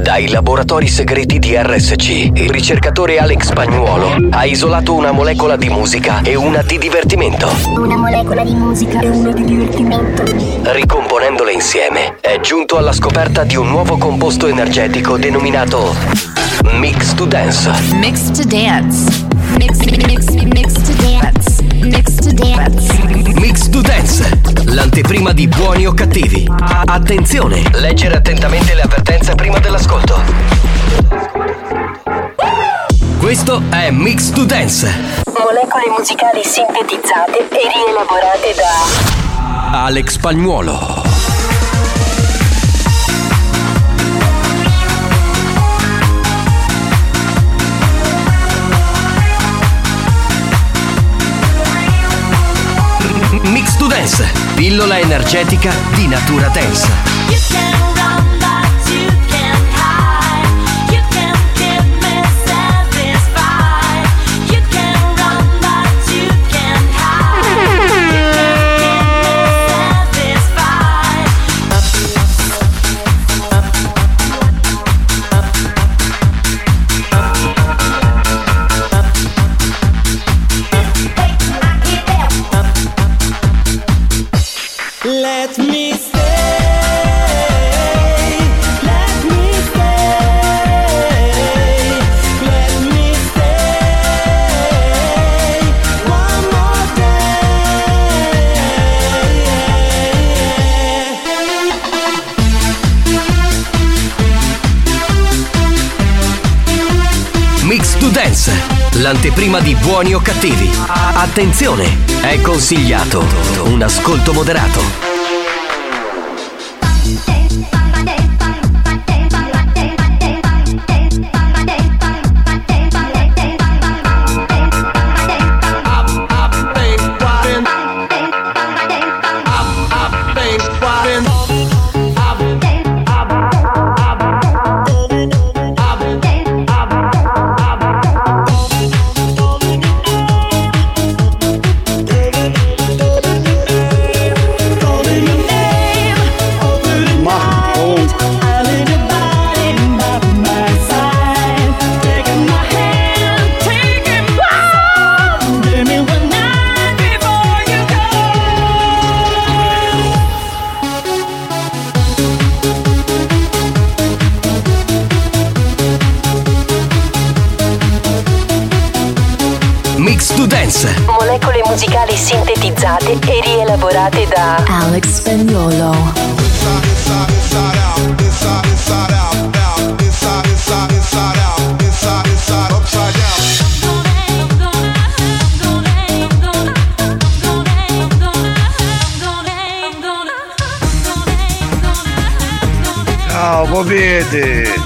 Dai laboratori segreti di RSC, il ricercatore Alex Spagnuolo ha isolato una molecola di musica e una di divertimento. Una molecola di musica e una di divertimento. Ricomponendole insieme, è giunto alla scoperta di un nuovo composto energetico denominato Mix to Dance. Mix to Dance. Mix to Dance. Mix to Dance. Mix to Dance, l'anteprima di Buoni o Cattivi. Attenzione, leggere attentamente le avvertenze prima dell'ascolto. Questo è Mix to Dance. Molecole musicali sintetizzate e rielaborate da Alex Spagnuolo. Mix to Dance, pillola energetica di natura dance. Mix to Dance, l'anteprima di Buoni o Cattivi. Attenzione, è consigliato un ascolto moderato. Mix to Dance, molecole musicali sintetizzate e rielaborate da Alex Spagnuolo. Ciao, popete!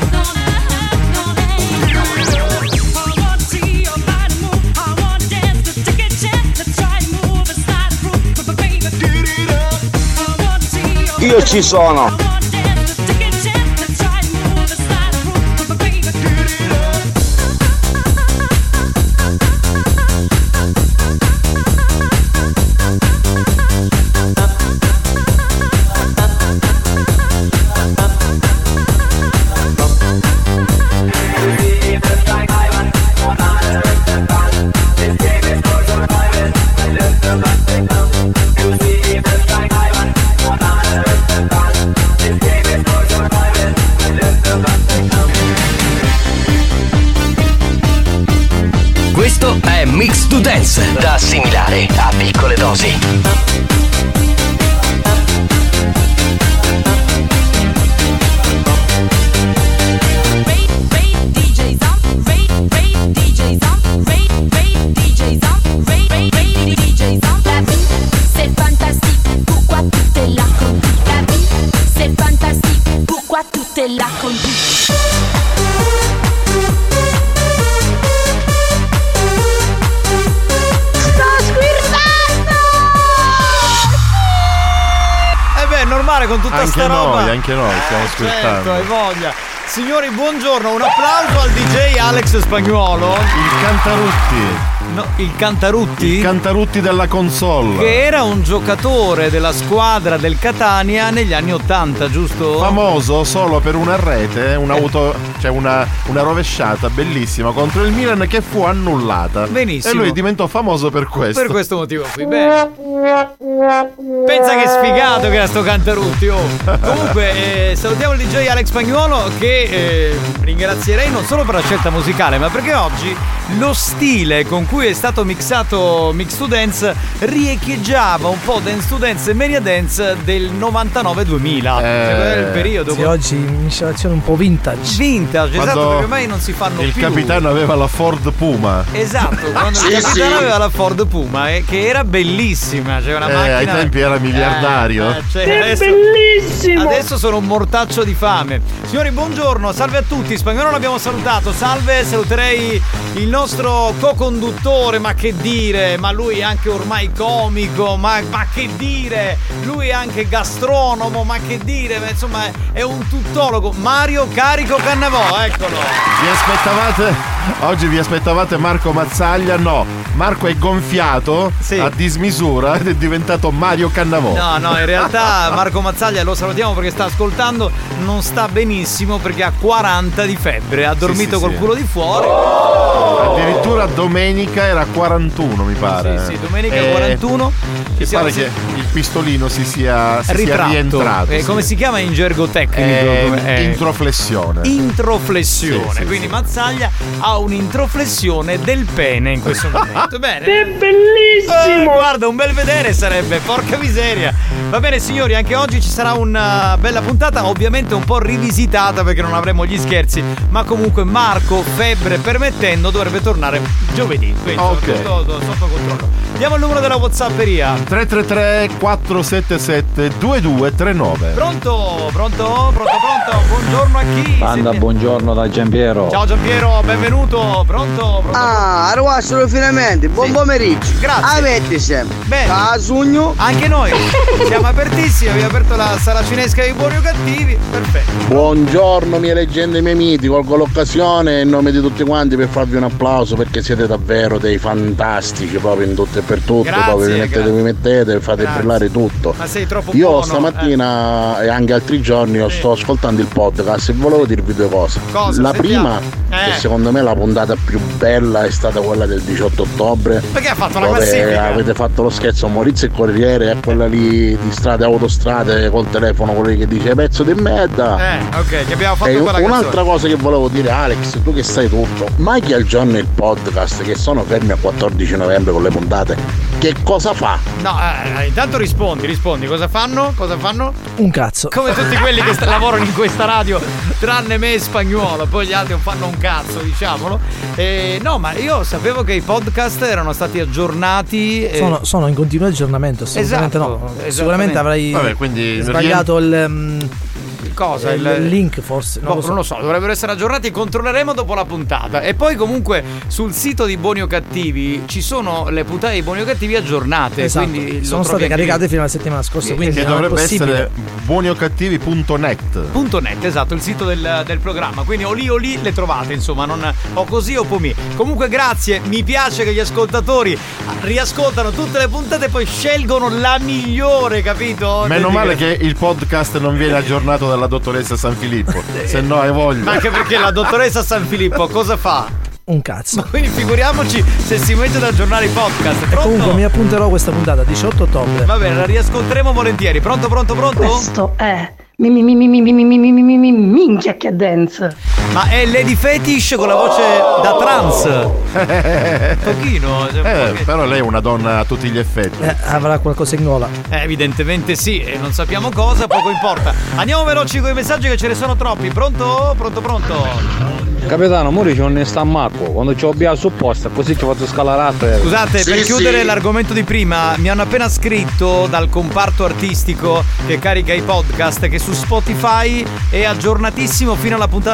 Io ci sono! Questo è Mix to Dance, da assimilare a piccole dosi. Con tutta anche sta roba. Anche noi stiamo ascoltando. Certo, hai voglia. Signori, buongiorno, un applauso al DJ Alex Spagnuolo. Il Cantarutti. No, il Cantarutti? Il Cantarutti della console. Che era un giocatore della squadra del Catania negli anni 80, giusto? Famoso solo per una rete, una rovesciata bellissima contro il Milan che fu annullata. Benissimo. E lui diventò famoso per questo. Per questo motivo qui. Bene. Pensa che sfigato che era sto Cantarutti. Comunque salutiamo il DJ Alex Spagnuolo, che ringrazierei non solo per la scelta musicale, ma perché oggi lo stile con cui è stato mixato Mix to Dance riecheggiava un po' Dance to Dance e Mania Dance del 99-2000. È il periodo. Sì, oggi miscelazione un po' vintage, esatto, perché ormai non si fanno il più. Il capitano aveva la Ford Puma. Esatto, quando il capitano aveva la Ford Puma, che era bellissima, c'era una macchina. Ai tempi era miliardario. È bellissimo. Adesso sono un mortaccio di fame. Signori, buongiorno, salve a tutti. Spagnolo l'abbiamo salutato. Salve, saluterei il nostro co-conduttore, ma che dire, ma lui è anche ormai comico, ma che dire, lui è anche gastronomo, ma che dire, ma insomma è un tuttologo, Mario Carico Cannavò, eccolo. Oggi vi aspettavate Marco Mazzaglia? No, Marco è gonfiato a dismisura ed è diventato Mario Cannavò. No, in realtà Marco Mazzaglia lo salutiamo perché sta ascoltando, non sta benissimo perché ha 40 di febbre, ha dormito col culo di fuori. Addirittura domenica era 41, mi pare. Sì, domenica 41. Mi pare che il pistolino si sia rientrato. Come si chiama in gergo tecnico? Introflessione. Sì, quindi Mazzaglia ha un'introflessione del pene in questo momento. Bene. È bellissimo! Guarda, un bel vedere sarebbe, porca miseria. Va bene signori, anche oggi ci sarà una bella puntata, ovviamente un po' rivisitata perché non avremo gli scherzi, ma comunque Marco, febbre permettendo, dovrebbe tornare giovedì. Quindi sotto controllo. Diamo il numero della WhatsApperia. 333-477-2239. Pronto? Buongiorno a chi? Banda, buongiorno da Giampiero. Ciao Giampiero, benvenuto. Pronto? Arrivassero finalmente. Buon pomeriggio. Grazie. Avete sempre. Bene. A Sugno. Anche noi siamo apertissimi, abbiamo aperto la sala cinesca dei buoni o cattivi. Perfetto. Buongiorno mie leggende e miei miti, colgo l'occasione in nome di tutti quanti per farvi un applauso perché siete davvero dei fantastici proprio in tutto e per tutto. Grazie, proprio vi mettete, fate brillare tutto. Ma sei troppo Io buono. Stamattina e anche altri giorni sto ascoltando il podcast e volevo dirvi due cose. La prima, che secondo me la puntata più bella è stata quella del 18 ottobre. Perché ha fatto la dove classifica? avete fatto lo scherzo Maurizio il Corriere e quella lì di strade e autostrade col telefono, quello che dice pezzo di merda. Ok, che abbiamo fatto e quella un'altra cosa che volevo dire, Alex, tu che sai tutto, mai che al giorno il podcast che sono fermi a 14 novembre con le puntate, che cosa fa? No, intanto rispondi, cosa fanno? Un cazzo. Come tutti quelli che lavorano in questa radio, tranne me e Spagnuolo, poi gli altri non fanno un cazzo, diciamolo. No, ma io sapevo che i podcast erano stati aggiornati. Sono in continuo aggiornamento, assolutamente no. Sicuramente avrai sbagliato il link forse. Non lo so, dovrebbero essere aggiornati, controlleremo dopo la puntata. E poi comunque sul sito di Buoni o Cattivi ci sono le puntate di Buoni o Cattivi aggiornate. Esatto. Quindi sono state caricate fino alla settimana scorsa, quindi che dovrebbe essere buoniocattivi.net. Esatto, il sito del programma. Quindi o lì le trovate, insomma, non o così o pomì. Comunque grazie, mi piace che gli ascoltatori riascoltano tutte le puntate e poi scelgono la migliore, capito? Meno male che il podcast non viene aggiornato dalla dottoressa San Filippo, se no hai voglia. Ma anche perché la dottoressa San Filippo cosa fa? Un cazzo. Ma quindi figuriamoci se si mette ad aggiornare i podcast. E comunque mi appunterò questa puntata 18 ottobre. Va bene, la riascolteremo volentieri. Pronto? Questo è minchia che dance. Ma è Lady Fetish con la voce da trans. Pochino. Però lei è una donna a tutti gli effetti. Avrà qualcosa in gola. Evidentemente sì, e non sappiamo cosa, poco importa. Andiamo veloci con i messaggi che ce ne sono troppi. Pronto? Capitano, Mori non ne sta a Marco. Quando ci abbiamo supposta, così ci faccio scalare. Scusate, per chiudere l'argomento di prima, mi hanno appena scritto dal comparto artistico che carica i podcast che su Spotify è aggiornatissimo fino alla puntata di venerdì.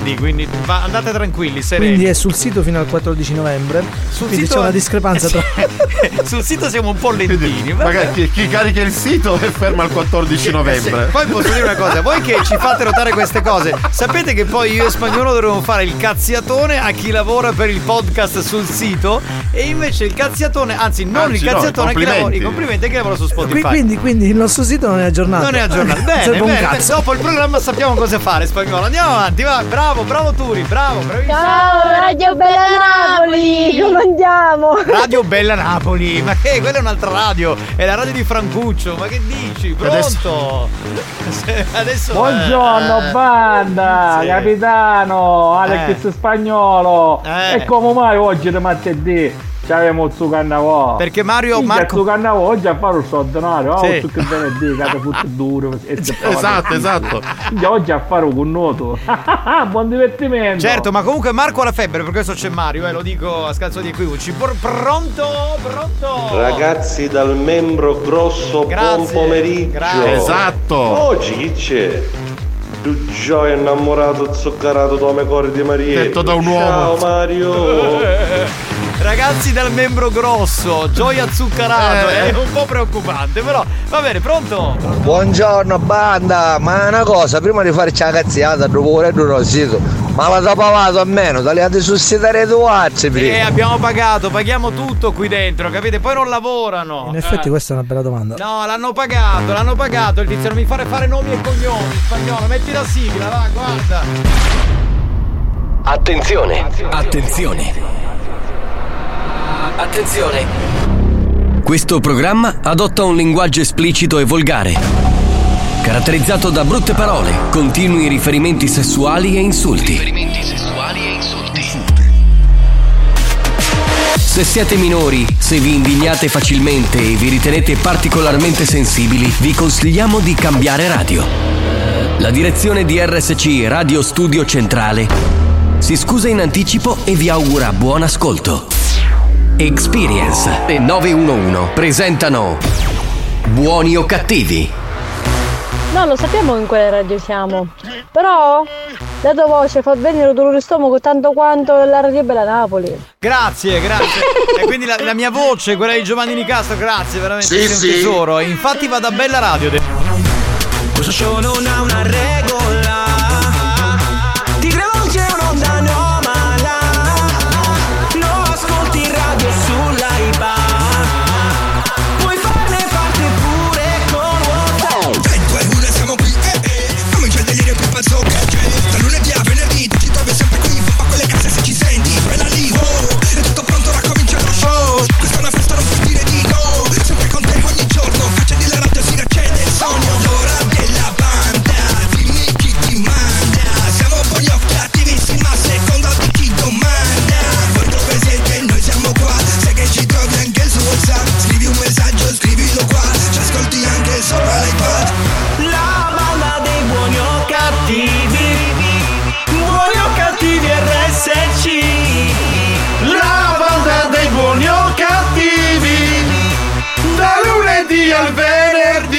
venerdì, quindi andate tranquilli, sereni. Quindi è sul sito fino al 14 novembre. Quindi c'è una discrepanza tra. Sul sito siamo un po' lentini. Magari chi carica il sito è fermo al 14 novembre. Poi posso dire una cosa, voi che ci fate notare queste cose, sapete che poi io e Spagnolo dovremmo fare il cazziatone a chi lavora per il podcast sul sito, e invece il cazziatone, anzi non il cazziatone a chi lavora, i complimenti a chi lavora su Spotify. Quindi il nostro sito non è aggiornato. Non è aggiornato. Bene. Dopo il programma sappiamo cosa fare, Spagnolo. Andiamo avanti, va. Bravo Turi, bravo. Ciao Radio Bella Napoli, come andiamo? Radio Bella Napoli, ma che? Quella è un'altra radio, è la radio di Francuccio, ma che dici? Pronto? Adesso buongiorno banda, sì. Capitano, Alex Spagnolo. E come mai oggi è martedì? C'avevamo il suo cannavò. Perché Marco il suo cannavò oggi a fare un soldonario. Sì. Su che venerdì, cade tutto duro. Esatto. Oggi a fare un noto. Buon divertimento. Certo, ma comunque Marco ha la febbre, per questo c'è Mario, lo dico a scalzo di equivoci. Pronto? Ragazzi dal membro grosso, buon pomeriggio. Grazie. Esatto. Oggi chi c'è? Tu gioia innamorato, zuccherato, come cuore di Maria. Detto da un uomo. Ciao Mario. Ragazzi dal membro grosso, gioia zuccherato, è un po' preoccupante, però va bene, pronto? Buongiorno banda, ma una cosa, prima di farci la cazziata, dopo il sito, ma la tapavato a meno, tagliate sul sito retuarci prima. Abbiamo paghiamo tutto qui dentro, capite? Poi non lavorano. In effetti questa è una bella domanda. No, l'hanno pagato, il tizio non mi fare nomi e cognomi, Spagnolo, metti la sigla, va, guarda. Attenzione! Questo programma adotta un linguaggio esplicito e volgare, caratterizzato da brutte parole, continui riferimenti sessuali e insulti. Se siete minori, se vi indignate facilmente e vi ritenete particolarmente sensibili, vi consigliamo di cambiare radio. La direzione di RSC Radio Studio Centrale si scusa in anticipo e vi augura buon ascolto. Experience e 911 presentano Buoni o Cattivi. No, lo sappiamo in quale radio siamo, però la tua voce fa venire dolore di stomaco tanto quanto la Radio Bella Napoli. Grazie. E quindi la mia voce, quella di Giovanni Nicastro, grazie, veramente sei un tesoro. Infatti va da Bella Radio. Questo show non ha una regola, ti rivolge un'onda anomala, lo ascolti in radio sull'Aiba, puoi farne parte pure con WhatsApp. 3, 2, 1 siamo qui, comincia il delirio più pazzo che c'è, da lunedì a venerdì ti trovi sempre qui, a quelle case se ci senti, bella lì, è tutto pronto, ora comincia lo show, questa è una festa, non puoi dire di no, sempre con te ogni giorno, accendi la radio, si riaccende il sogno, l'ora della banda, dimmi chi ti manda, siamo buoni o cattivissimi, ma secondo di chi domanda, voi dove siete, noi siamo qua, sai che ci trovi anche su WhatsApp, scrivi un messaggio, scrivilo qua, ci ascolti anche sopra l'iPad, la banda dei buoni o cattivi, buoni o cattivi RSC, la banda dei buoni o cattivi, da lunedì al venerdì.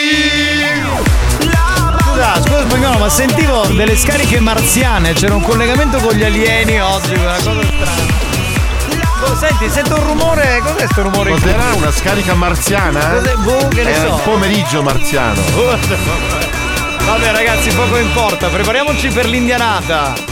Scusa Spagnolo, ma sentivo delle scariche marziane, c'era un collegamento con gli alieni oggi, una cosa strana. Senti, sento un rumore, cos'è sto rumore? Cos'era una scarica marziana? Che ne so. È un pomeriggio marziano. Vabbè ragazzi, poco importa, prepariamoci per l'indianata.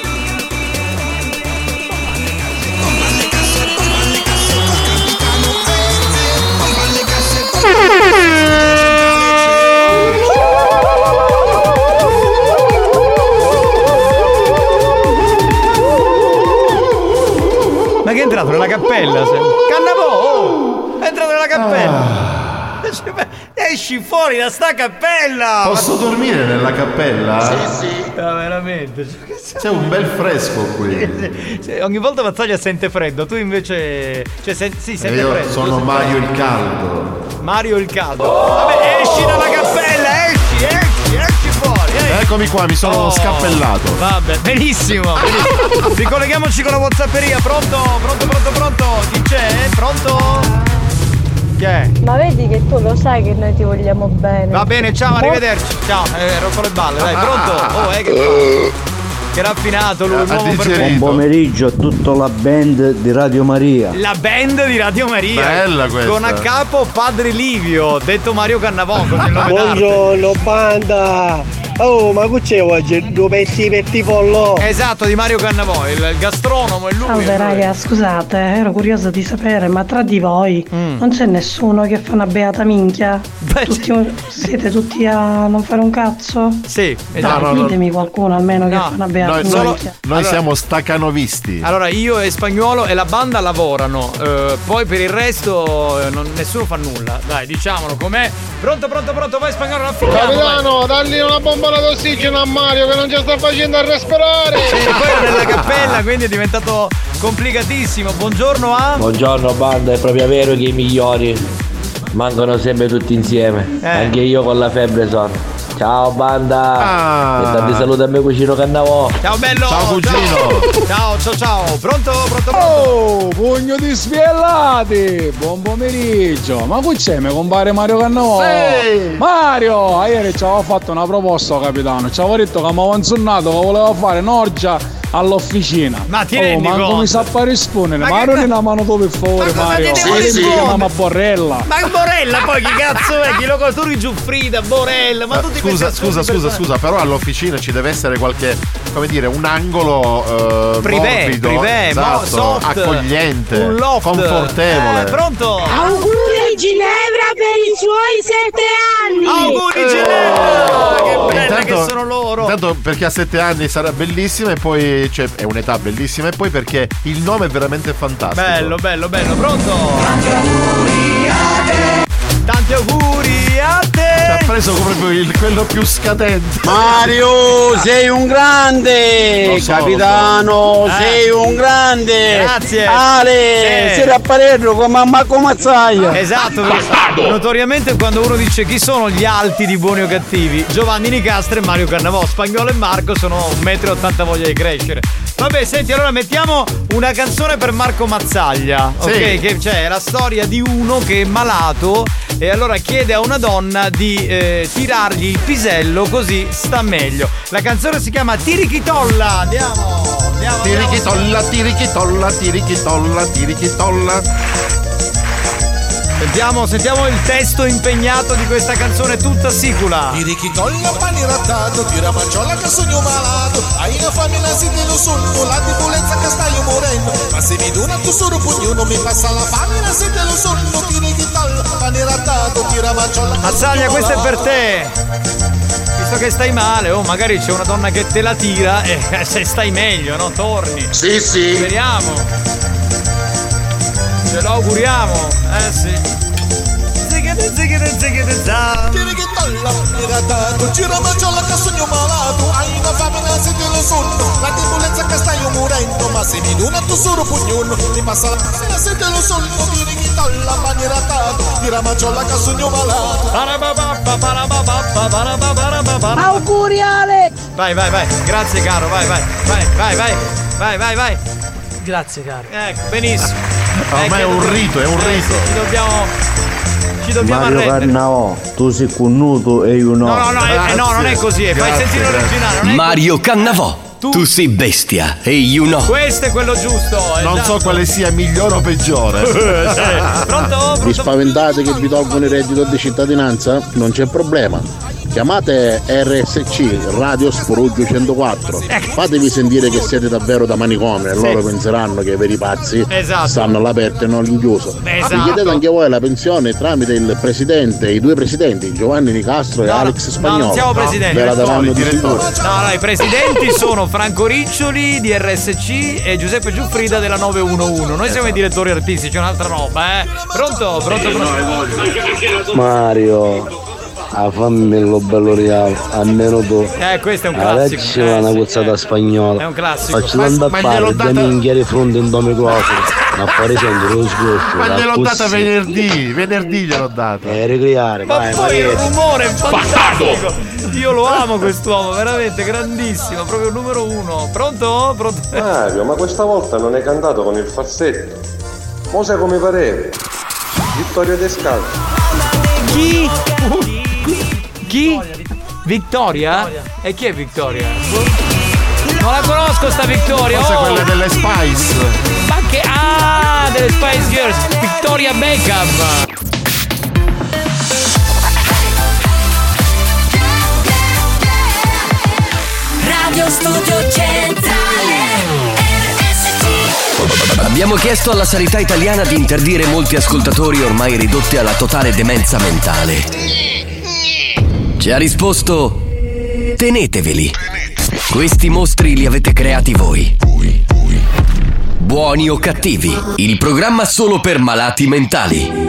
Ma che è entrato nella cappella? Cannavò! È entrato nella cappella! Esci fuori da sta cappella! Posso dormire nella cappella? Sì. Veramente. C'è un bel fresco qui. Sì, ogni volta Mazzaglia sente freddo, tu invece. Cioè, sì, sente io freddo. Sono Mario il caldo. Mario il caldo. Vabbè, esci dalla cappella, esci fuori. Eccomi qua, mi sono scappellato. Vabbè, benissimo. Ricolleghiamoci con la WhatsApperia. Pronto? Chi c'è? Pronto? Ma vedi che tu lo sai che noi ti vogliamo bene. Va bene, ciao, arrivederci. Ciao, rotto le balle, dai, pronto? Che Che raffinato lui, buon pomeriggio a tutta la band di Radio Maria. La band di Radio Maria. Bella questa. Con a capo Padre Livio, detto Mario Cannavò. Buongiorno banda. Oh, ma che c'è oggi? 2 pezzi per pollo. Esatto, di Mario Cannavò, il gastronomo è lui. Salve raga, scusate, ero curiosa di sapere, ma tra di voi non c'è nessuno che fa una beata minchia? Siete tutti a non fare un cazzo? Sì, esatto. Ditemi qualcuno almeno che fa una beata minchia. Noi siamo stacanovisti. Allora, io e Spagnuolo e la banda lavorano, poi per il resto nessuno fa nulla. Dai, diciamolo com'è. Pronto, vai Spagnuolo, Capitano, dagli una bomba d'ossigeno a Mario che non ci sta facendo a respirare. Poi era nella cappella, quindi è diventato complicatissimo. Buongiorno a... Buongiorno banda, è proprio vero che i migliori mancano sempre tutti insieme. Anche io con la febbre sono. Ciao banda. E tanti saluti a mio cugino Cannavò. Ciao bello. Ciao cugino. Ciao. Pronto? Oh, pugno di spiellati. Buon pomeriggio. Ma qui c'è, mi compare Mario Cannavò? Sì. Mario, ieri ci avevo fatto una proposta, capitano. Ci avevo detto che mi avevo insunnato che volevo fare un'orgia all'officina. Ma ti rendi conto? Ma come sa a rispondere? Ma non una mano tu per favore, Mario. Sì. Chiama Borrella. Ma Borrella poi chi cazzo è? Chi lo costruisce Giuffrida, Borrella, ma tutti Scusa, però all'officina ci deve essere qualche, come dire, un angolo privé, esatto, soft, accogliente, un loft, confortevole. Pronto? Auguri Ginevra per i suoi 7 anni. Auguri Ginevra! Che belle che sono loro. Intanto perché a 7 anni sarà bellissima e poi è un'età bellissima e poi perché il nome è veramente fantastico. Bello, pronto? Tanti auguri a te! Ci ha preso proprio quello più scadente. Mario, sei un grande! Capitano, sei un grande! Grazie! Ale, sei a Palermo come Marco Mazzaia! Esatto, notoriamente quando uno dice chi sono gli alti di Buoni o Cattivi, Giovanni Nicastra e Mario Cannavò. Spagnuolo e Marco sono 1,80 m, voglia di crescere. Vabbè, senti, allora mettiamo una canzone per Marco Mazzaglia, ok? Che c'è la storia di uno che è malato e allora chiede a una donna di tirargli il pisello così sta meglio. La canzone si chiama Tirichitolla. Andiamo. Tirichitolla. Sentiamo il testo impegnato di questa canzone tutta sicula. Tirichitolla pani rattato, tira manciola che sogno malato. Hai una famiglia si te lo sonno, la debolezza che stai morendo. Ma se mi dona tu solo pugno non mi passa la famiglia se te lo sonno. Tirichitolla pani rattato, tira manciola. Mazzaglia, questo è per te. Visto che stai male, magari c'è una donna che te la tira e se stai meglio, no? Torni. Sì. Speriamo. Ce lo auguriamo, sì. Tirichitolla pani rattato, tira manciola che sogno malato. Hai una famiglia se te lo sonno, la debolezza che stai morendo. Ma se mi dona tu solo pugno non mi passa la famiglia se te lo sonno. Tirichitolla pani rattato, tira manciola che sogno malato. Auguri Alex. Vai. Grazie caro, vai. Grazie caro. Ecco, benissimo. Ormai è un rito. Ci dobbiamo Mario arrendere. Cannavò, tu sei connuto e io no. No, non è così, fai sentire l'originale. Mario Cannavò, tu sei bestia e io no. Questo è quello giusto. Non so quale sia migliore o peggiore. Pronto? Vi spaventate che vi tolgono il reddito di cittadinanza? Non c'è problema. Chiamate RSC Radio Sporugio 104. Fatevi sentire che siete davvero da manicomio e loro penseranno che i veri pazzi stanno all'aperto e non all'inchiuso. Vi chiedete anche voi la pensione tramite il presidente, i 2 presidenti, Giovanni Nicastro e Alex Spagnolo. No, non siamo presidenti. Ve la daranno di sicuro. No, i presidenti sono Franco Riccioli di RSC e Giuseppe Giuffrida della 911. Noi siamo i direttori artistici, è un'altra roba, eh. Pronto? Mario, fammelo bello reale, almeno tu. Questo è un classico. Adesso è una cuzzata spagnola. È un classico. Faccio andare a fare da minchia di fronte in tuo microfono. Ma poi sento lo sgosto. Ma gliel'ho data venerdì gliel'ò data. Ricreare, ma poi il rumore è fantastico. Io lo amo quest'uomo, veramente grandissimo, proprio il numero 1. Pronto? Mario, ma questa volta non hai cantato con il falsetto. Mo sai come pareva? Vittorio De Scalzi. Chi? Vittoria? E chi è Vittoria? Non la conosco sta Victoria. Forse quelle delle Spice. Ma che delle Spice Girls. Victoria Beckham. Radio Studio Centrale RSC. Abbiamo chiesto alla sanità italiana di interdire molti ascoltatori ormai ridotti alla totale demenza mentale. Ci ha risposto: teneteveli. Questi mostri li avete creati voi. Buoni o cattivi, il programma solo per malati mentali.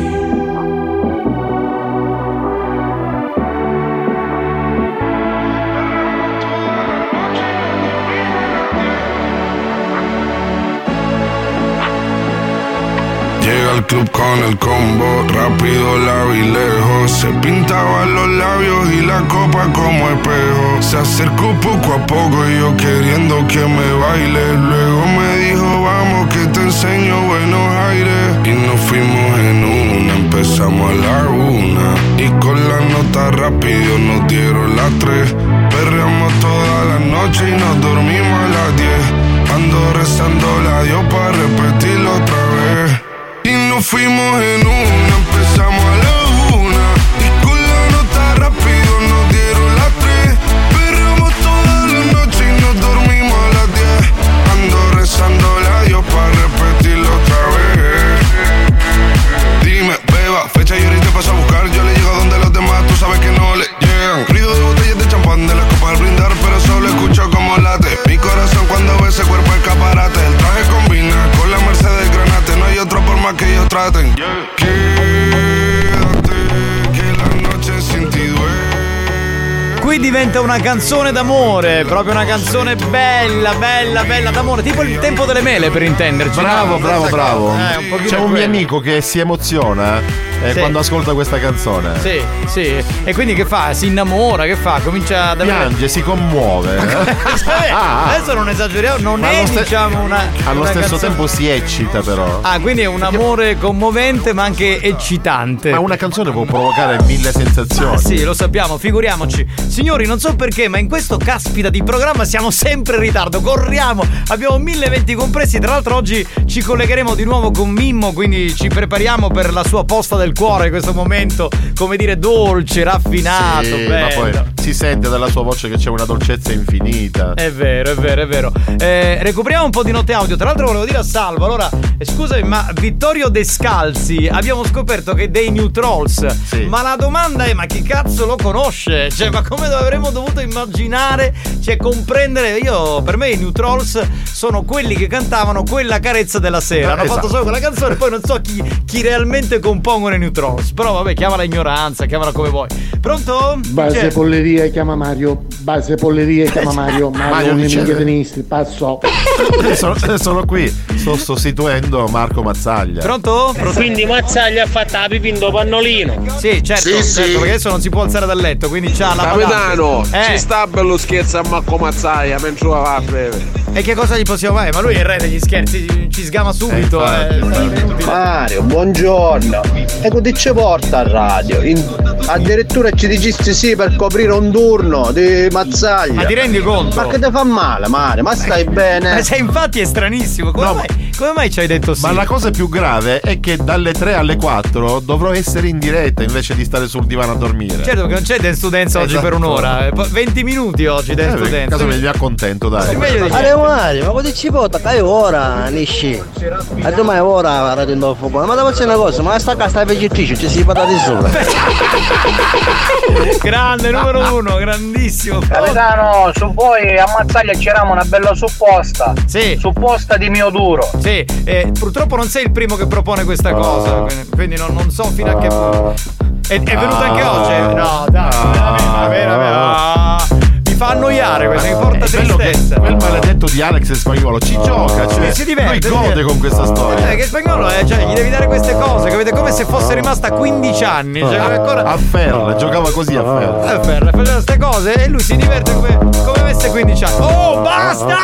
Llega al club con el combo, rápido la vi lejos. Se pintaba los labios y la copa como espejo. Se acercó poco a poco y yo queriendo que me baile. Luego me dijo vamos que te enseño buenos aires. Y nos fuimos en una, empezamos a la 1. Y con la nota rápido nos dieron las 3. Perreamos toda la noche y nos dormimos a las 10. Ando rezando la Dios para repetirlo otra vez. Y nos fuimos en una, empezamos a la 1. Y con la nota rápido nos dieron las 3. Perreamos toda la noche y nos dormimos a las 10. Ando rezando la Dios para repetirlo otra vez. Dime, beba, fecha y ahorita paso a buscar. Yo le llego donde los demás, tú sabes que no le llegan. Ruido de botellas de champán, de las copas al brindar, pero solo escucho como late mi corazón cuando ve ese cuerpo escaparate. El traje combina con la Mercedes Granate. No hay otro por más que ellos traten. Quédate, que la noche sin ti duele. Qui diventa una canzone d'amore, proprio una canzone bella d'amore, tipo il tempo delle mele per intenderci. Bravo. C'è un mio amico che si emoziona quando ascolta questa canzone. Sì. E quindi che fa? Si innamora, che fa? Comincia ad piange, si commuove. Adesso non esageriamo, non ma è diciamo una. Allo stesso canzone... tempo si eccita però. Quindi è un amore commovente ma anche eccitante. Ma una canzone può provocare 1000 sensazioni. Sì, lo sappiamo, figuriamoci. Signori, non so perché, ma in questo caspita di programma siamo sempre in ritardo. Corriamo, abbiamo 1000 eventi compressi. Tra l'altro oggi ci collegheremo di nuovo con Mimmo, quindi ci prepariamo per la sua posta del cuore, questo momento, come dire, dolce, raffinato, sì, bello. Ma poi si sente dalla sua voce che c'è una dolcezza infinita. È vero. Recuperiamo un po' di note audio. Tra l'altro volevo dire a Salvo, allora, scusami, ma Vittorio Descalzi abbiamo scoperto che dei New Trolls. Sì. Ma la domanda è: ma chi cazzo lo conosce? Cioè, ma come avremmo dovuto immaginare, cioè comprendere? Per me i New Trolls sono quelli che cantavano Quella carezza della sera. Hanno fatto solo quella canzone, poi non so chi realmente compongono i New Trolls. Però vabbè, chiamala ignoranza, chiamala come vuoi. Pronto? Base Polleria chiama Mario. Mario non mi chiedenisti, passo. Sono qui, sto sostituendo Marco Mazzaglia. Pronto? Quindi Mazzaglia ha fatto la pipì in pannolino. Sì, certo, perché adesso non si può alzare dal letto, quindi c'ha la Capitano, ci sta bello scherzo a Marco Mazzaglia mentre va a breve. E che cosa gli possiamo fare? Ma lui è il re degli scherzi, ci sgama subito. Mario, buongiorno. E cosa ci porta a radio? Addirittura ci dicesti sì per coprire un turno di Mazzaglia. Ma ti rendi conto? Ma che ti fa male, Mario? Ma stai bene? Ma infatti è stranissimo. Come mai ci hai detto sì? Ma la cosa più grave è che dalle 3 alle 4 dovrò essere in diretta invece di stare sul divano a dormire. Certo, perché non c'è Dance to Dance oggi per un'ora. 20 minuti oggi Dance to Dance. Caso mi accontento, dai. Mario, ma cosa ci porta? Che ora, Nisci? E domani ora radio in fuoco. Ma devo fare una cosa, ma sta casa è vegettrice, ci si parla di sopra. Grande, numero 1, grandissimo. Capitano, su voi a Mazzaglia c'eravamo una bella supposta. Sì. Supposta di mio duro. Sì, purtroppo non sei il primo che propone questa cosa, quindi non so fino a che punto. È venuto anche oggi? No, dai, veramente. Mi fa annoiare questo, mi porta tristezza. Quel maledetto di Alex Spagnuolo ci gioca, cioè si diverte. Lui gode con questa storia. Che Spagnuolo cioè, gli devi dare queste cose, capite? Come se fosse rimasta 15 anni. Cioè, ancora... A Ferla, giocava così a Ferla, faceva queste cose e lui si diverte come avesse 15 anni. Oh, basta!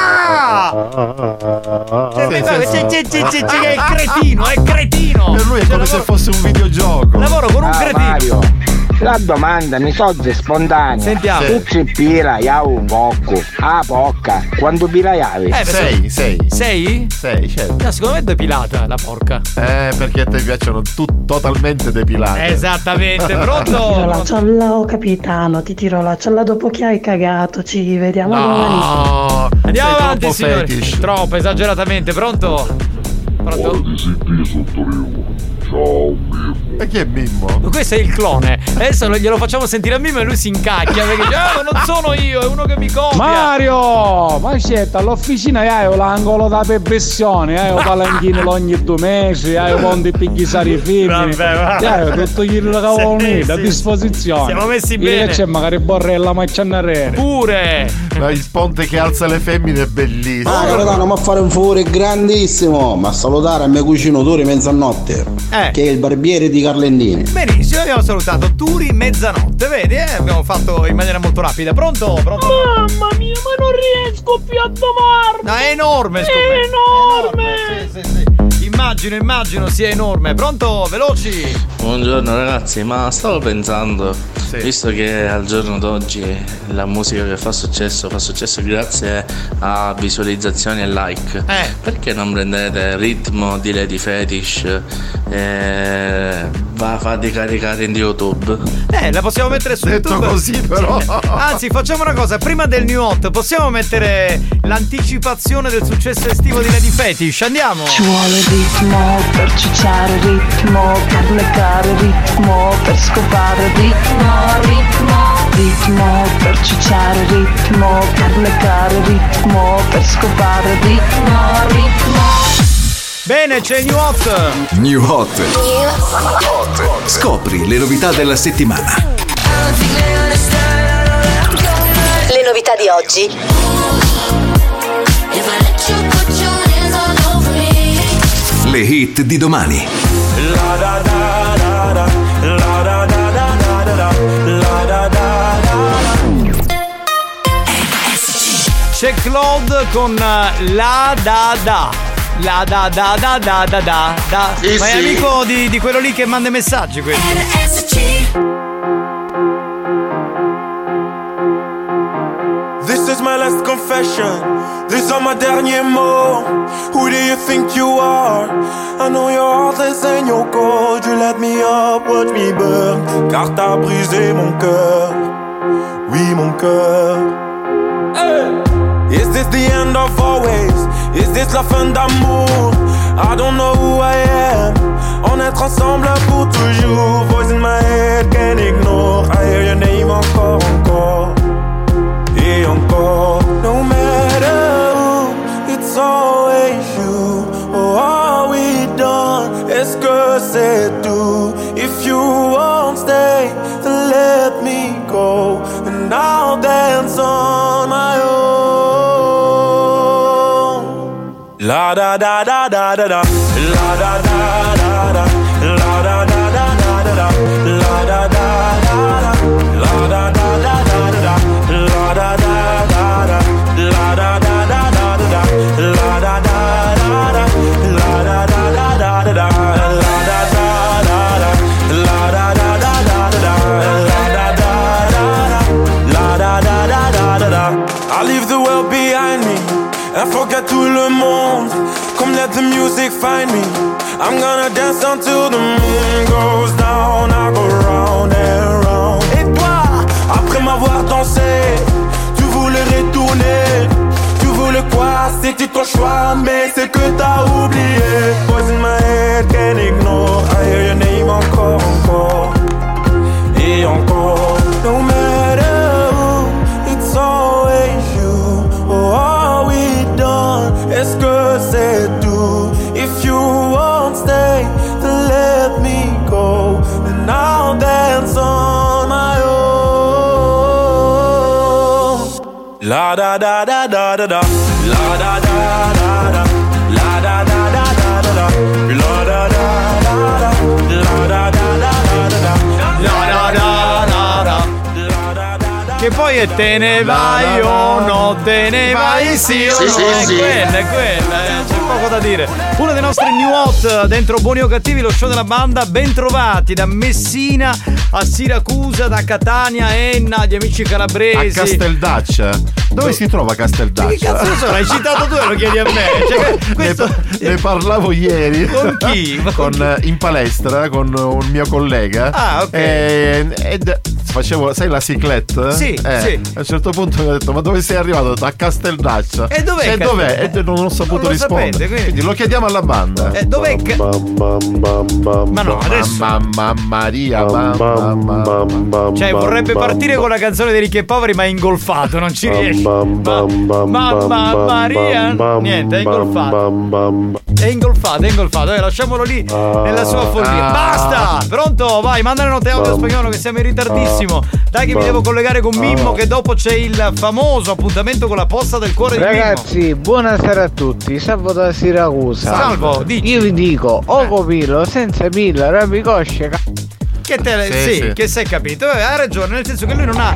È cretino. Per lui è come se fosse un videogioco. Lavoro con un cretino. Mario, La domanda mi sorge spontanea. Sentiamo. Tu ci pira ya un cocco a porca quando pira yavi? 6. 6, certo. No, secondo me è depilata la porca. Perché a te piacciono totalmente depilate. Esattamente. Pronto? Ciao capitano, ti tiro la cialla dopo che hai cagato. Ci vediamo domani. Andiamo avanti, signori. Troppo esageratamente. Pronto? Ciao Mimmo. E chi è Mimmo? Questo è il clone. Adesso glielo facciamo sentire a Mimmo e lui si incacchia perché dice non sono io, è uno che mi copia. Mario, ma certo, all'officina hai l'angolo da perpressione, hai un palanchino ogni 2 mesi, hai un ponte picchi sari femmine. Hai tutto il cavolo a disposizione. Siamo messi bene. E c'è magari Borrella Macciannarere. Pure. Il ponte che alza le femmine è bellissimo. Capitano, ma fare un favore grandissimo, ma salutare a mio cugino Turi Mezzanotte. Che è il barbiere di Carlendini. Benissimo, abbiamo salutato Turi Mezzanotte, vedi? Abbiamo fatto in maniera molto rapida. Pronto? Mamma mia, ma non riesco più a tomarmi. No, è enorme, Sì. Immagino sia enorme. Pronto? Veloci. Buongiorno ragazzi, ma stavo pensando, visto che al giorno d'oggi la musica che fa successo grazie a visualizzazioni e like, perché non prendete Ritmo di Lady Fetish fate caricare in YouTube? La possiamo mettere su YouTube. Detto così però. Anzi, facciamo una cosa, prima del New Hot possiamo mettere l'anticipazione del successo estivo di Lady Fetish. Andiamo. Ci vuole ritmo per cicciare, ritmo per leccare, ritmo per scopare, ritmo per cicciare, ritmo per leccare, ritmo per scopare, ritmo. Bene, c'è New Hot. New Hot. Scopri le novità della settimana. Le novità di oggi. Le hit di domani. C'è Claude con La Da Da. La da da da da da da da. Ma è amico di quello lì che manda i messaggi, questo. This is my last confession. These are my derniers mots. Who do you think you are? I know your heart is in your cold. You let me up, watch me burn. Car t'as brisé mon cœur. Oui, mon cœur. Is this the end of always? Is this la fin d'amour? I don't know who I am. On est ensemble pour toujours. Voice in my head, can't ignore. I hear your name encore. Et encore. No matter who, it's always you. Oh, are we done? Est-ce que c'est tout? If you won't stay, then let me go. And I'll dance on my own. La da da da da da da. La da da da da. La da da da da da. La da da da da. La da da da da da. La da da da da. La da da da da da. La da da da da. La da da da da da. La da da da da. La da da da da da. La da da da da. La da da da da da. I leave the world behind me and forget tout le monde. Come let the music find me. I'm gonna dance until the moon goes down. I go round and round. Et toi, après m'avoir dansé, tu voulais retourner. Tu voulais quoi? C'était ton choix, mais c'est que t'as oublié. Voice in my head, can't ignore. I hear your name encore. Et encore. No matter who, it's always you. Oh, are we done? Est-ce que c'est tout? If you won't stay, then let me go. And I'll dance on my own. La da da da da da da. La da da da da. La da da da da da. La da da da da. La da da da da. La da da da. Che poi è te ne vai o no te ne vai, sì o no, è quella. poco da dire. Uno dei nostri new hot dentro Buoni o Cattivi, lo show della banda. Ben trovati da Messina a Siracusa, da Catania, Enna, gli amici calabresi. A Casteldaccia. Dove si trova Casteldaccia? Che cazzo lo so? L'hai citato tu e lo chiedi a me. Cioè, questo... ne parlavo ieri. Con chi? In palestra con un mio collega. Ah, ok. Ed facevo, sai la ciclette? Sì, sì. A un certo punto mi ha detto: ma dove sei arrivato? A Casteldaccia. E dov'è? E dov'è? E non ho saputo rispondere. Sapete, quindi lo chiediamo alla banda. Dov'è? Ma no, adesso. Mamma Maria. Cioè, vorrebbe partire con la canzone dei Ricchi e Poveri, ma è ingolfato, non ci riesce. Mamma Maria. Niente, è ingolfato. È ingolfato. Lasciamolo lì nella sua follia. Basta! Pronto? Vai, manda le note audio spagnolo che siamo in ritardissimo. Dai che mi devo collegare con Mimmo, che dopo c'è il famoso appuntamento con la posta del cuore di Mimmo. Ragazzi, buonasera a tutti. Salvo da Siracusa. Salvo, dici. Io vi dico, o copillo senza pilla, rapicosce. Che sei capito? Ha ragione, nel senso che lui non ha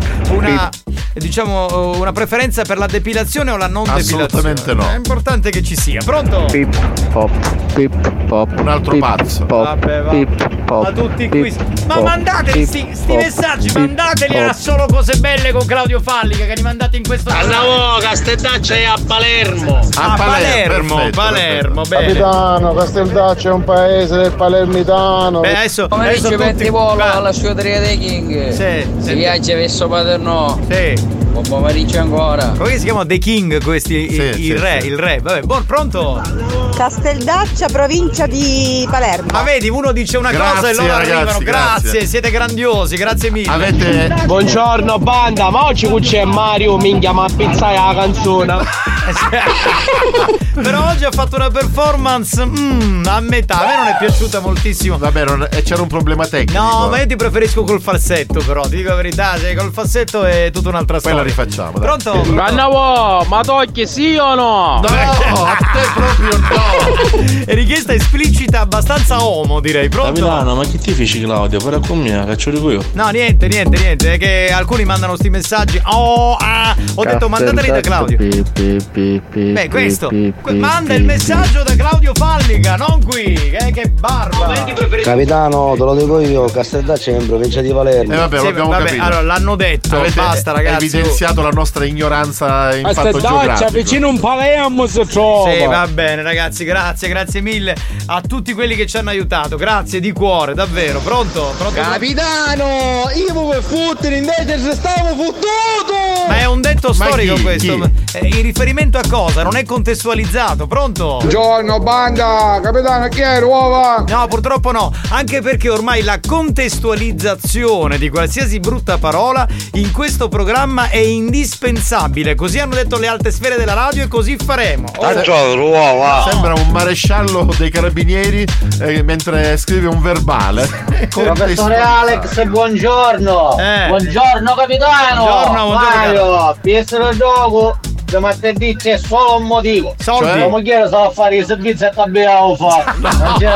una preferenza per la depilazione o la non depilazione. Assolutamente no. È importante che ci sia. Pronto? Pip pop. Un altro pazzo. Vabbè, va. Ma tutti qui. Ma mandateli sti messaggi, mandateli a Solo Cose Belle con Claudio Fallica, che li mandate in questo. Allora, Casteldaccia è a Palermo. Palermo, bene. Capitano, Casteldaccia è un paese del palermitano. Beh, adesso tutti alla sciuteria dei King. Si viaggia verso Paterno. Sì. Buon pomeriggio ancora. Come si chiama The King questi? Il re. Vabbè, pronto? Casteldaccia, provincia di Palermo. Ma vedi, uno dice una cosa e loro arrivano. Grazie, siete grandiosi, grazie mille. Buongiorno banda, ma oggi qui c'è Mario, minchia, ma pizzai la canzone. Però oggi ha fatto una performance a metà. A me non è piaciuta moltissimo. Vabbè, c'era un problema tecnico. No, ma io ti preferisco col falsetto, però ti dico la verità, cioè, col falsetto è tutta un'altra storia. Poi la rifacciamo. Pronto? Cannavo, ma tocchi sì o no? No, a te proprio no. È richiesta esplicita, abbastanza omo, direi. Pronto? Capitano, ma che ti feci Claudio? Però con me, caccio di io. No, niente. È che alcuni mandano sti messaggi. Ho detto mandateli da Claudio. Beh, questo manda il messaggio da Claudio Fallica, non qui. Che barba. Capitano, te lo dico io, Casteldaccia è in provincia di Palermo. Vabbè, l'abbiamo capito. Allora l'hanno detto. Avete basta, ragazzi. Evidenziato la nostra ignoranza in fatto geografico. Vicino un Palermo si trova. Sì, va bene, ragazzi, grazie mille a tutti quelli che ci hanno aiutato. Grazie di cuore, davvero. Pronto? Capitano, io per fottere invece se stavo fottuto. Ma è un detto storico questo. In riferimento a cosa? Non è contestualizzato. Pronto? Buongiorno banda, capitano, chi è uova? No, purtroppo no. Anche perché ormai la contestualizzazione di qualsiasi brutta parola in questo programma è indispensabile. Così hanno detto le alte sfere della radio e così faremo. Sembra un maresciallo dei carabinieri mentre scrive un verbale. Professore Alex, buongiorno. Buongiorno capitano. Buongiorno. Mario, PS del gioco. Martedì c'è solo un motivo. Soldi. La moglie sa fare i servizi e abbiamo fatto.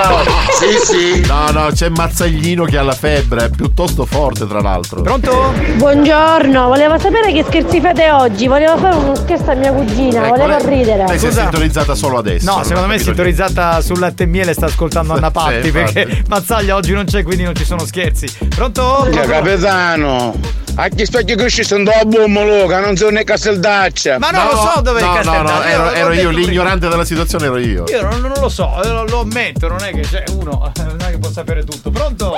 Sì. No, c'è Mazzaglino che ha la febbre, è piuttosto forte tra l'altro. Pronto? Buongiorno, volevo sapere che scherzi fate oggi. Volevo fare uno scherzo a mia cugina, volevo ridere. Lei si è sintonizzata solo adesso. No, secondo me è sintonizzata sul latte e miele, sta ascoltando Anna Patti, perché Mazzaglia oggi non c'è, quindi non ci sono scherzi. Pronto? Capitano, a chi sto che cresci sono da bomba loca, non sono né Casteldaccia. Ma non lo so dove è Casteldaccia. No, ero io, l'ignorante della situazione ero io. Io non lo so, lo ammetto, non è che c'è uno, non è che può sapere tutto. Pronto?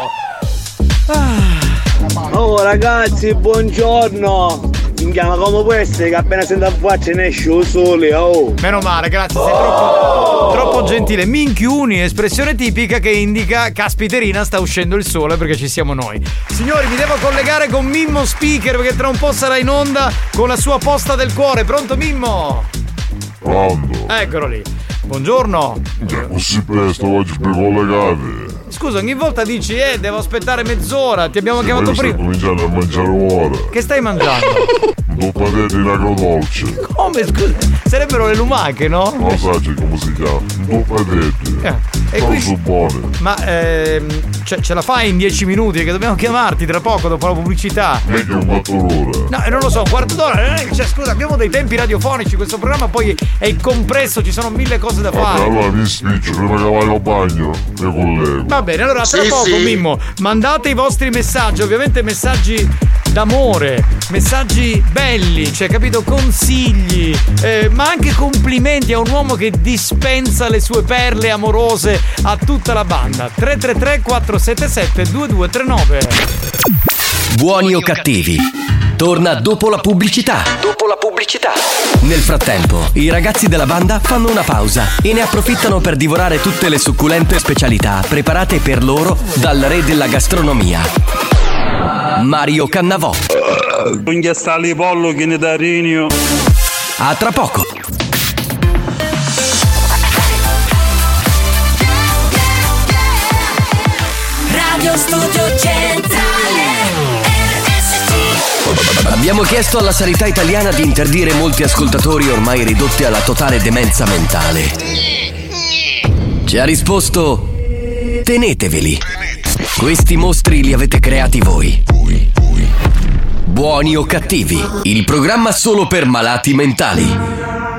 Oh ragazzi, buongiorno. Minchia, ma come può essere che appena sento a faccia ne esce il sole? Oh. Meno male, grazie, sei troppo gentile. Minchiuni, espressione tipica che indica caspiterina, sta uscendo il sole perché ci siamo noi. Signori, mi devo collegare con Mimmo Speaker perché tra un po' sarà in onda con la sua posta del cuore. Pronto Mimmo? Pronto. Eccolo lì. Buongiorno. Così presto oggi per collegare. Scusa, ogni volta dici devo aspettare mezz'ora, ti abbiamo chiamato prima. Sto cominciando a mangiare ora. Che stai mangiando? un patente in agrodolce. Come, scusa? Sarebbero le lumache, no? Non so come si chiama. Un patente. Non sono buone. Ma ce la fai in 10 minuti? Che dobbiamo chiamarti tra poco dopo la pubblicità. Meglio un quarto d'ora. No, non lo so, un quarto d'ora. Cioè, scusa, abbiamo dei tempi radiofonici. Questo programma poi è compresso, ci sono 1000 cose da fare. Allora mi spiccio, prima che vado al bagno, mi collego. Va bene, allora tra poco, Mimmo, mandate i vostri messaggi, ovviamente messaggi d'amore, messaggi belli, cioè capito, consigli, ma anche complimenti a un uomo che dispensa le sue perle amorose a tutta la banda. 333 477 2239. Buoni o cattivi, torna dopo la pubblicità. Nel frattempo, i ragazzi della banda fanno una pausa e ne approfittano per divorare tutte le succulente specialità preparate per loro dal re della gastronomia, Mario Cannavò. Un stalli pollo che ne da rinio. A tra poco. Radio Studio Centrale RSC. Abbiamo chiesto alla sanità italiana di interdire molti ascoltatori ormai ridotti alla totale demenza mentale. Ci ha risposto: teneteveli. Questi mostri li avete creati voi. Buoni o cattivi, il programma solo per malati mentali.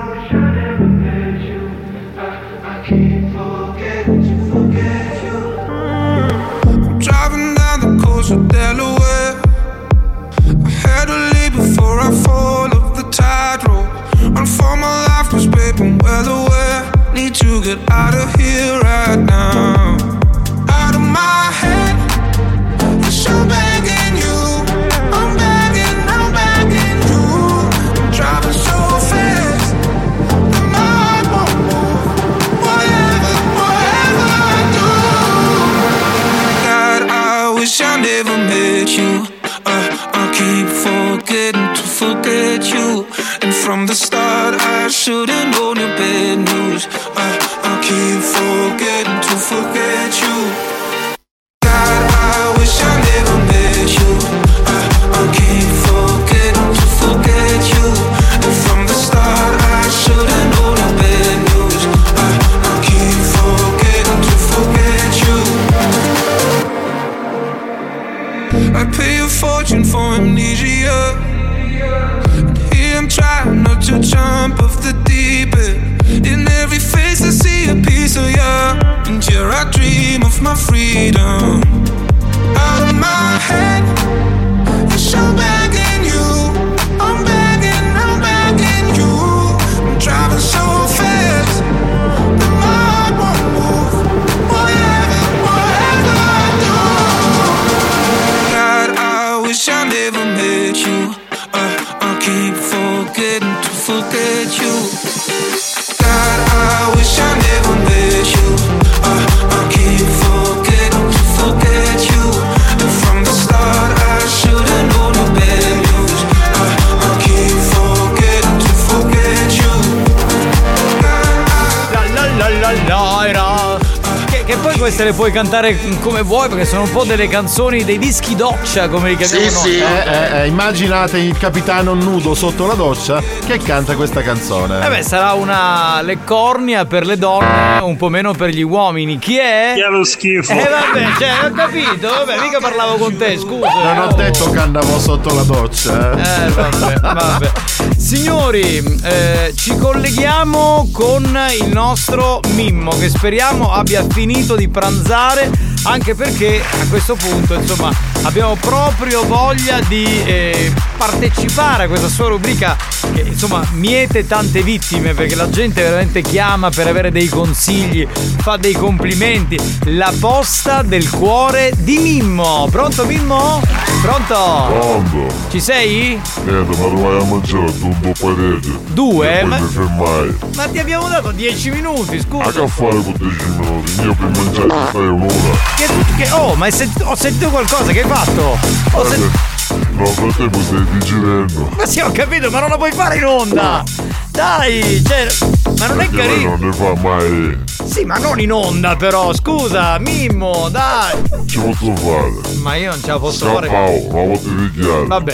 Driving down the coast of Delaware, I had to leave before I fall off the tightrope. Run for my life, was babe, I'm well aware. Need to get out of here right now. Out of my head, yes, I'm begging you. I'm begging you. I'm driving so fast that my heart won't move. Whatever I do, God, I wish I never met you. I keep forgetting to forget you. And from the start I should've known your bad news. I keep forgetting to forget you. God, I wish I never met you. I keep forgetting to forget you. And from the start I should've known your bad news. I keep forgetting to forget you. I pay a fortune for amnesia. I'm trying not to jump off the deep end. In every face I see a piece of you. And here I dream of my freedom. Out of my head, yes, I'm begging you. I'm begging you. I'm driving so fast that my heart won't move. Whatever I do, God, I wish I never met you. I keep forgetting to forget you. God, I wish I never met you. I keep forgetting to forget you. And from the start I should've known the bad news. I keep forgetting to forget you. Che poi queste le puoi cantare come vuoi, perché sono un po' delle canzoni dei dischi doccia, come li chiamiamo noi. Immaginate il capitano nudo sotto la doccia che canta questa canzone. Sarà una leccornia per le donne, un po' meno per gli uomini. Chi è? Chi è lo schifo? Vabbè, ho capito, mica parlavo con te, scusa. Non ho detto Cannavò sotto la doccia. Vabbè. Signori, ci colleghiamo con il nostro Mimmo, che speriamo abbia finito di pranzare, anche perché a questo punto, insomma, abbiamo proprio voglia di partecipare a questa sua rubrica che, insomma, miete tante vittime, perché la gente veramente chiama per avere dei consigli, fa dei complimenti. La posta del cuore di Mimmo. Pronto, Mimmo? Pronto? Ci sei? Niente, ma dove vai a mangiare? Tu parete. Due? Ma ti abbiamo dato 10 minuti, scusa. A che fare con 10 minuti? Io per mangiare stai un'ora. Ma ho sentito qualcosa, che hai fatto? No, fratello, stai digerendo. Ma sì, ho capito, ma non la puoi fare in onda. Dai, ma non è carino. Non ne fa mai. Sì, ma non in onda però, scusa, Mimmo, dai. Ci posso fare. Ma io non ce la posso fare. Ma volete picchiare. Vabbè.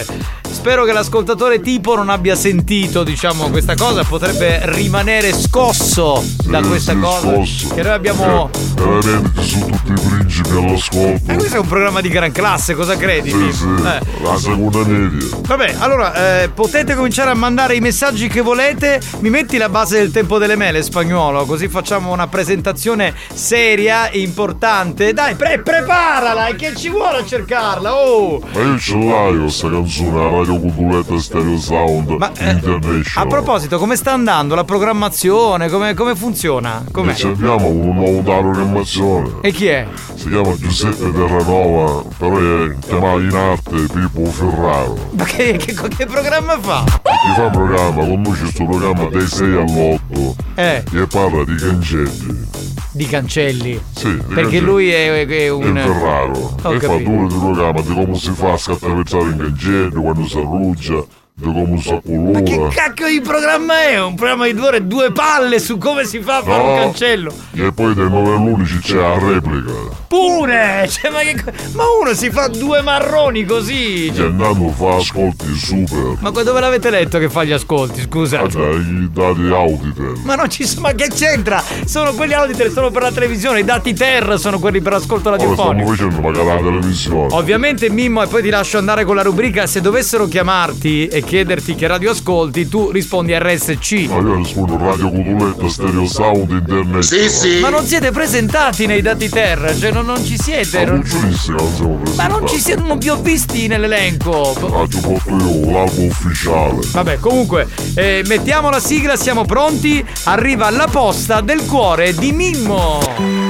spero che l'ascoltatore tipo non abbia sentito, diciamo, questa cosa. Potrebbe rimanere scosso da questa cosa. Scosso. Che noi abbiamo. Veramente su tutti i principi all'ascolto. Questo è un programma di gran classe, cosa credi? Sì. La seconda media. Vabbè, allora potete cominciare a mandare i messaggi che volete. Mi metti la base del tempo delle mele, Spagnuolo, così facciamo una presentazione seria e importante. Dai, preparala, che ci vuole a cercarla. Oh! Ma io ce l'ho questa canzone, la Radio Cutuletta Stereo Sound International. A proposito, come sta andando la programmazione? Come funziona? Com'è? Ci abbiamo un nuovo da programmazione. E chi è? Si chiama Giuseppe Terranova, però è chiamato in arte Pippo Ferraro. Ma che programma fa? Chi fa un programma, conduce questo programma dai 6 all'8 e parla di cancelli. Di cancelli? Sì, di perché cancelli. lui è un... È Ferraro. E fa due di programma di come si fa a scattare in cancelli, quando si arruggia, di come si accumula. Ma che cacchio di programma è? Un programma di 2 ore, 2 palle su come si fa a fare un cancello. E poi dai 9 all'11 c'è la replica. Pure! Cioè, ma uno si fa 2 marroni così! Che andando fa ascolti super. Ma dove l'avete letto che fa gli ascolti, scusa? I dati Auditel. Ma non ci sono, ma che c'entra? Sono quelli Auditel, sono per la televisione, i dati Terra sono quelli per l'ascolto radiofonico. Stiamo facendo magari la televisione. Ovviamente Mimmo, e poi ti lascio andare con la rubrica. Se dovessero chiamarti e chiederti che radio ascolti, tu rispondi RSC. Ma io rispondo Radio Cutuletta Stereo Sound International. Sì. Ma non siete presentati nei dati Terra, cioè non ci siete. Ma non ci siete, non vi ho visti nell'elenco. Ci porto io l'albo ufficiale. Vabbè, comunque, mettiamo la sigla, siamo pronti. Arriva la posta del cuore di Mimmo.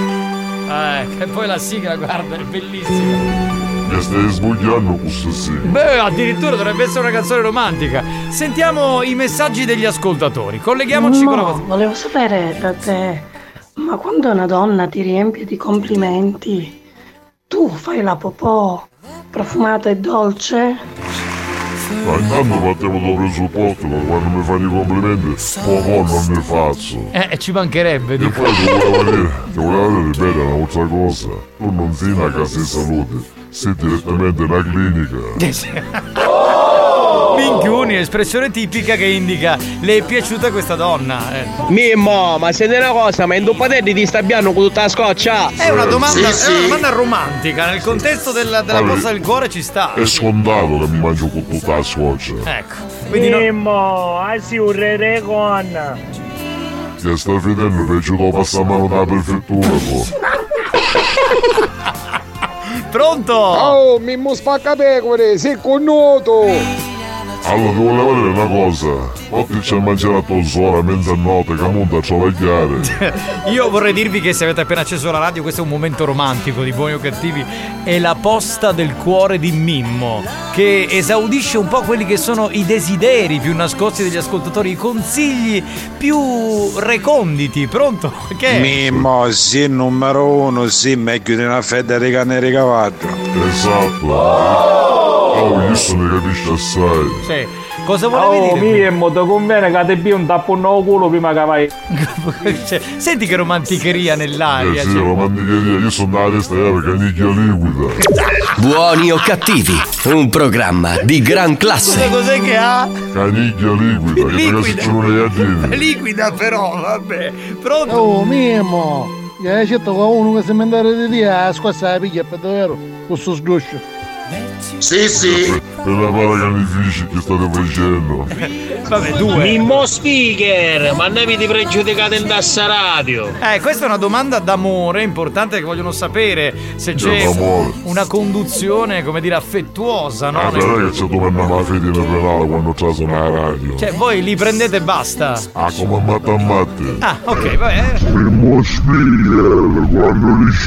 E poi la sigla, guarda, è bellissima. Mi stai sbugliando questo sì. Beh, addirittura dovrebbe essere una canzone romantica. Sentiamo i messaggi degli ascoltatori. Colleghiamoci con la cosa. Volevo sapere da te, ma quando una donna ti riempie di complimenti, tu fai la popò profumata e dolce? Ma intanto partiamo dal presupposto che quando mi fanno i complimenti popò non ne faccio. Ci mancherebbe. E poi ti volevo ripetere un'altra cosa. Tu non sei una casa di salute, sei direttamente una clinica. Minchiuni, espressione tipica che indica le è piaciuta questa donna. Mimmo, ma siete una cosa, ma in due patelli ti sta abbiando con tutta la scoccia? È una domanda, è una domanda romantica, nel contesto della posta del cuore ci sta. È scontato che mi mangio con tutta la scoccia. Ecco. Mimmo, sì un re con. Che sta finendo che ci devo passare mano dalla prefettura, Pronto? Oh, Mimmo spaccapecore, sei connoto! Allora, ti volevo dire una cosa. Oggi c'è a mangiare a tosora, mezzanotte, che monta a travagliare. Io vorrei dirvi che se avete appena acceso la radio, questo è un momento romantico di Buoni o Cattivi. È la posta del cuore di Mimmo, che esaudisce un po' quelli che sono i desideri più nascosti degli ascoltatori, i consigli più reconditi. Pronto? Che? Mimmo, sì, numero 1, sì, meglio di una Federica Nericavaggio. Esatto. Oh, io sono capisci assai. Sì. Cosa volevi dire? Mimmo, ti conviene che ti bevi un tappo un nuovo culo prima che vai. Cioè, senti che romanticheria nell'aria. Sì, romanticheria, io sono nella testa per caniglia liquida. Buoni o cattivi, un programma di gran classe. Cos'è che ha? Caniglia liquida, che sono le iadine. Liquida però, vabbè. Pronto? Oh, Mimmo, certo uno che si mandare di dia a squassa la piglia per davvero, questo sguscio. Sì. Per la paracanifici che state facendo. Vabbè, 2. Mimmo speaker, ma ne avete pregiudicato in tassa radio? Questa è una domanda d'amore importante che vogliono sapere se c'è una conduzione, come dire, affettuosa, no? Però che c'è dove la fede nel penale quando c'è suona la radio. Cioè, voi li prendete e basta? Come matte. Ah, ok, vabbè. Mimmo speaker, quando li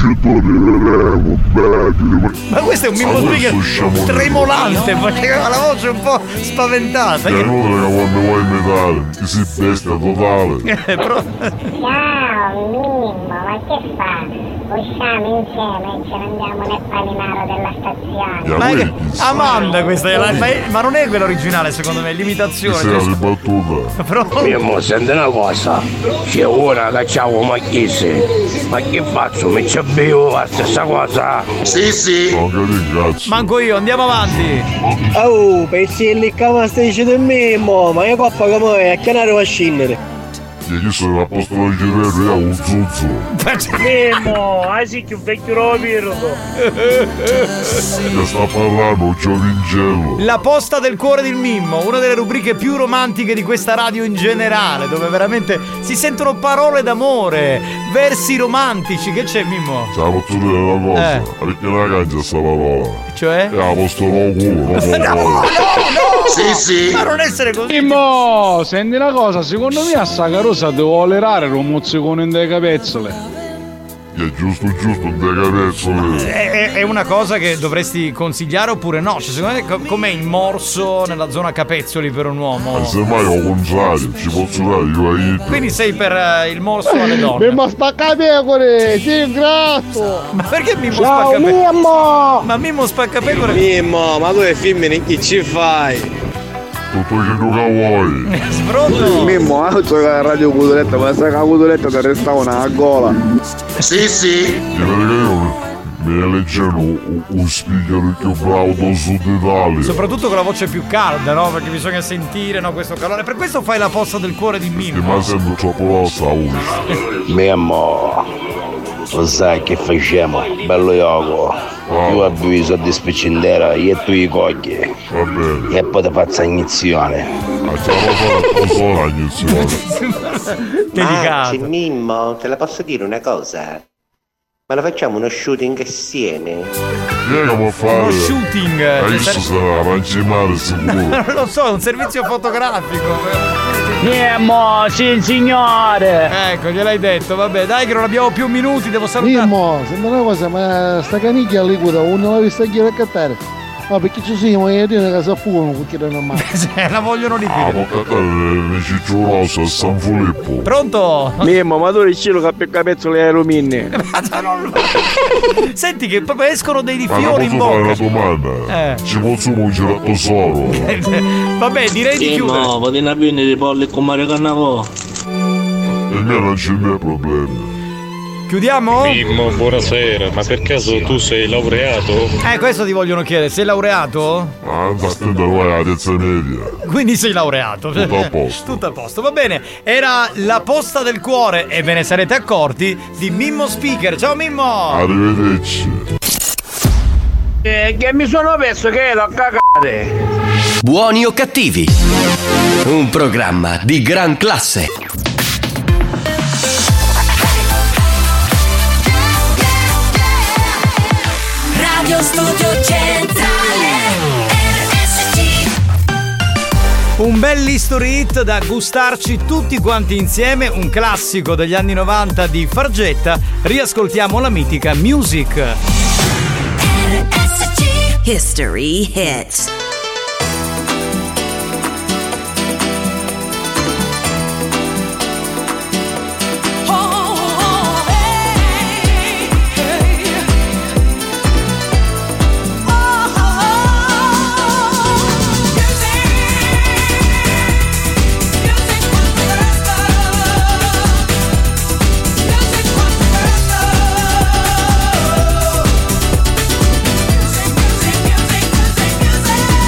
Ma questo è un Mimmo speaker tremolante, faceva la voce un po' spaventata. È inutile che quando vuoi imitare, ti si bestia totale. Mimmo, ma che fa? Usciamo insieme e ce ne andiamo nel paninaro della stazione. Ma è Amanda questa ma non è quella originale, secondo me, è l'imitazione. Sei una ribattuta. Mimmo, senti una cosa, c'è ora che c'avevo macchiese, ma che faccio? Mi ci bevo la stessa cosa? Sì. Manco io, andiamo avanti. Oh, pensi lì che stai dicendo Mimmo, ma io coppa come è, a che ne a scendere? Io sono a posto da girare e ho un zuzzo. Mimmo, sì che un vecchio roviro. Che sta parlando Giovincello. La posta del cuore del Mimmo, una delle rubriche più romantiche di questa radio in generale, dove veramente si sentono parole d'amore, versi romantici. Che c'è, Mimmo? Ci posso dire una cosa, perché la cangia sta parola. Cioè? E la posto no culo, no. Sì. Ma non essere così. Mimmo, senti una cosa, secondo me a sta carosa devo olerare un mozzicone in dei capezzole. È giusto un dei capezzole. È una cosa che dovresti consigliare oppure no? Cioè, secondo me com'è il morso nella zona capezzoli per un uomo? Semmai al contrario, ci posso dare io aiuto. Quindi sei per il morso alle donne. Mimmo spaccapecore, sì, grazie. Ma perché Mimmo Ciao, spaccapecore? Mimmo! Ma Mimmo spaccapecore? Mimmo, ma tu che femmine che ci fai? Tutto quello che vuoi. Pronto? Mimmo, c'è la radio cudoletta, ma sa che la cudoletta ti resta una gola. Sì. Io perché io mi leggevo un speaker più bravo del Sud Italia. Soprattutto con la voce più calda, no? Perché bisogna sentire, no, questo calore. Per questo fai la posta del cuore di Mimmo. Ma sembra troppo rossa oggi. Mimmo, lo sai che facciamo? Bello Yogo. Io abbiamo i soldi spiccindera, io e tu i cogli. Va bene. E poi ti faccio iniezione. Anzi, Mimmo, te la posso dire una cosa? Ma lo facciamo uno shooting assieme? Come fare? Uno shooting? Adesso sarà male sicuro. Non lo so, è un servizio fotografico. Mimmo, sì signore. Ecco, gliel'hai detto, vabbè, dai che non abbiamo più minuti, devo salutare. Mimmo, sembra una cosa, ma sta canicchia liquida, non la vista chi a cattare. No, perché ci siamo, io dico che sa fuoco, perché non è male. La vogliono liquida. Ne ciccio rosso a San Filippo. Pronto? Mimmo, ma tu riesci a che capezzoli ai lumini? Senti che proprio escono dei Ma fiori in posso bocca. fare una domanda? Ci posso mungere a tesoro? Vabbè, direi di chiudere. No, vado in abbine di polli con Mario Cannavò. Il mio non c'è il mio problema. Chiudiamo? Mimmo, buonasera, ma per caso tu sei laureato? Questo ti vogliono chiedere, sei laureato? Attento, vai alla terza media. Quindi sei laureato. Tutto a posto. Tutto a posto, va bene. Era la posta del cuore, e ve ne sarete accorti, di Mimmo Speaker. Ciao Mimmo! Arrivederci. Che mi sono perso che l'ho cagate. Buoni o cattivi? Un programma di gran classe. Radio Studio Centrale RSC. Un bel history hit da gustarci tutti quanti insieme, un classico degli anni 90 di Fargetta. Riascoltiamo la mitica Music. RSC History Hits. Music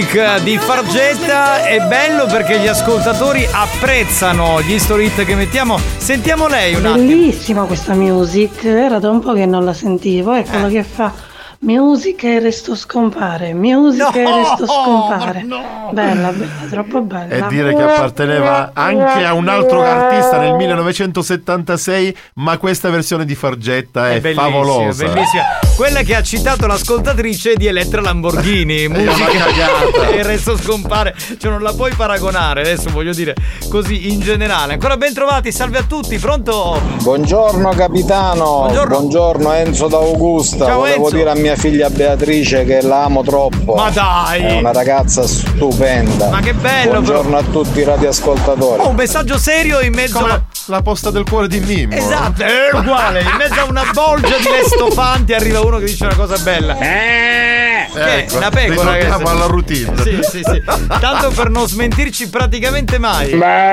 music di Fargetta è bello perché gli ascoltatori apprezzano gli story hit che mettiamo. Sentiamo lei un attimo. Bellissima questa music, era da un po' che non la sentivo, è quello che fa music e il resto scompare, music e il resto scompare. Bella, troppo bella. E dire che apparteneva anche a un altro artista nel 1976, ma questa versione di Fargetta è favolosa. Bellissima. Quella che ha citato l'ascoltatrice di Elettra Lamborghini, musica e il resto scompare, cioè non la puoi paragonare, adesso voglio dire così in generale. Ancora ben trovati, salve a tutti, pronto? Buongiorno capitano, buongiorno Enzo da Augusta. Ciao, volevo Enzo. dire a mia figlia Beatrice che la amo troppo. Ma dai! È una ragazza stupenda. Ma che bello! Buongiorno a tutti i radioascoltatori. Un messaggio serio in mezzo come la posta del cuore di Mimmo. Esatto, è uguale, in mezzo a una bolgia di lestofanti arriva uno che dice una cosa bella. Ecco, una pecora che ritorniamo alla routine. Sì. Tanto per non smentirci praticamente mai.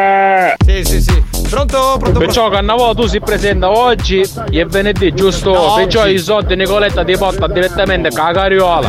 Sì. Pronto? Perciò Cannavò tu si presenta oggi e venerdì, giusto? No, perciò oggi. i soldi Nicoletta ti porta direttamente con la carriola.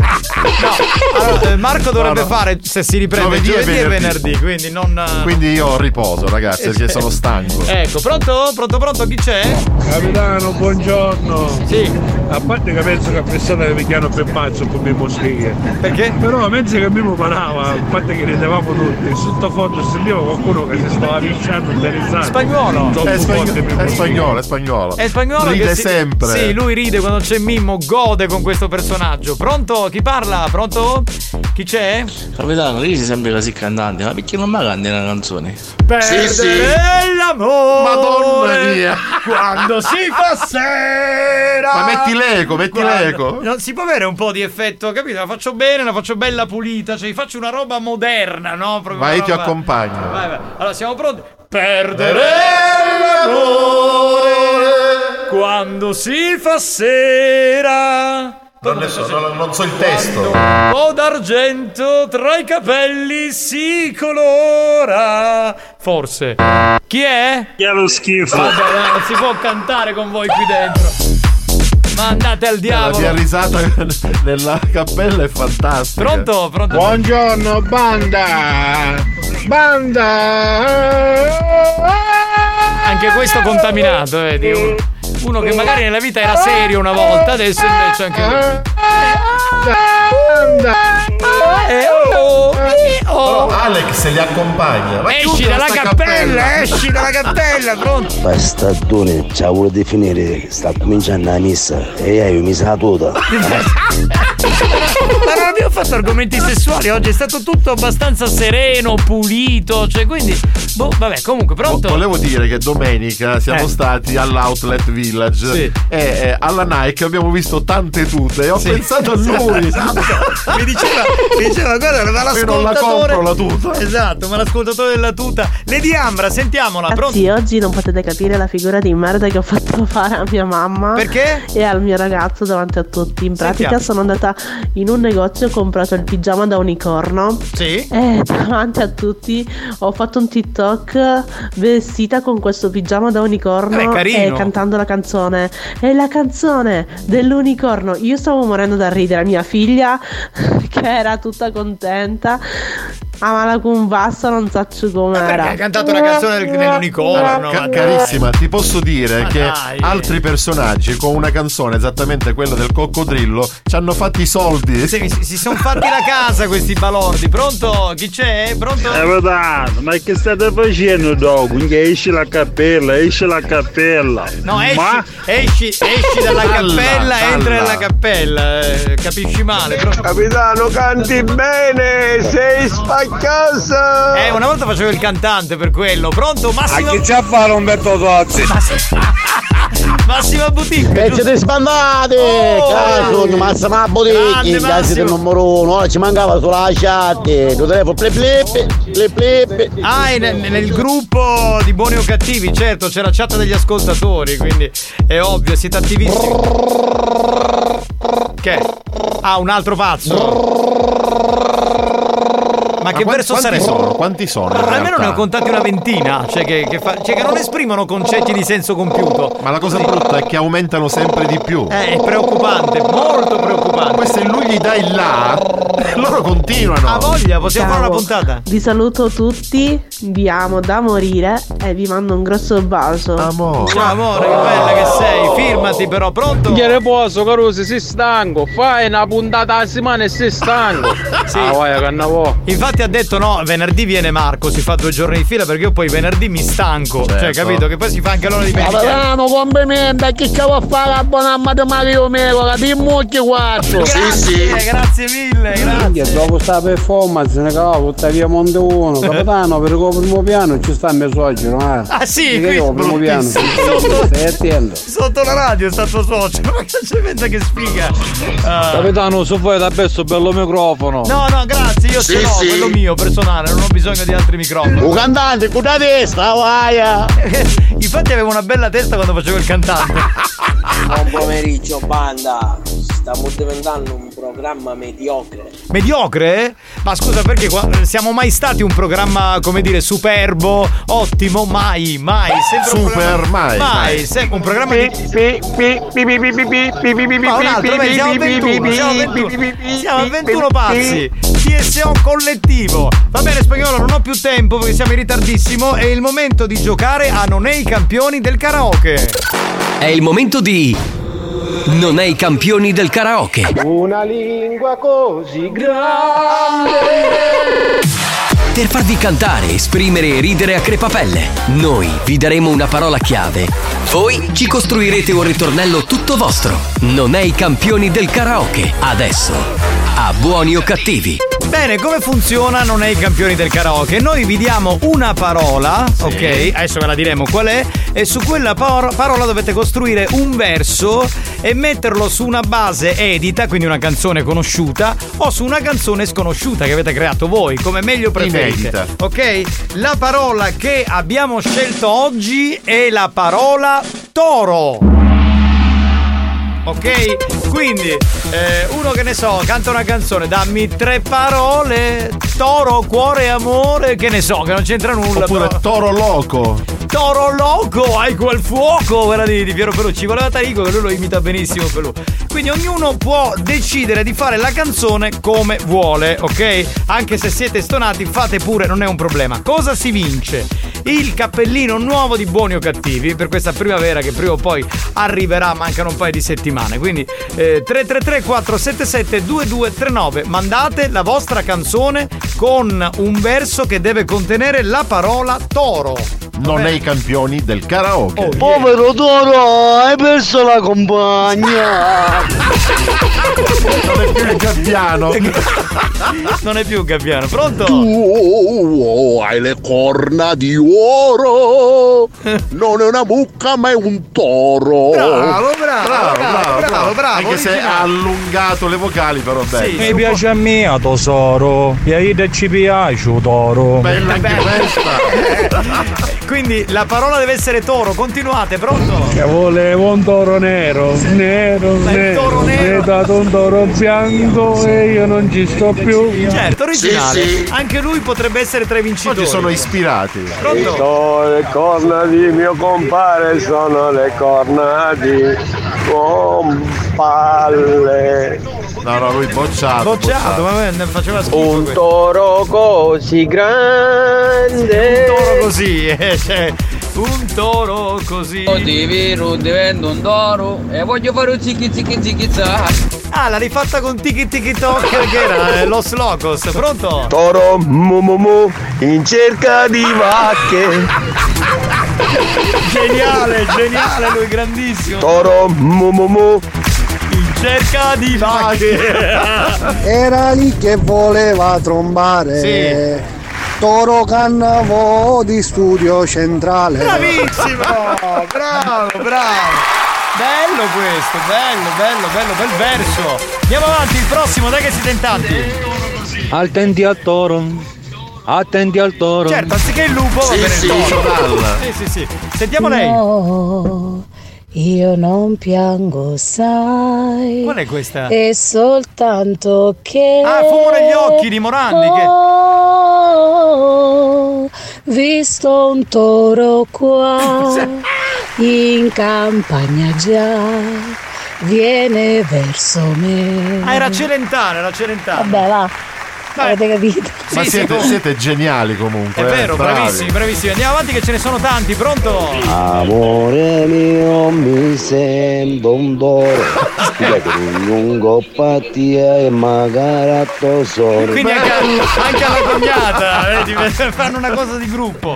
Allora, Marco dovrebbe fare, se si riprende giovedì e venerdì, quindi non. Quindi io riposo, ragazzi, perché sono stanco. Ecco, pronto, chi c'è? Capitano, buongiorno. Sì. A parte che penso che a persone che mi chiamano per pazzo come moscheghe. Perché? Però mentre che mi parava, a parte che ridevamo tutti, sottofondo sentivo qualcuno che si stava pisciando e risate. Spagnolo. È spagnolo. È spagnolo ride che sempre. Sì, lui ride quando c'è Mimmo, gode con questo personaggio. Pronto? Chi parla? Pronto? Chi c'è? Capitano, io sei sempre così cantante, ma perché non mi canti una canzone? Perdere l'amore. Madonna mia. Quando si fa sera. Ma metti l'eco. Non si può avere un po' di effetto, capito? La faccio bene, la faccio bella pulita, cioè faccio una roba moderna, no? Proprio Vai, una ti roba... accompagno. Vai. Allora, siamo pronti? Perdere l'amore quando si fa sera. Non so il testo. Un po' d'argento tra i capelli si colora. Forse. Chi è? Chi è lo schifo? Vabbè, non si può cantare con voi qui dentro. Ma andate al diavolo. La mia risata nella cappella è fantastica. Pronto? Buongiorno banda. Anche questo contaminato, vedi? Uno che magari nella vita era serio una volta, adesso invece anche Alex li accompagna. Ma esci dalla cappella, pronto? Bastardone, ci ha voluto finire, sta cominciando la messa e io mi sa tutta. Ma non abbiamo fatto argomenti sessuali oggi, è stato tutto abbastanza sereno, pulito, cioè quindi vabbè, comunque pronto? Volevo dire che domenica siamo stati all'Outlet Village e alla Nike abbiamo visto tante tute e ho pensato a lui. Esatto. Mi diceva guarda, ma l'ascoltatore, io non la compro la tuta. Esatto, ma l'ascoltatore della tuta. Lady Ambra, sentiamola, pronto? Sì, oggi non potete capire la figura di merda che ho fatto fare a mia mamma. Perché? E al mio ragazzo davanti a tutti. In pratica sono andata in un negozio, ho comprato il pigiama da unicorno. Sì. E davanti a tutti ho fatto un TikTok vestita con questo pigiama da unicorno e cantando la canzone. È la canzone dell'unicorno. Io stavo morendo da ridere, mia figlia che era tutta contenta. Ma la convassa non so com'era. Perché hai cantato la canzone dell'unicorno? Carissima, ti posso dire che dai. altri personaggi con una canzone esattamente quella del coccodrillo ci hanno fatti i soldi. Si sono fatti la casa questi balordi. Pronto? Chi c'è? Pronto? Ma che state facendo dopo? Esci la cappella. No, esci dalla cappella, entra nella cappella. Capisci male? Pronto? Capitano, canti bene, sei spaccato. Una volta facevo il cantante per quello. Pronto? Massimo. A chi c'è a fare Umberto Tozzi? Massimo Boutique. Pezzi di spandate! Cazzo, Massimo Boutique, cazzo del numero uno. Ci mancava solo la chat. Tu telefono plep. Nel gruppo di Buoni o Cattivi, certo, c'è la chat degli ascoltatori, quindi è ovvio, siete attivissimi. Che? Un altro pazzo. Ma Ma che verso sarebbero? Quanti sono? Almeno ne ho contati una ventina, cioè che non esprimono concetti di senso compiuto. Ma la cosa brutta è che aumentano sempre di più. È preoccupante, molto preoccupante. Poi se lui gli dà il là, loro continuano. Ha voglia, possiamo fare una puntata. Vi saluto tutti, vi amo da morire e vi mando un grosso bacio. Amore, che bella che sei. Firmati però, pronto? Che riposo, Carusi, sei stanco. Fai una puntata a settimana e sei stanco. Sì. Infatti ha detto no, venerdì viene Marco, si fa 2 giorni di fila perché io poi venerdì mi stanco. Certo. Cioè, capito? Che poi si fa anche l'ora di venerdì. Capitano, complimenti, che cavo a fare l'abbonamento Mario Megola, di mucchi 4. Grazie mille, grazie. Dopo sta performance, ne cavo, via Monte 1. Capitano, per il primo piano ci sta il mesogeno, Ah sì, qui il primo piano. Sotto la radio sta tuo socio. Ma che c'è pensa che sfiga? Capitano, se vuoi da pesso bello microfono. No, grazie, io ce l'ho, quello mio personale, non ho bisogno di altri microfoni. Un cantante con la testa, vaia. Infatti avevo una bella testa quando facevo il cantante. Buon pomeriggio, banda. Stiamo diventando un programma mediocre. Mediocre? Ma scusa, perché siamo mai stati un programma, come dire, superbo, ottimo? Mai. Sempre mai. Sempre un programma di... Ma un altro, siamo 21 pazzi. TSO collettivo. Va bene, Spagnolo, non ho più tempo perché siamo in ritardissimo. È il momento di giocare a Non è i campioni del karaoke. È il momento di Non è i campioni del karaoke. Una lingua così grande. Per farvi cantare, esprimere e ridere a crepapelle, noi vi daremo una parola chiave. Voi ci costruirete un ritornello tutto vostro. Non è i campioni del karaoke. Adesso, a buoni o cattivi. Bene, come funziona Non è i campioni del karaoke? Noi vi diamo una parola, ok? Adesso ve la diremo qual è. E su quella parola dovete costruire un verso e metterlo su una base edita, quindi una canzone conosciuta, o su una canzone sconosciuta che avete creato voi, come meglio preferite. Inedita. Ok? La parola che abbiamo scelto oggi è la parola toro. Ok? Quindi uno che ne so, canta una canzone, dammi 3 parole, toro, cuore, amore, che ne so, che non c'entra nulla. Oppure però. Toro loco, hai quel fuoco, quella di Piero Pelù. Ci voleva Tarico che lui lo imita benissimo Pelù. Quindi ognuno può decidere di fare la canzone come vuole, ok? Anche se siete stonati, fate pure, non è un problema. Cosa si vince? Il cappellino nuovo di Buoni o Cattivi per questa primavera che prima o poi arriverà, mancano un paio di settimane. Quindi 333 477 2239, mandate la vostra canzone con un verso che deve contenere la parola toro. Non è i campioni del karaoke. Oh, povero toro, hai perso la compagna. Non è più il gabbiano. Non è più un gabbiano. Pronto? Tu hai le corna di oro. Non è una mucca ma è un toro. Bravo. Anche se ha allungato le vocali, però bello. Mi piace a me tesoro. E ci piace toro. Bella anche questa. Quindi la parola deve essere toro. Continuate, pronto? Che volevo un toro nero. Toro nero. Mi è dato un toro bianco e io non ci sto più. Certo, originale. Sì. Anche lui potrebbe essere tra i vincitori. Oggi sono ispirati. Pronto? Le corna di mio compare sono le corna di compare. No, lui bocciato. Ma ne faceva schifo. Un toro così grande. Un toro così, cioè, un toro così. Di vero divento un toro e voglio fare un zicchi. Ah, l'ha rifatta con Tiki Tiki Tok che era Los Locos. Pronto? Toro mu in cerca di vacche. Geniale, lui grandissimo. Toro mu in cerca di vacche. Era lì che voleva trombare. Sì. Toro Cannavo di Studio Centrale. Bravissimo! Bravo! Bello questo, bello, bel verso. Andiamo avanti, il prossimo, dai che siete in tanti. Attenti al toro. Certo, anziché il lupo va bene il toro. Sì. Sentiamo lei. No, io non piango, sai. Qual è questa? È soltanto che Fumo negli occhi di Morandi. ho visto un toro qua in campagna già, viene verso me. Ah, era Celentano. Vabbè, va. Avete capito? Ma siete geniali comunque. È vero, bravi. bravissimi. Andiamo avanti che ce ne sono tanti, pronto? Amore mio, mi sembra un toro. Un lungo pattia e magari tesoro. Quindi anche alla cognata, vedi, fanno una cosa di gruppo.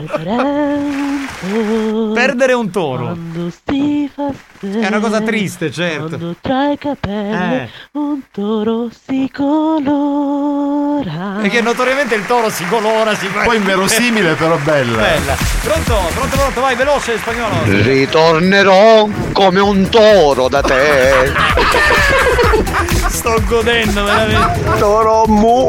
Perdere un toro. È una cosa triste, certo. Quando tra i capelli un toro si colora. Perché notoriamente il toro si colora, poi inverosimile però bella. Pronto, vai veloce spagnolo. Ritornerò come un toro da te. Sto godendo veramente. Toro mu.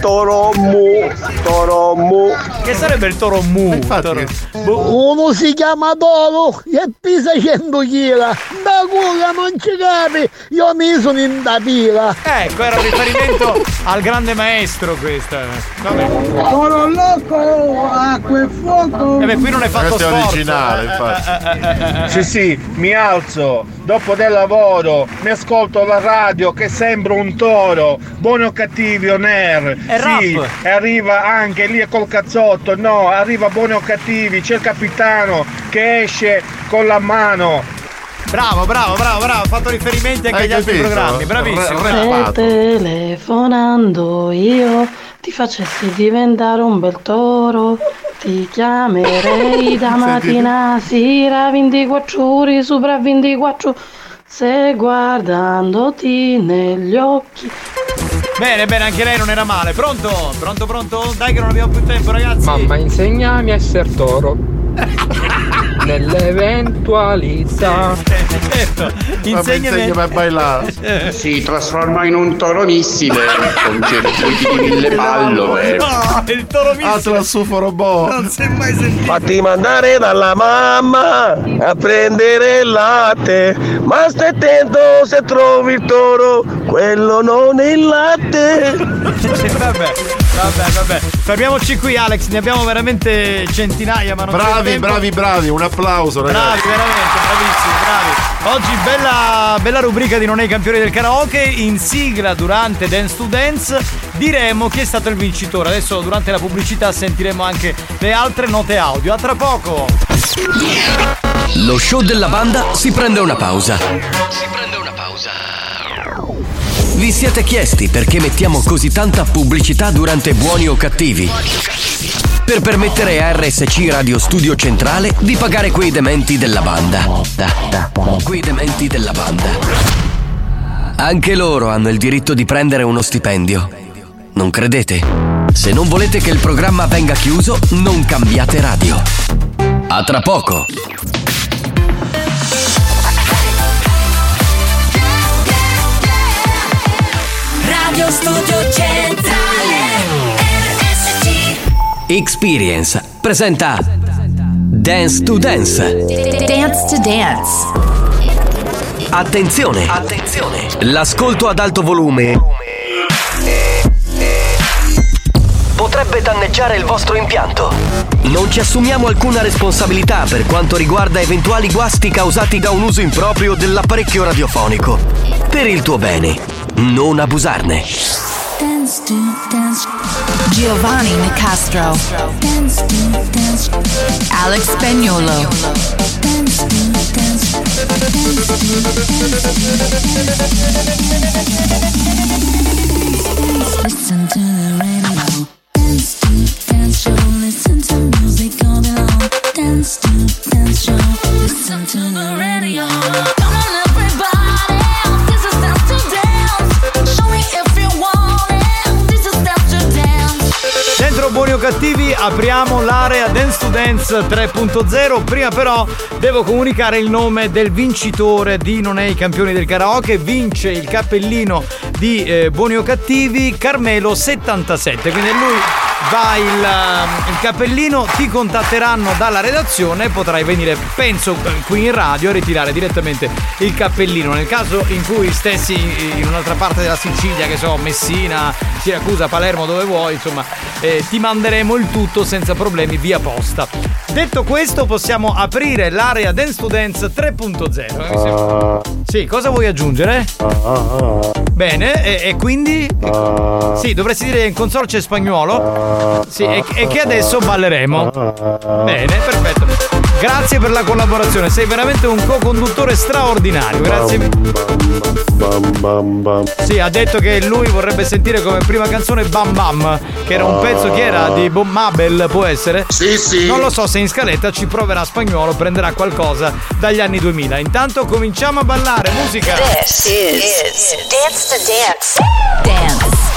Che sarebbe il toro mu? Uno si chiama toro e pesa 100 kg. Da culla non ci capi, io mi sono in da pila. Ecco, era un riferimento al grande maestro questo. Vabbè. Toro loco, acqua e fuoco. Qui non è fatto questo sforzo. È originale, infatti. Sì, mi alzo dopo del lavoro, mi ascolto la radio che sembra un toro. Buoni o cattivi on air. Sì, rap. e arriva anche lì col cazzotto. No, arriva Buoni o cattivi, c'è il capitano che esce con la mano. Bravo, ha fatto riferimenti anche agli altri programmi, bravissimo. Se telefonando io ti facessi diventare un bel toro, ti chiamerei da mattina a sera 24 ore sopra 24, se guardandoti negli occhi. Bene, anche lei non era male. Pronto? Dai che non abbiamo più tempo, ragazzi. Mamma, insegnami a essere toro. Nell'eventualità. Certo, insegnami a bailare. Si trasforma in un toro missile con circuiti di 1000 pallove. No, il toro missile. Atlas UFO robot. Non si è mai sentito. Fatti mandare dalla mamma a prendere il latte, ma stai attento se trovi il toro, quello non è il latte. Vabbè. Fermiamoci qui, Alex, ne abbiamo veramente centinaia, ma non bravi, un applauso, ragazzi. Bravi, veramente, bravissimi, bravi. Oggi bella rubrica di Non è i campioni del karaoke. In sigla, durante Dance to Dance, diremo chi è stato il vincitore. Adesso durante la pubblicità sentiremo anche le altre note audio. A tra poco. Lo show della banda si prende una pausa. Vi siete chiesti perché mettiamo così tanta pubblicità durante Buoni o Cattivi? Per permettere a RSC Radio Studio Centrale di pagare quei dementi della banda. Anche loro hanno il diritto di prendere uno stipendio. Non credete? Se non volete che il programma venga chiuso, non cambiate radio. A tra poco. Radio Studio Centrale RSC. Experience presenta Dance to Dance. Dance to Dance. Attenzione! L'ascolto ad alto volume potrebbe danneggiare il vostro impianto. Non ci assumiamo alcuna responsabilità per quanto riguarda eventuali guasti causati da un uso improprio dell'apparecchio radiofonico. Per il tuo bene, non abusarne. Dance to Dance. Giovanni Nicastro. Dance to Dance. Alex Spagnuolo. Dance to Dance. Listen to the radio. Dance to Dance Show. Listen to music all day long. Dance to Dance Show. Listen to the radio. Come on everybody, this is Dance to Dance. Show me if you want it. This is Dance to Dance. Dentro Buoni o Cattivi apriamo l'area Dance to Dance 3.0. Prima però devo comunicare il nome del vincitore di Non è i campioni del karaoke. Vince il cappellino di Buoni o Cattivi, Carmelo 77. Quindi è lui va il cappellino, ti contatteranno dalla redazione e potrai venire, penso, qui in radio a ritirare direttamente il cappellino. Nel caso in cui stessi in un'altra parte della Sicilia, che so, Messina, Siracusa, Palermo, dove vuoi, insomma, ti manderemo il tutto senza problemi via posta. Detto questo, possiamo aprire l'area Dance to Dance 3.0. Sì, cosa vuoi aggiungere? Bene, e quindi? Sì, dovresti dire in console c'è Spagnuolo. Sì, e che adesso balleremo. Bene, perfetto. Grazie per la collaborazione, sei veramente un co-conduttore straordinario. Grazie. Sì, ha detto che lui vorrebbe sentire come prima canzone Bam Bam, che era un pezzo che era di Bob Mabel, può essere? Sì, sì. Non lo so se in scaletta ci proverà Spagnuolo, prenderà qualcosa dagli anni 2000. Intanto cominciamo a ballare, musica. This is Dance to Dance.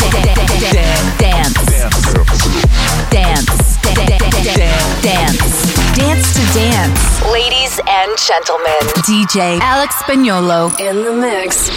Dance to Dance. Ladies and gentlemen, DJ Alex Spagnuolo in the mix.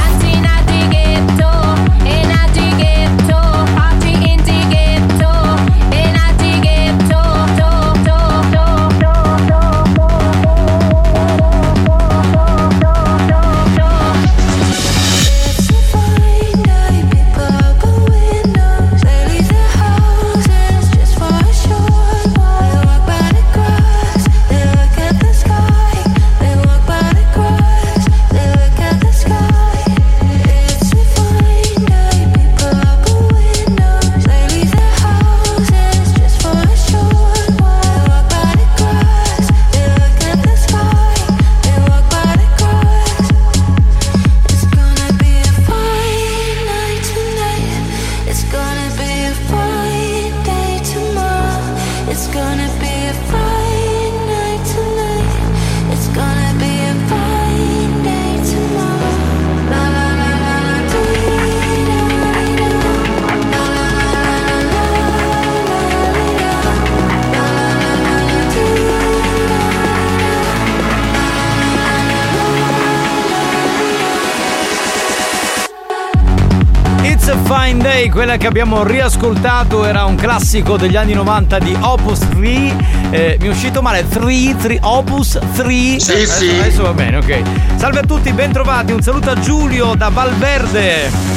Fine Day, quella che abbiamo riascoltato era un classico degli anni 90 di Opus 3. Mi è uscito male, Opus 3. Sì. Adesso va bene, ok. Salve a tutti, bentrovati. Un saluto a Giulio da Valverde.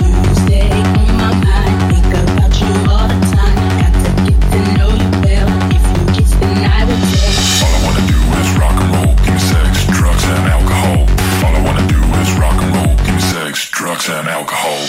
Drugs and alcohol.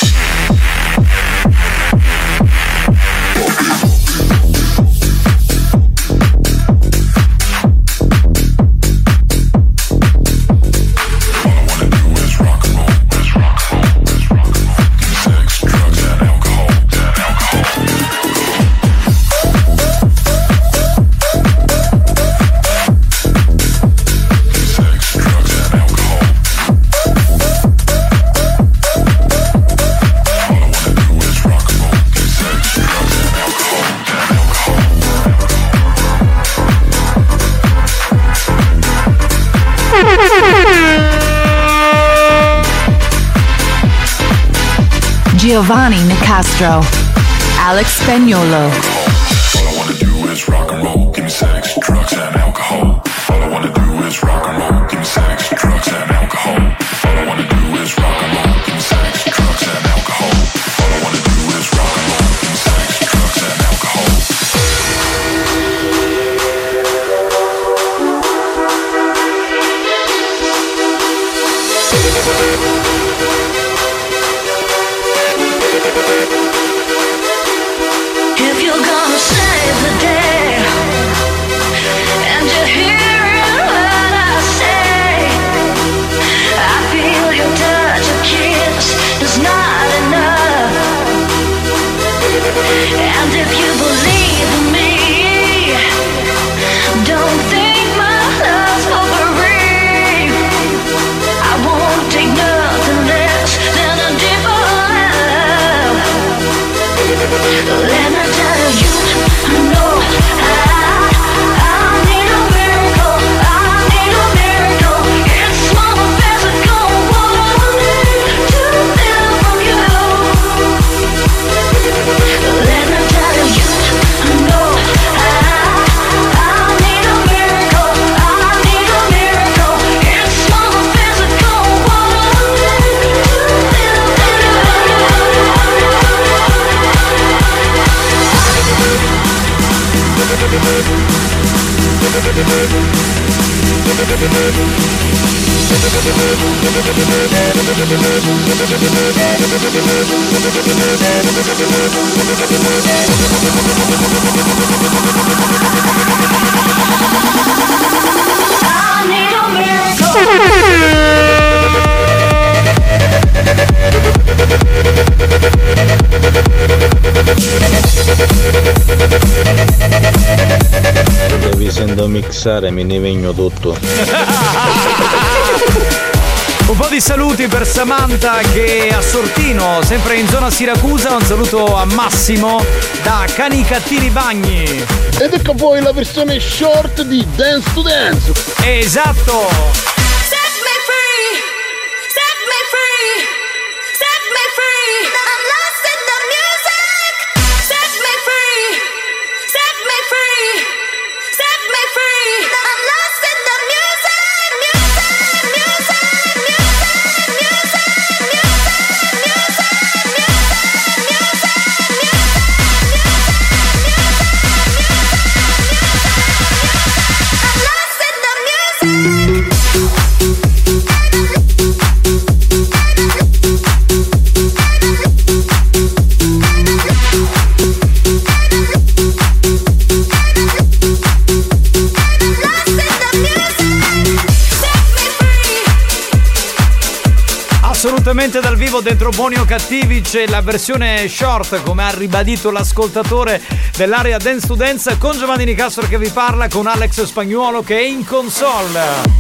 Giovanni Nicastro, Alex Spagnuolo. All I wanna do is rock and roll, give me sex, drugs and alcohol. All I wanna do is rock and roll, give me sex, drugs and alcohol. All I wanna do is rock and roll, give me sex, drugs and alcohol. All I wanna do is rock and roll, give me sex, drugs and alcohol. If you're gonna save the day, and you're hearing what I say, I feel your touch, your kiss is not enough. And if you believe in me, don't think my love's for free. I won't take nothing less than a deeper love. Devi sento mixare, me ne vegno tutto. Un po' di saluti per Samantha che è a Sortino, sempre in zona Siracusa. Un saluto a Massimo da Canicattini Bagni. Ed ecco poi la versione short di Dance to Dance. Esatto. Assolutamente dal vivo dentro Buoni o Cattivi c'è la versione short, come ha ribadito l'ascoltatore dell'area Dance to Dance, con Giovanni Nicastro che vi parla, con Alex Spagnuolo che è in console.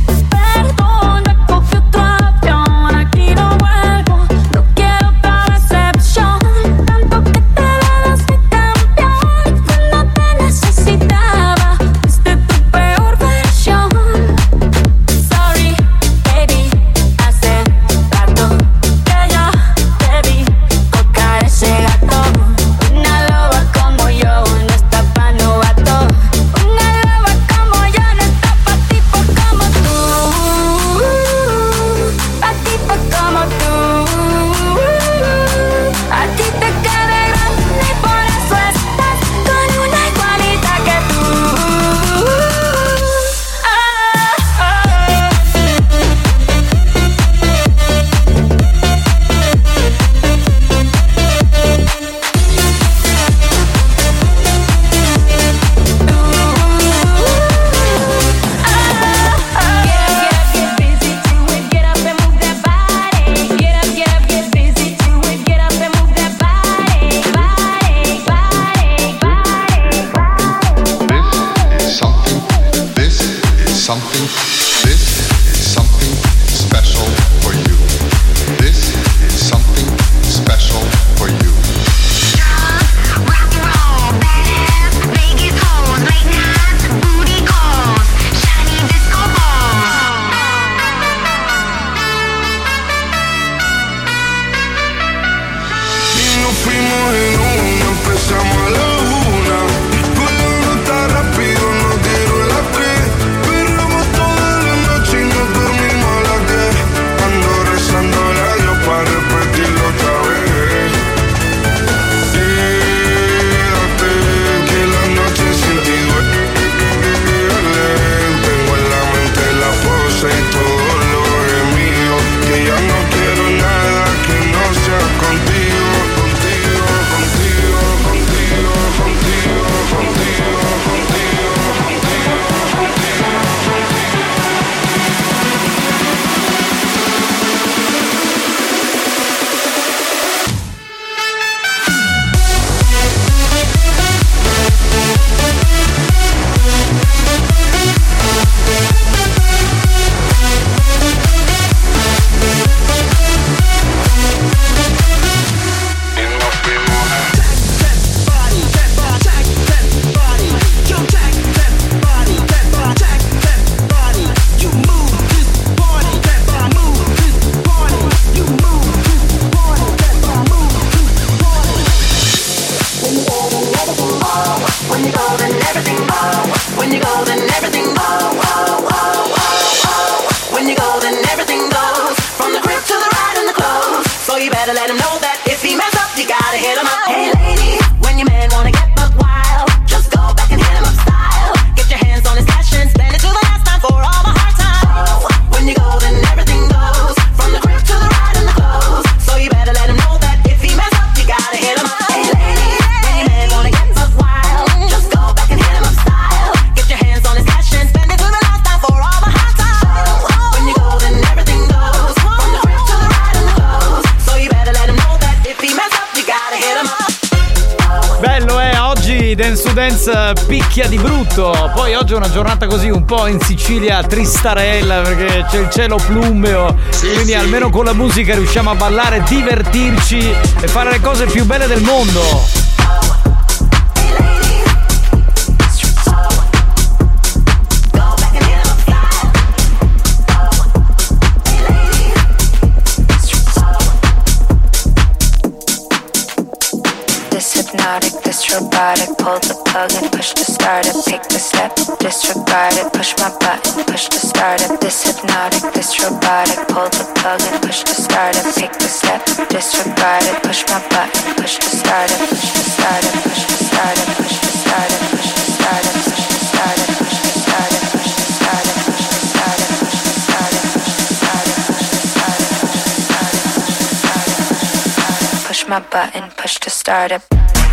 Dance picchia di brutto. Poi oggi è una giornata così un po' in Sicilia tristarella perché c'è il cielo plumbeo, quindi almeno con la musica riusciamo a ballare, divertirci e fare le cose più belle del mondo. This robotic, pull the plug and push to start it, pick the step, disregard it, push my button, push to start it. This hypnotic, this robotic, pull the plug and push to start it, pick the step, disregard it, push my button, push to start it, push to start it, push to start it, push to start it, push to start it, push to start it, push to start it, push to start it, push to start it, push to start it, push to start it, push my button, push to start it.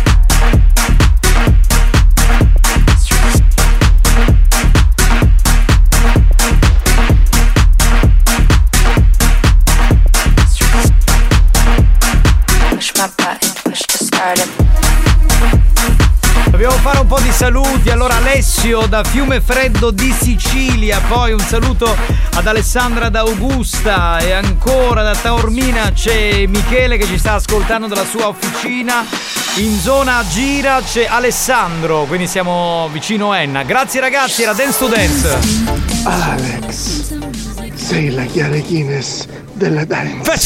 Dobbiamo fare un po' di saluti. Allora Alessio da Fiumefreddo di Sicilia, poi un saluto ad Alessandra da Augusta e ancora da Taormina c'è Michele che ci sta ascoltando dalla sua officina. In zona Gira c'è Alessandro, quindi siamo vicino Enna. Grazie ragazzi, era Dance to Dance. Alex, sei la Chiara Guinness della dance. Ma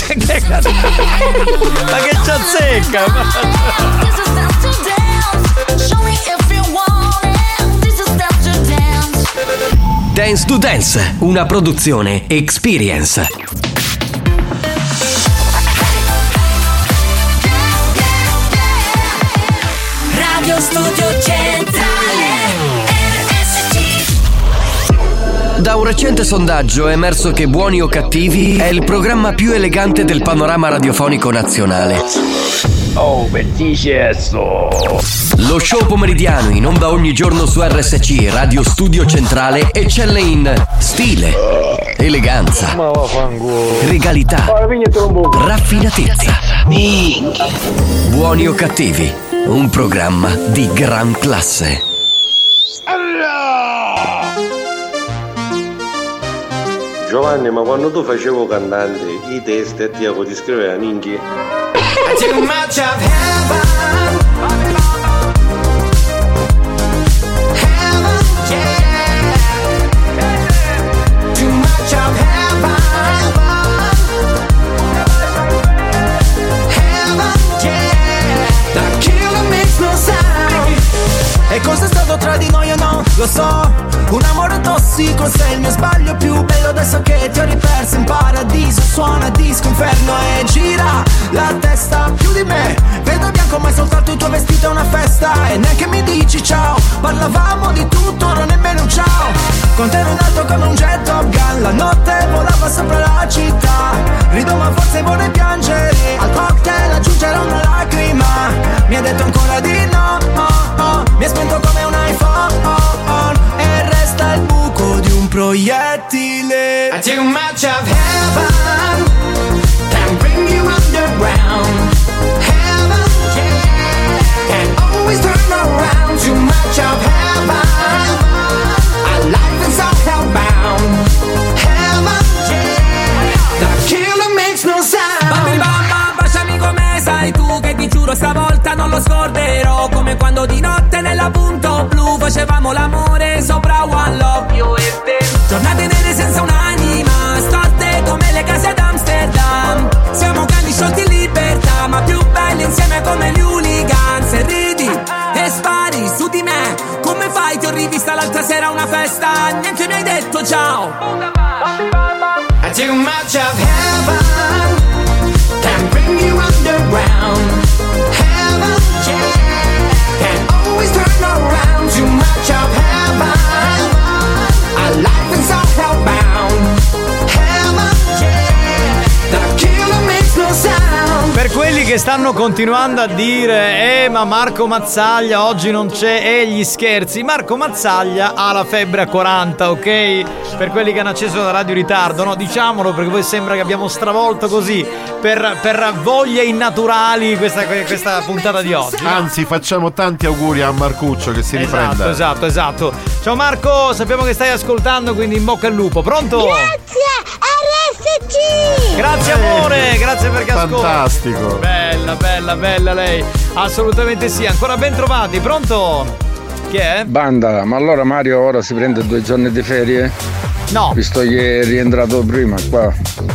che c'azzecca! Dance to Dance, una produzione Experience. Radio Studio Centrale RSC. Da un recente sondaggio è emerso che Buoni o Cattivi è il programma più elegante del panorama radiofonico nazionale. Oh, bellissimo! Lo show pomeridiano in onda ogni giorno su RSC Radio Studio Centrale eccelle in stile, eleganza, regalità, raffinatezza. Buoni o Cattivi, un programma di gran classe. Giovanni, ma quando tu facevo cantante, i testi e ti scriveva minchia. Too much of heaven. Heaven, yeah. Too much of heaven. Heaven, yeah. The killer makes no sound. E cosa è stato tra di noi o no? Lo so. Un amore tossico, sei il mio sbaglio più bello. Adesso che ti ho riperso in paradiso, suona disco inferno e gira la testa più di me. Vedo bianco ma è soltanto il tuo vestito è una festa. E neanche mi dici ciao. Parlavamo di tutto, ora nemmeno un ciao. Con te ero in alto come un jet Top Gun. La notte volava sopra la città. Rido ma forse vorrei piangere. Al cocktail aggiungerò una lacrima. Mi ha detto ancora di no, oh, oh. Mi ha spento come un iPhone, oh, oh. E resta il buco di un proiettile. Too much of heaven can bring you underground. Heaven, yeah, can always turn around. Too much of heaven, our life is all hellbound. Heaven, yeah, the killer makes no sound. Bambi bamba, baciami come sai tu, che ti giuro stavolta non lo scorderò. Come quando di notte nella punto blu facevamo l'amore sopra One Love, io e te. Giornate nere senza un'anima, storte come le case ad Amsterdam. Siamo cani sciolti in libertà, ma più belli insieme come gli hooligans. E ridi e spari su di me. Come fai? Ti ho rivista l'altra sera a una festa, neanche mi hai detto ciao. Too much of heaven can bring you underground. Heaven, yeah, can always turn around. Too much of heaven, our life is all hellbound. Heaven, yeah, the killer makes no sound. Per quelli che che stanno continuando a dire ma Marco Mazzaglia oggi non c'è, gli scherzi. Marco Mazzaglia ha la febbre a 40, ok? Per quelli che hanno acceso la radio in ritardo, no? Diciamolo, perché poi sembra che abbiamo stravolto così per voglie innaturali questa puntata di oggi. Anzi, facciamo tanti auguri a Marcuccio che si riprenda. Esatto. Ciao Marco, sappiamo che stai ascoltando, quindi in bocca al lupo. Pronto? Grazie RSC! Grazie amore, grazie perché ascolti. Fantastico. Bella lei. Assolutamente sì, ancora ben trovati. Pronto? Chi è? Banda, ma allora Mario ora si prende 2 giorni di ferie? No. Visto che è rientrato prima qua.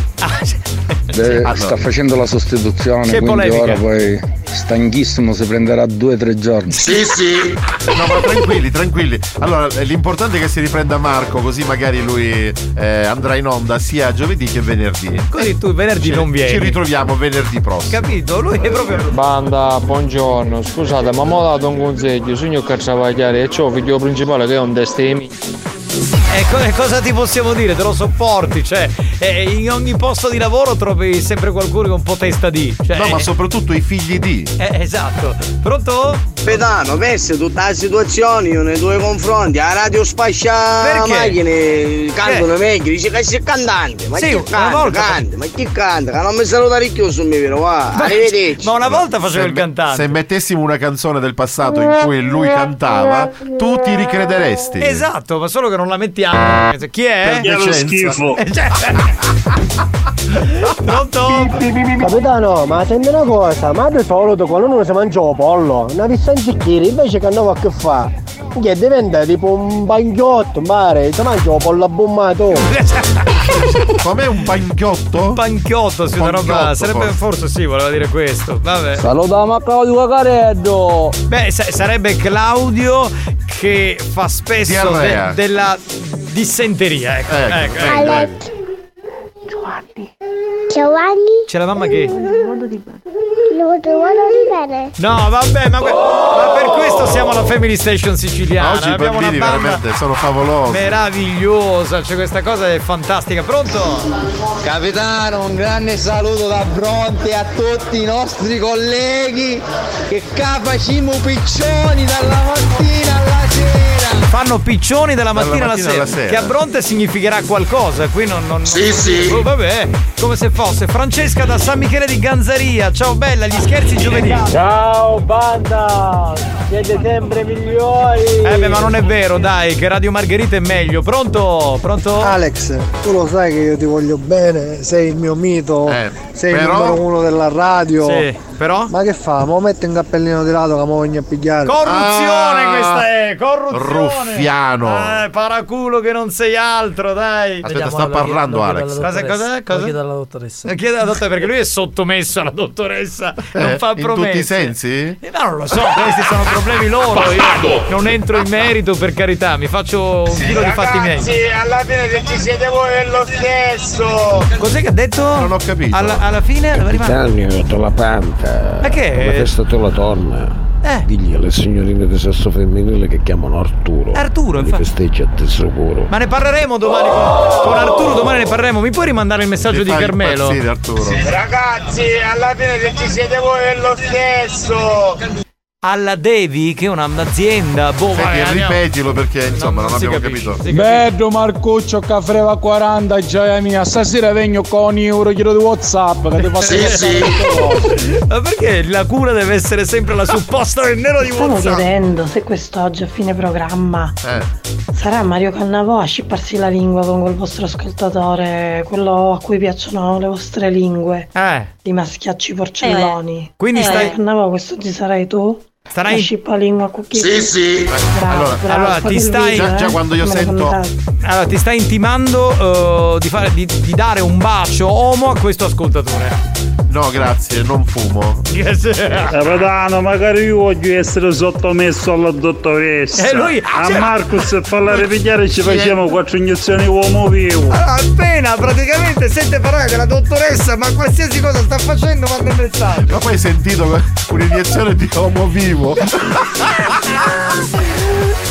Sta facendo la sostituzione, c'è quindi polemica. Ora poi stanchissimo si prenderà 2 o 3 giorni. Sì. No, ma tranquilli. Allora, l'importante è che si riprenda Marco, così magari lui andrà in onda sia giovedì che venerdì. Così tu venerdì non vieni. Ci ritroviamo venerdì prossimo. Capito? Lui è proprio. Banda, buongiorno. Scusate, ma mi ha dato un consiglio. Signor Carciavagliare, e c'ho il figlio principale che è un destemi. E cosa ti possiamo dire? Te lo sopporti, cioè in ogni posto di lavoro trovi sempre qualcuno che è un po' testa di. Cioè, no, ma soprattutto i figli di. Esatto. Pronto? Pedano, veste tutta la situazione nei tuoi confronti. A radio spaccia macchine cantano meglio, dice che sei cantante. Ma sì, chi canta? Ma chi canta? Che non mi salutare più su me, vero? Arrivederci. Ma una volta facevo il cantante. Se mettessimo una canzone del passato in cui lui cantava, tu ti ricrederesti. Esatto, ma solo che non la mettiamo. Chi è? Che lo schifo. Pronto? Capitano, ma senti una cosa, ma per favore quando uno si mangia il pollo, una pizza in cicchiere, invece che andavo a che fa? Che diventa tipo un bagniotto, mare, si mangia il pollo abbommato. Com'è un panchiotto? Un panchiotto, sì, una roba. Sarebbe forse sì, voleva dire questo. Vabbè. Salutiamo a Claudio Careddo. Beh, sarebbe Claudio che fa spesso della dissenteria. Ecco. Giovanni. C'è la mamma che? Modo di bene. No, vabbè, ma per questo siamo alla Family Station siciliana. Oggi i abbiamo bambini una banda veramente sono favolosi. meravigliosa, cioè questa cosa è fantastica. Pronto? Capitano, un grande saluto da Bronte a tutti i nostri colleghi che facciamo piccioni dalla mattina alla sera. Fanno piccioni dalla mattina alla sera. Che a Bronte significherà qualcosa. Qui non. Sì. Oh, vabbè, come se fosse Francesca da San Michele di Ganzaria. Ciao bella, gli scherzi giovedì. Ciao banda, siete sempre migliori. Ma non è vero, dai, che Radio Margherita è meglio. Pronto? Alex, tu lo sai che io ti voglio bene, sei il mio mito, sei il numero 1 della radio. Sì, però? Ma che fa? Mo metti un cappellino di lato che mo voglio a pigliare. Corruzione questa è, corruzione. Ruffiano. Paraculo che non sei altro, dai. Aspetta, sta parlando Alex. Cosa? Chiede alla dottoressa. Chiede alla dottoressa perché lui è sottomesso alla dottoressa. Non fa promesse. In tutti i sensi? Ma non lo so, questi sono problemi loro. Io non entro in merito, per carità, mi faccio un chilo di fatti miei. Sì, alla fine se ci siete voi è lo stesso. Cos'è che ha detto? Non ho capito. Alla fine dove rimane? Capitano, te la panta. Ma che? La festa te la torna. Digli alle signorine di sesso femminile che chiamano Arturo. Infatti. Festeggia a te sicuro. Ma ne parleremo domani con Arturo, domani ne parleremo. Mi puoi rimandare il messaggio di Carmelo? Sì, Arturo. Ragazzi, alla fine se ci siete voi è lo stesso. Alla Devi, che è un'azienda. Ripetilo perché insomma non abbiamo capito. Bello Marcuccio, caffreva 40, gioia mia. Stasera vengo con euro chiedo di WhatsApp che ti faccio Ma perché la cura deve essere sempre la supposta del nero di WhatsApp? Stavo chiedendo se quest'oggi a fine programma sarà Mario Cannavò a scipparsi la lingua con quel vostro ascoltatore, quello a cui piacciono le vostre lingue, di maschiacci porcelloni. Quindi Cannavò, quest'oggi sarai tu? Starai scippa lingua cookie. Sì. Bravo, allora ti stai già quando io sento. Allora ti stai intimando di dare un bacio omo a questo ascoltatore. No, grazie, non fumo. Capitano, magari io voglio essere sottomesso alla dottoressa. A Marcus e farla ripigliare ci facciamo 4 iniezioni uomo vivo. Appena praticamente sente parlare della dottoressa, ma qualsiasi cosa sta facendo manda il messaggio. Ma poi hai sentito un'iniezione di uomo vivo?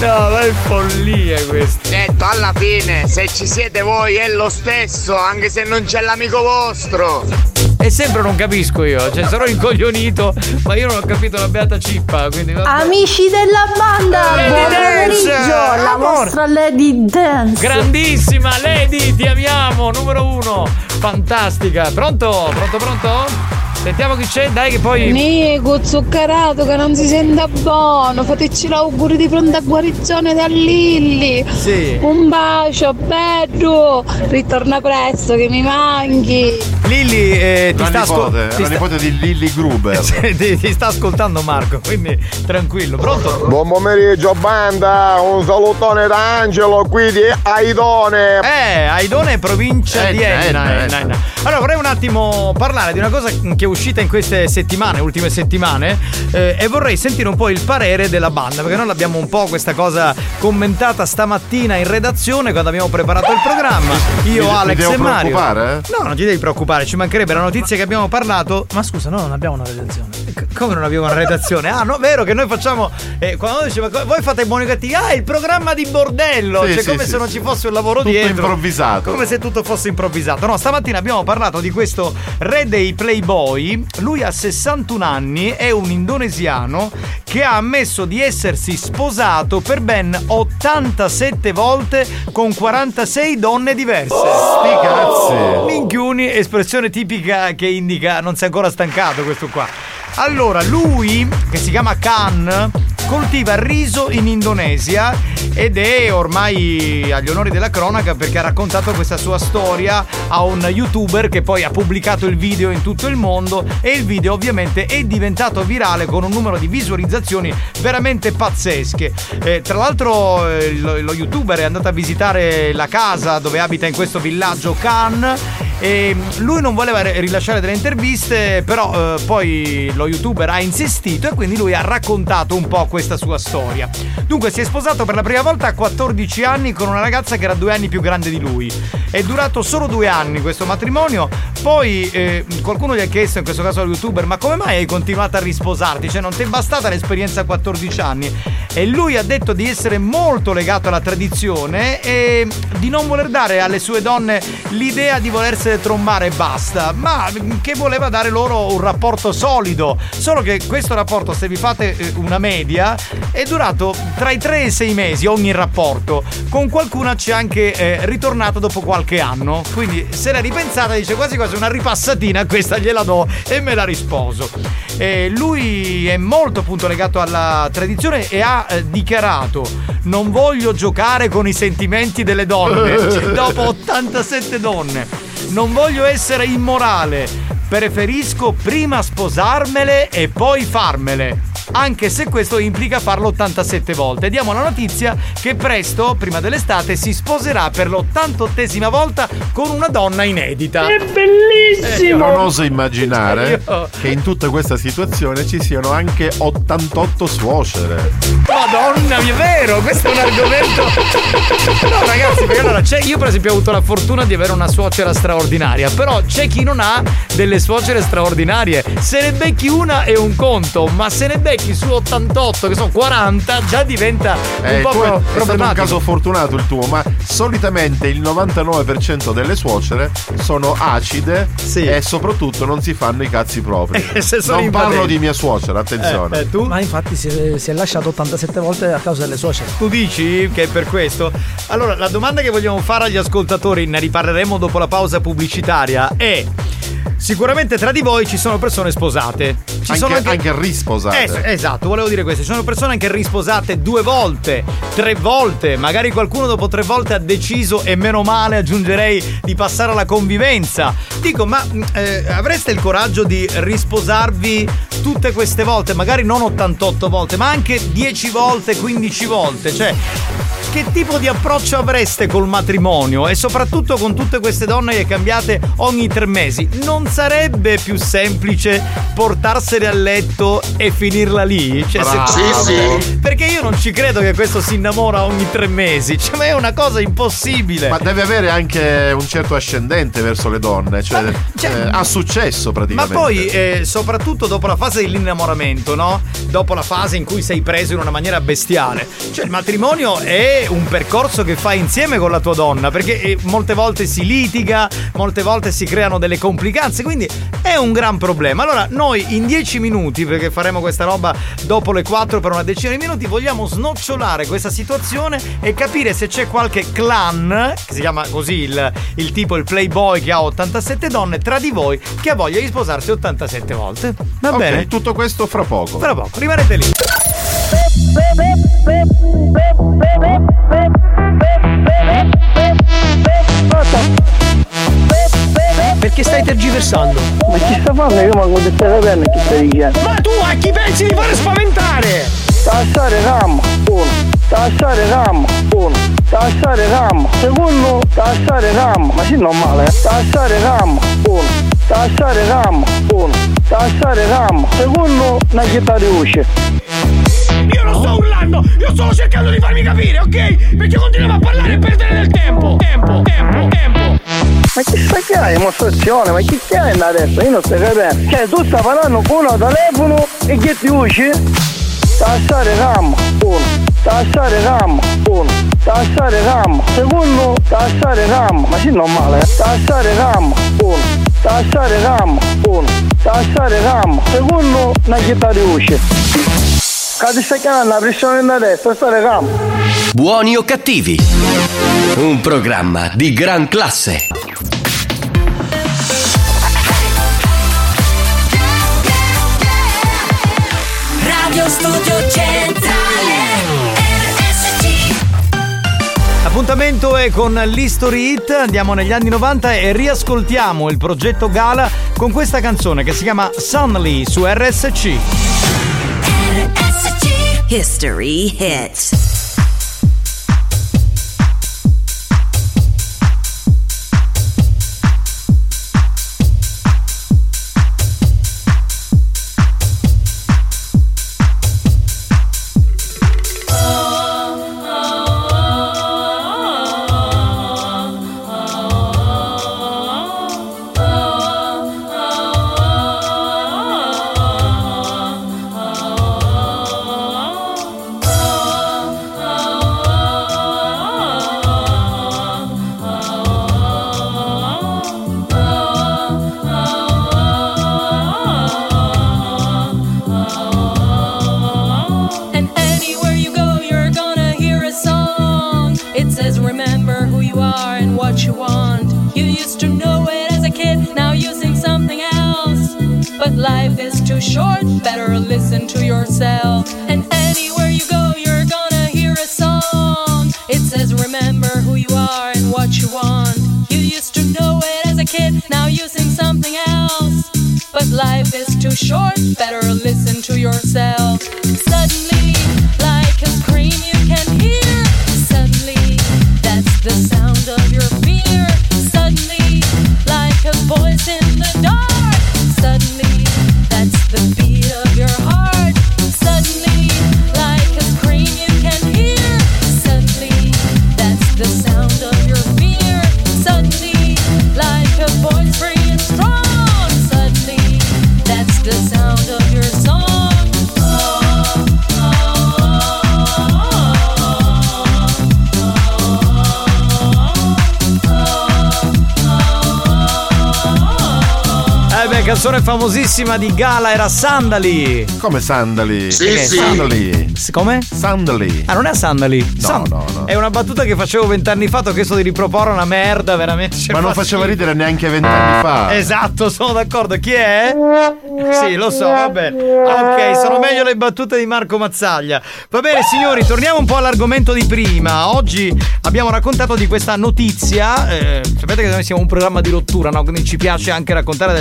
No, ma è follia questo. Detto, alla fine, se ci siete voi è lo stesso, anche se non c'è l'amico vostro. E sempre non capisco io, cioè sarò incoglionito, ma io non ho capito la beata cippa, quindi vabbè. Amici della banda, buon pomeriggio, la vostra Lady Dance. Grandissima Lady, ti amiamo, numero 1, fantastica. Pronto? Sentiamo chi c'è, dai che poi... Nico zuccherato che non si sente buono, fateci l'auguri di pronta guarigione da Lilli. Sì. Un bacio, bello, ritorna presto che mi manchi. Lilli ti sta ascoltando. La nipote di Lilli Gruber. Ti sta ascoltando Marco, quindi tranquillo. Pronto? Buon pomeriggio banda, un salutone da Angelo qui di Aidone. Aidone, provincia di Enna. Allora vorrei un attimo parlare di una cosa che è uscita in queste ultime settimane, e vorrei sentire un po' il parere della banda, perché noi l'abbiamo un po' questa cosa commentata stamattina in redazione quando abbiamo preparato il programma. Io, Alex e Mario. No, non ti devi preoccupare, ci mancherebbe. La notizia che abbiamo parlato. Ma scusa, no, non abbiamo una redazione. Come non abbiamo una redazione? Ah, no, vero che noi facciamo. Quando uno diceva voi fate buoni o cattivi, il programma di bordello. Sì, come se non ci fosse un lavoro tutto dietro. Improvvisato. Come se tutto fosse improvvisato. No, stamattina abbiamo parlato di questo re dei Playboy. Lui ha 61 anni, è un indonesiano che ha ammesso di essersi sposato per ben 87 volte con 46 donne diverse. Sti cazzi! Minchiuni, espressione tipica che indica non si è ancora stancato questo qua. Allora, lui, che si chiama Khan, coltiva riso in Indonesia ed è ormai agli onori della cronaca perché ha raccontato questa sua storia a un youtuber che poi ha pubblicato il video in tutto il mondo, e il video ovviamente è diventato virale con un numero di visualizzazioni veramente pazzesche. Tra l'altro lo youtuber è andato a visitare la casa dove abita in questo villaggio Khan e lui non voleva rilasciare delle interviste, però poi lo youtuber ha insistito e quindi lui ha raccontato un po' questa sua storia. Dunque si è sposato per la prima volta a 14 anni con una ragazza che era 2 anni più grande di lui. È durato solo 2 anni questo matrimonio. Poi qualcuno gli ha chiesto, in questo caso al youtuber, ma come mai hai continuato a risposarti? Cioè non ti è bastata l'esperienza a 14 anni? E lui ha detto di essere molto legato alla tradizione e di non voler dare alle sue donne l'idea di volersene trombare e basta, ma che voleva dare loro un rapporto solido. Solo che questo rapporto, se vi fate una media, è durato tra i 3 e i 6 mesi ogni rapporto. Con qualcuna c'è anche ritornato dopo qualche anno, quindi se l'è ripensata, dice quasi quasi una ripassatina, questa gliela do e me la risposo. Lui è molto appunto legato alla tradizione e ha dichiarato: non voglio giocare con i sentimenti delle donne. Dopo 87 donne, non voglio essere immorale, preferisco prima sposarmele e poi farmele, anche se questo implica farlo 87 volte. Diamo la notizia che presto, prima dell'estate, si sposerà per l'88esima volta con una donna inedita. È bellissimo! Non oso immaginare che in tutta questa situazione ci siano anche 88 suocere. Madonna mia, è vero, questo è un argomento. No ragazzi, perché allora io per esempio ho avuto la fortuna di avere una suocera straordinaria, però c'è chi non ha delle suocere straordinarie. Se ne becchi una è un conto, ma se ne becchi su 88, che sono 40, già diventa un po' problematico. È stato un caso fortunato il tuo, ma solitamente il 99% delle suocere sono acide, sì, e soprattutto non si fanno i cazzi propri. Non parlo di mia suocera, attenzione. Tu? Ma infatti si è lasciato 87 volte a causa delle suocere. Tu dici che è per questo? Allora, la domanda che vogliamo fare agli ascoltatori, ne riparleremo dopo la pausa pubblicitaria, è: sicuramente tra di voi ci sono persone sposate. Sono anche risposate. Esatto, volevo dire questo. Ci sono persone anche risposate 2 volte, 3 volte. Magari qualcuno dopo 3 volte ha deciso, e meno male aggiungerei, di passare alla convivenza. Dico, ma avreste il coraggio di risposarvi tutte queste volte? Magari non 88 volte, ma anche 10 volte, 15 volte. Cioè, che tipo di approccio avreste col matrimonio e soprattutto con tutte queste donne che cambiate ogni 3 mesi? Non sarebbe più semplice portarsele a letto e finirla lì? Cioè, sì. Perché io non ci credo che questo si innamora ogni 3 mesi, cioè, ma è una cosa impossibile. Ma deve avere anche un certo ascendente verso le donne, cioè, ha successo praticamente. Ma poi soprattutto dopo la fase dell'innamoramento, no? Dopo la fase in cui sei preso in una maniera bestiale, cioè il matrimonio è un percorso che fai insieme con la tua donna, perché molte volte si litiga, molte volte si creano delle complicanze, quindi è un gran problema. Allora noi in 10 minuti, perché faremo questa roba dopo le 4 per una decina di minuti, vogliamo snocciolare questa situazione e capire se c'è qualche clan, che si chiama così il tipo, il playboy che ha 87 donne, tra di voi che ha voglia di sposarsi 87 volte. Va bene? Tutto questo fra poco. Fra poco, rimanete lì. Perché stai tergiversando? Ma chi sta facendo? Io ma come stai sapendo chi stai dicendo? Ma tu a chi pensi di fare spaventare? Tassare RAM, 1. Tassare RAM, 1. Tassare RAM, secondo. Tassare RAM, ma sì normale, Tassare RAM, 1. Tassare RAM, 1. Tassare RAM, secondo. Una chitarra di voce. Io non sto urlando, io sto cercando di farmi capire, ok? Perché continuiamo a parlare e perdere del tempo. Tempo. Ma chi sta che hai? Dimostrazione, ma chi hai adesso? Io non sto capendo. Cioè tu stai parlando con uno telefono e che ti usci? Tassare RAM, 1. Tassare RAM, 1. Tassare RAM, secondo. Tassare RAM, ma sì normale, Tassare RAM, 1. Tassare RAM, 1. Tassare RAM, secondo. Una chitarra di voce. Cade sta chiamando la pressione da destra, stare RAM. Buoni o cattivi? Un programma di gran classe. Radio Studio Centrale RSC. L'appuntamento è con l'History Hit, andiamo negli anni 90 e riascoltiamo il progetto Gala con questa canzone che si chiama Suddenly su RSC. History Hits. But life is too short, better listen to yourself. And anywhere you go, you're gonna hear a song. It says remember who you are and what you want. You used to know it as a kid, now you sing something else. But life is too short, better listen to yourself. Suddenly, like a scream you can hear. Suddenly, that's the sound of your fear. Suddenly, like a voice in the dark. Suddenly, that's the beat of your heart. Suddenly, like a scream you can hear. Suddenly, that's the sound of your fear. Suddenly, like a voice free and strong. Suddenly, that's the sound of your song. Canzone famosissima di Gala era Sandali. Come Sandali? Sì. Sandali. Come? Sandali. Ah, non è Sandali? No. È una battuta che facevo 20 anni fa, ho chiesto di riproporre, una merda veramente. Ma non faceva ridere neanche 20 anni fa. Esatto, sono d'accordo. Chi è? Sì, lo so, va bene. Ok, sono meglio le battute di Marco Mazzaglia. Va bene, signori, torniamo un po' all'argomento di prima. Oggi abbiamo raccontato di questa notizia. Sapete che noi siamo un programma di rottura, no? Quindi ci piace anche raccontare delle cose abbastanza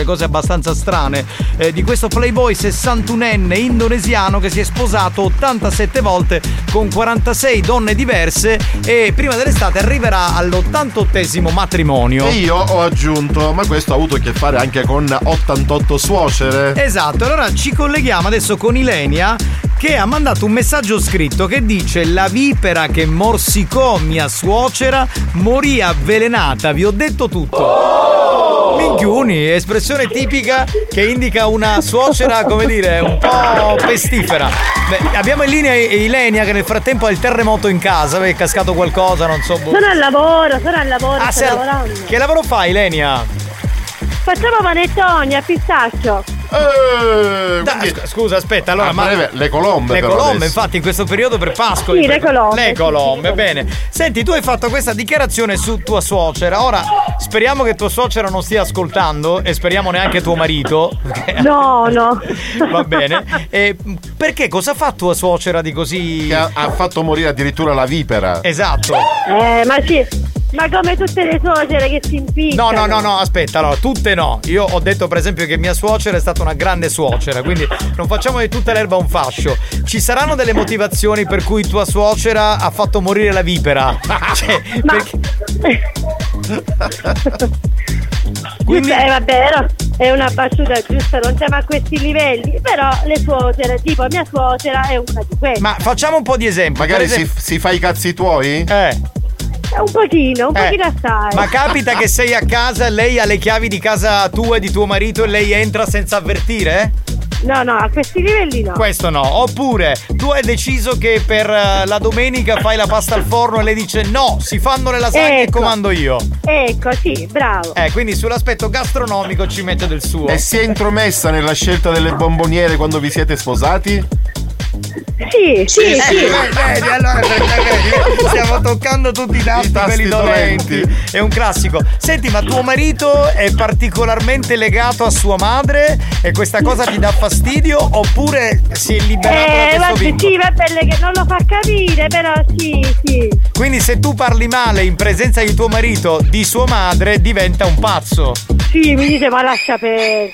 abbastanza strane di questo playboy 61enne indonesiano che si è sposato 87 volte con 46 donne diverse e prima dell'estate arriverà all'88esimo matrimonio. E io ho aggiunto, ma questo ha avuto a che fare anche con 88 suocere. Esatto, allora ci colleghiamo adesso con Ilenia che ha mandato un messaggio scritto che dice: la vipera che morsicò mia suocera morì avvelenata, vi ho detto tutto. Minchiuni, espressione tipica che indica una suocera, come dire, un po' pestifera. Beh, abbiamo in linea Ilenia che nel frattempo ha il terremoto in casa, è cascato qualcosa, non so. Sono al lavoro, sto lavorando. Che lavoro fa Ilenia? Facciamo panettoni a pistacchio. Scusa, aspetta, allora le colombe. Le colombe, infatti, in questo periodo per Pasqua. Sì, le colombe. Le colombe, sì. Bene. Senti, tu hai fatto questa dichiarazione su tua suocera. Ora, speriamo che tua suocera non stia ascoltando e speriamo neanche tuo marito. No. Va bene. Perché cosa fa tua suocera di così? Che ha fatto morire addirittura la vipera. Esatto. Ma sì. Ma come tutte le suocere che si impiccano. No, aspetta, allora, tutte no. Io ho detto per esempio che mia suocera è stata una grande suocera, quindi non facciamo di tutta l'erba un fascio. Ci saranno delle motivazioni per cui tua suocera ha fatto morire la vipera? Cioè, Quindi vabbè, è una battuta giusta, non siamo a questi livelli, però le suocere, tipo mia suocera è una di queste. Ma facciamo un po' di esempi. Magari si fa i cazzi tuoi? Un pochino assai. Ma capita che sei a casa, lei ha le chiavi di casa tua e di tuo marito e lei entra senza avvertire? No, a questi livelli no. Questo no. Oppure tu hai deciso che per la domenica fai la pasta al forno e lei dice no, si fanno le lasagne e comando io. Ecco, sì, bravo. Quindi sull'aspetto gastronomico ci mette del suo. E si è intromessa nella scelta delle bomboniere quando vi siete sposati? Sì. Vedi, allora stiamo toccando tutti i tasti quelli dolenti. È un classico. Senti, ma tuo marito è particolarmente legato a sua madre e questa cosa ti dà fastidio oppure si è liberato da questo vincolo? Sì, va bene che non lo fa capire, però sì. Quindi se tu parli male in presenza di tuo marito di sua madre diventa un pazzo. Sì, mi dice ma lascia perdere.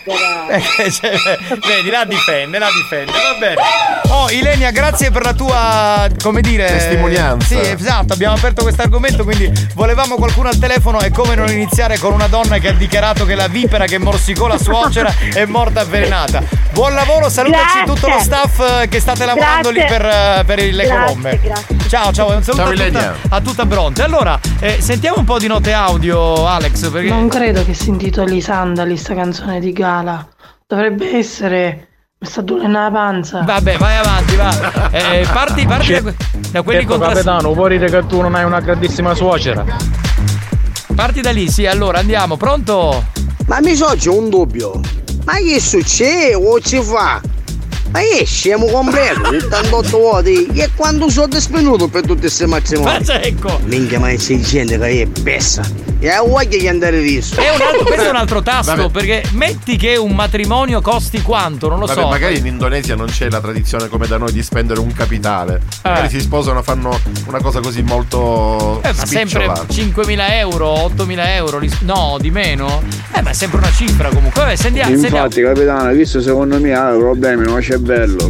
Vedi, la difende, va bene. Oh, Ilenia, grazie per la tua, come dire, testimonianza. Sì, esatto, abbiamo aperto questo argomento, quindi volevamo qualcuno al telefono e come non iniziare con una donna che ha dichiarato che la vipera che morsicò la suocera è morta avvelenata. Buon lavoro, salutaci tutto lo staff che state lavorando lì per le colombe. Grazie. Ciao, un saluto a tutta Bronte. Allora, sentiamo un po' di note audio, Alex, perché non credo che si intitoli Sandali sta canzone di Gala. Dovrebbe essere mi sta dolendo la panza. Vabbè, vai avanti, va. Parti da quelli contrastanti. Capitano, puoi dire che tu non hai una grandissima suocera. Parti da lì, sì, allora andiamo, pronto? Ma mi socio un dubbio. Ma che succede? O ci fa? Ma siamo completi, 88 voti. E quando sono dispiaciuto per tutti questi matrimoni? Ma ecco! Minchia, ma c'è gente che è pessa. E ha voglia di andare visto. Questo è un altro tasto, perché metti che un matrimonio costi quanto? Non lo so. Magari in Indonesia non c'è la tradizione come da noi di spendere un capitale. Magari si sposano, fanno una cosa così molto ma sempre 5.000 euro, 8.000 euro, no, di meno. Ma è sempre una cifra comunque. Vabbè, sentiamo. Infatti, capitano, visto secondo me ha problemi, non c'è bello.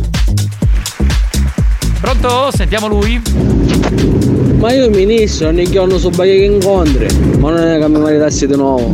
Pronto? Sentiamo lui. Ma io ministro, non è che non so che incontri, ma non è che mi maritassi di nuovo.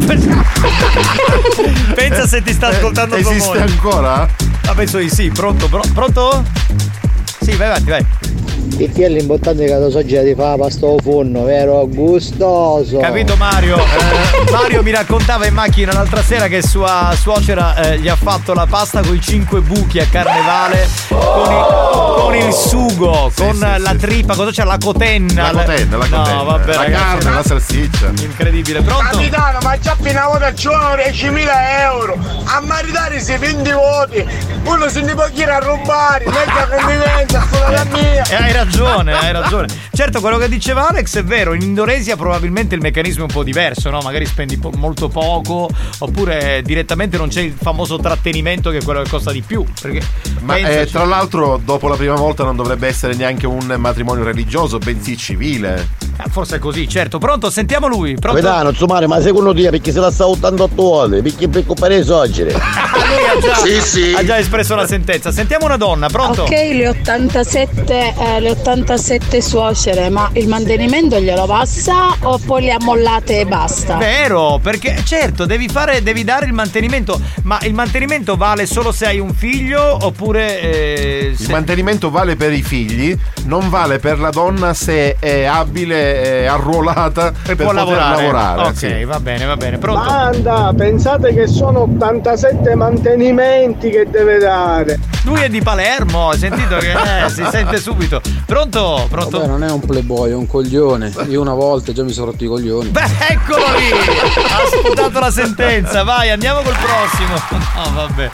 Pensa se ti sta ascoltando tua moglie. Esiste ancora? Penso di sì. Pronto? Sì, vai avanti, vai. E che è l'importante che la soggera ti fa la pasta al forno, vero? Gustoso. Capito Mario? Mario mi raccontava in macchina l'altra sera che sua suocera gli ha fatto la pasta con i 5 buchi a carnevale con il sugo, con la trippa, cosa c'è? La cotenna. La cotenna. No, vabbè, la carne, la salsiccia. Incredibile, pronto? Capitano, ma già appena votazione 10.000 euro. A maritare si 20 voti. Uno se ne può chiedere a rubare, mezza convivenza, con la mia. Hai ragione. Certo, quello che diceva Alex è vero. In Indonesia probabilmente il meccanismo è un po' diverso, no? Magari spendi molto poco, oppure direttamente non c'è il famoso trattenimento che è quello che costa di più. Ma tra l'altro dopo la prima volta non dovrebbe essere neanche un matrimonio religioso, bensì civile. Forse è così, certo. Pronto, sentiamo lui. Pronto? Capitano, Zumare, ma secondo te perché se la sta 88 volte? Perché per comprare i soggetti? Lui ha già espresso la sentenza. Sentiamo una donna, pronto? Ok, le 87 suocere, ma il mantenimento glielo passa o poi le ammollate e basta? Vero, perché certo, devi dare il mantenimento, ma il mantenimento vale solo se hai un figlio oppure il mantenimento vale per i figli, non vale per la donna se è abile, arruolata per può poter lavorare. Ok, sì. va bene, pronto? Banda, pensate che sono 87 mantenimenti che deve dare. Lui è di Palermo, hai sentito che si sente subito. Pronto? Vabbè, non è un playboy, è un coglione. Io una volta già mi sono rotto i coglioni. Beh, eccolo lì! Ha sputato la sentenza, vai, andiamo col prossimo. No, vabbè.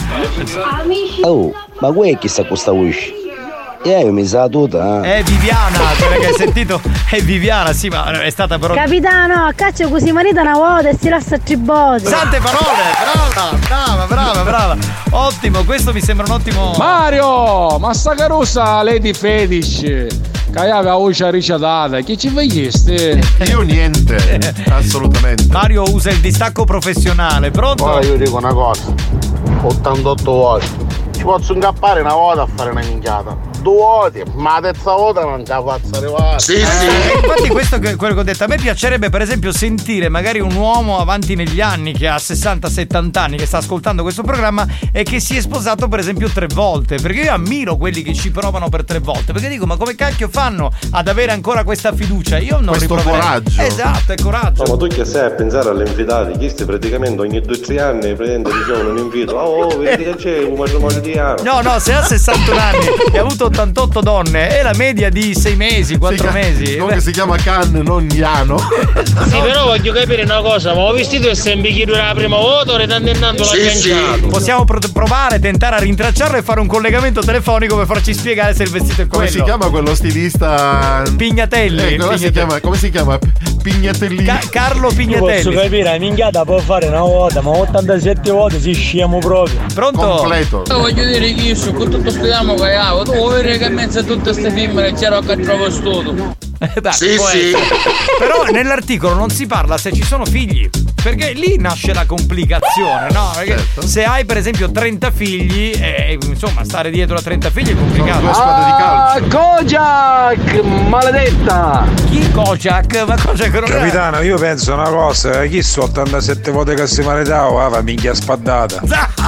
Oh, ma qui chi sta con sta voce? Mi sa tutta. È Viviana, quella che hai sentito è Viviana, sì, ma è stata però. Capitano, a caccia così marita una volta e si lascia tribote. Sante parole, brava. Ottimo, questo mi sembra un ottimo. Mario, ma sta carusa Lady Fetish che aveva voce ricciatata, che ci veglieste? Io niente, assolutamente. Mario usa il distacco professionale, pronto? Poi io dico una cosa, 88 volte, ci posso incappare una volta a fare una minchiata. 2 volte, ma la terza volta non ce la faccio arrivare. Sì. Infatti questo è quello che ho detto. A me piacerebbe per esempio sentire magari un uomo avanti negli anni che ha 60-70 anni che sta ascoltando questo programma e che si è sposato per esempio 3 volte, perché io ammiro quelli che ci provano per 3 volte, perché dico ma come cacchio fanno ad avere ancora questa fiducia? Io non questo riproverei. Coraggio. Esatto, è coraggio. No, ma tu che sai a pensare alle invitati, chi stai praticamente ogni 2-3 anni ricevono un invito. Vedi che c'è un matrimonio di anno. No, se ha 61 anni e ha avuto 88 donne è la media di 6 mesi, 4 mesi. Comunque si chiama Can, non Iano. Sì, però voglio capire una cosa, ma ho vestito è sempre chi dura la prima volta o ritandennando l'agganciato? Possiamo provare, tentare a rintracciarlo e fare un collegamento telefonico per farci spiegare se il vestito è quello. Come si chiama quello stilista? Pignatelli. Come si chiama? Pignatelli. Carlo Pignatelli. Posso capire, la minchiata può fare una volta, ma 87 volte si sciamo proprio. Pronto? Completo. Io voglio dire che io con tutto studiamo che tu vuoi vedere che mezzo a tutte queste film che c'era che trovo studio. Sì. Però nell'articolo non si parla se ci sono figli, perché lì nasce la complicazione, no? Perché se hai per esempio 30 figli, insomma stare dietro a 30 figli è complicato. Due squadre di calcio. Kojak, maledetta! Chi Kojak? Ma Kojak non è. Capitano, io penso una cosa, chi su 87 volte che si maritava, va minchia spaddata.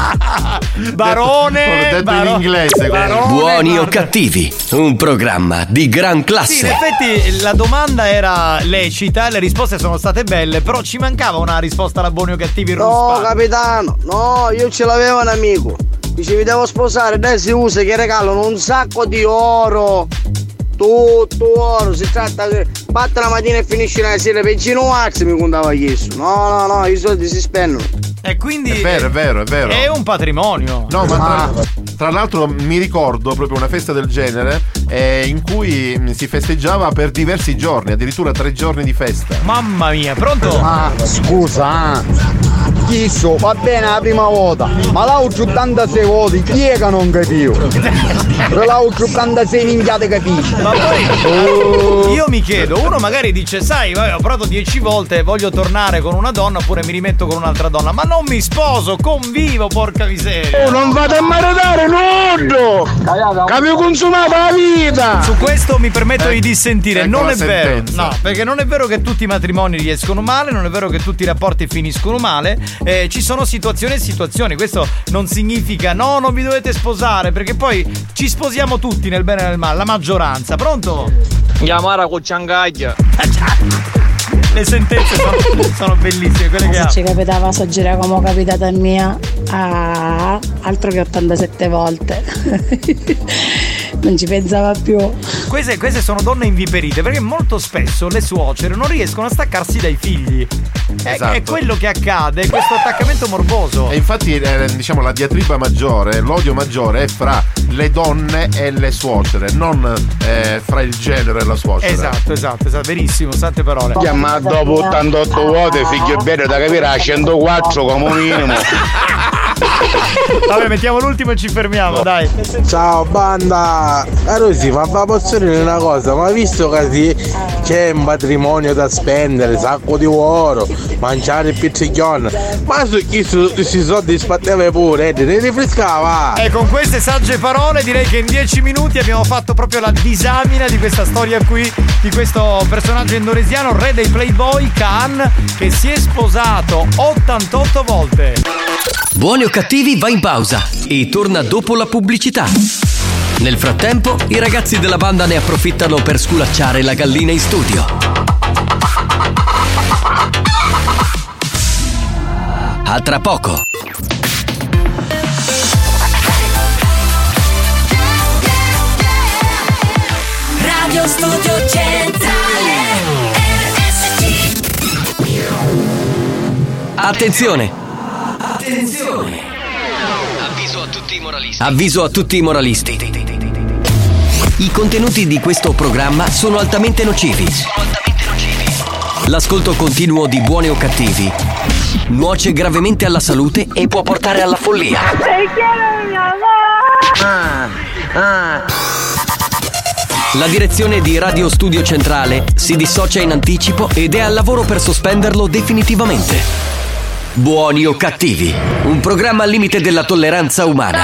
Barone! Detto in inglese. Buoni o cattivi, un programma di gran classe. Sì, in effetti la domanda era lecita, le risposte sono state belle, però ci mancava una risposta alla buoni o cattivi. No, capitano, no, io ce l'avevo un amico. Dice mi devo sposare, adesso si usa che regalano un sacco di oro. Tutto oro, si tratta che parte la mattina e finisce la sera per Ginoazzi mi contava chiesto. No, i soldi si spendono. E quindi è vero. È un patrimonio. No, ma tra l'altro mi ricordo proprio una festa del genere in cui si festeggiava per diversi giorni, addirittura 3 giorni di festa. Mamma mia, pronto? Scusa, Chisso, va bene la prima volta, ma l'altro 86 volte chi è che non capivo? Per l'altro 86 minchiate capisci? Ma poi io mi chiedo, uno magari dice sai, ho provato 10 volte e voglio tornare con una donna oppure mi rimetto con un'altra donna, ma non mi sposo, convivo, porca miseria. Non vado a maritare nudo! Capivo consumata la vita! Su questo mi permetto di dissentire, non è vero. No, perché non è vero che tutti i matrimoni riescono male, non è vero che tutti i rapporti finiscono male, ci sono situazioni e situazioni, questo non significa no, non vi dovete sposare, perché poi ci sposiamo tutti nel bene e nel male, la maggioranza. Pronto? Chiamara con ciangaglia. Le sentenze sono bellissime, quelle che se ci capitava a soggiare come capitata a mia, altro che 87 volte. Non ci pensava più. Queste sono donne inviperite, perché molto spesso le suocere non riescono a staccarsi dai figli. Esatto. È quello che accade, questo attaccamento morboso. E infatti diciamo la diatriba maggiore, l'odio maggiore è fra le donne e le suocere, non fra il genere e la suocera. Esatto, verissimo, tante parole. Ma dopo 88 volte figlio è bello da capire a 104 come minimo. Vabbè, mettiamo l'ultimo e ci fermiamo, dai. Ciao banda. Rosy, ma posso dire una cosa, ma visto che c'è un patrimonio da spendere, sacco di oro, mangiare il pizziglione, ma su chi si soddisfatteva pure, ne rifrescava. E con queste sagge parole direi che in 10 minuti abbiamo fatto proprio la disamina di questa storia qui, di questo personaggio indonesiano, re dei Playboy, Kaan, che si è sposato 88 volte. Buoni o cattivi va in pausa e torna dopo la pubblicità. Nel frattempo, i ragazzi della banda ne approfittano per sculacciare la gallina in studio. A tra poco. Radio Studio Centrale RSC. Attenzione! Avviso a tutti i moralisti. I contenuti di questo programma sono altamente nocivi. L'ascolto continuo di Buoni o Cattivi nuoce gravemente alla salute e può portare alla follia. La direzione di Radio Studio Centrale si dissocia in anticipo ed è al lavoro per sospenderlo definitivamente. Buoni o Cattivi, un programma al limite della tolleranza umana.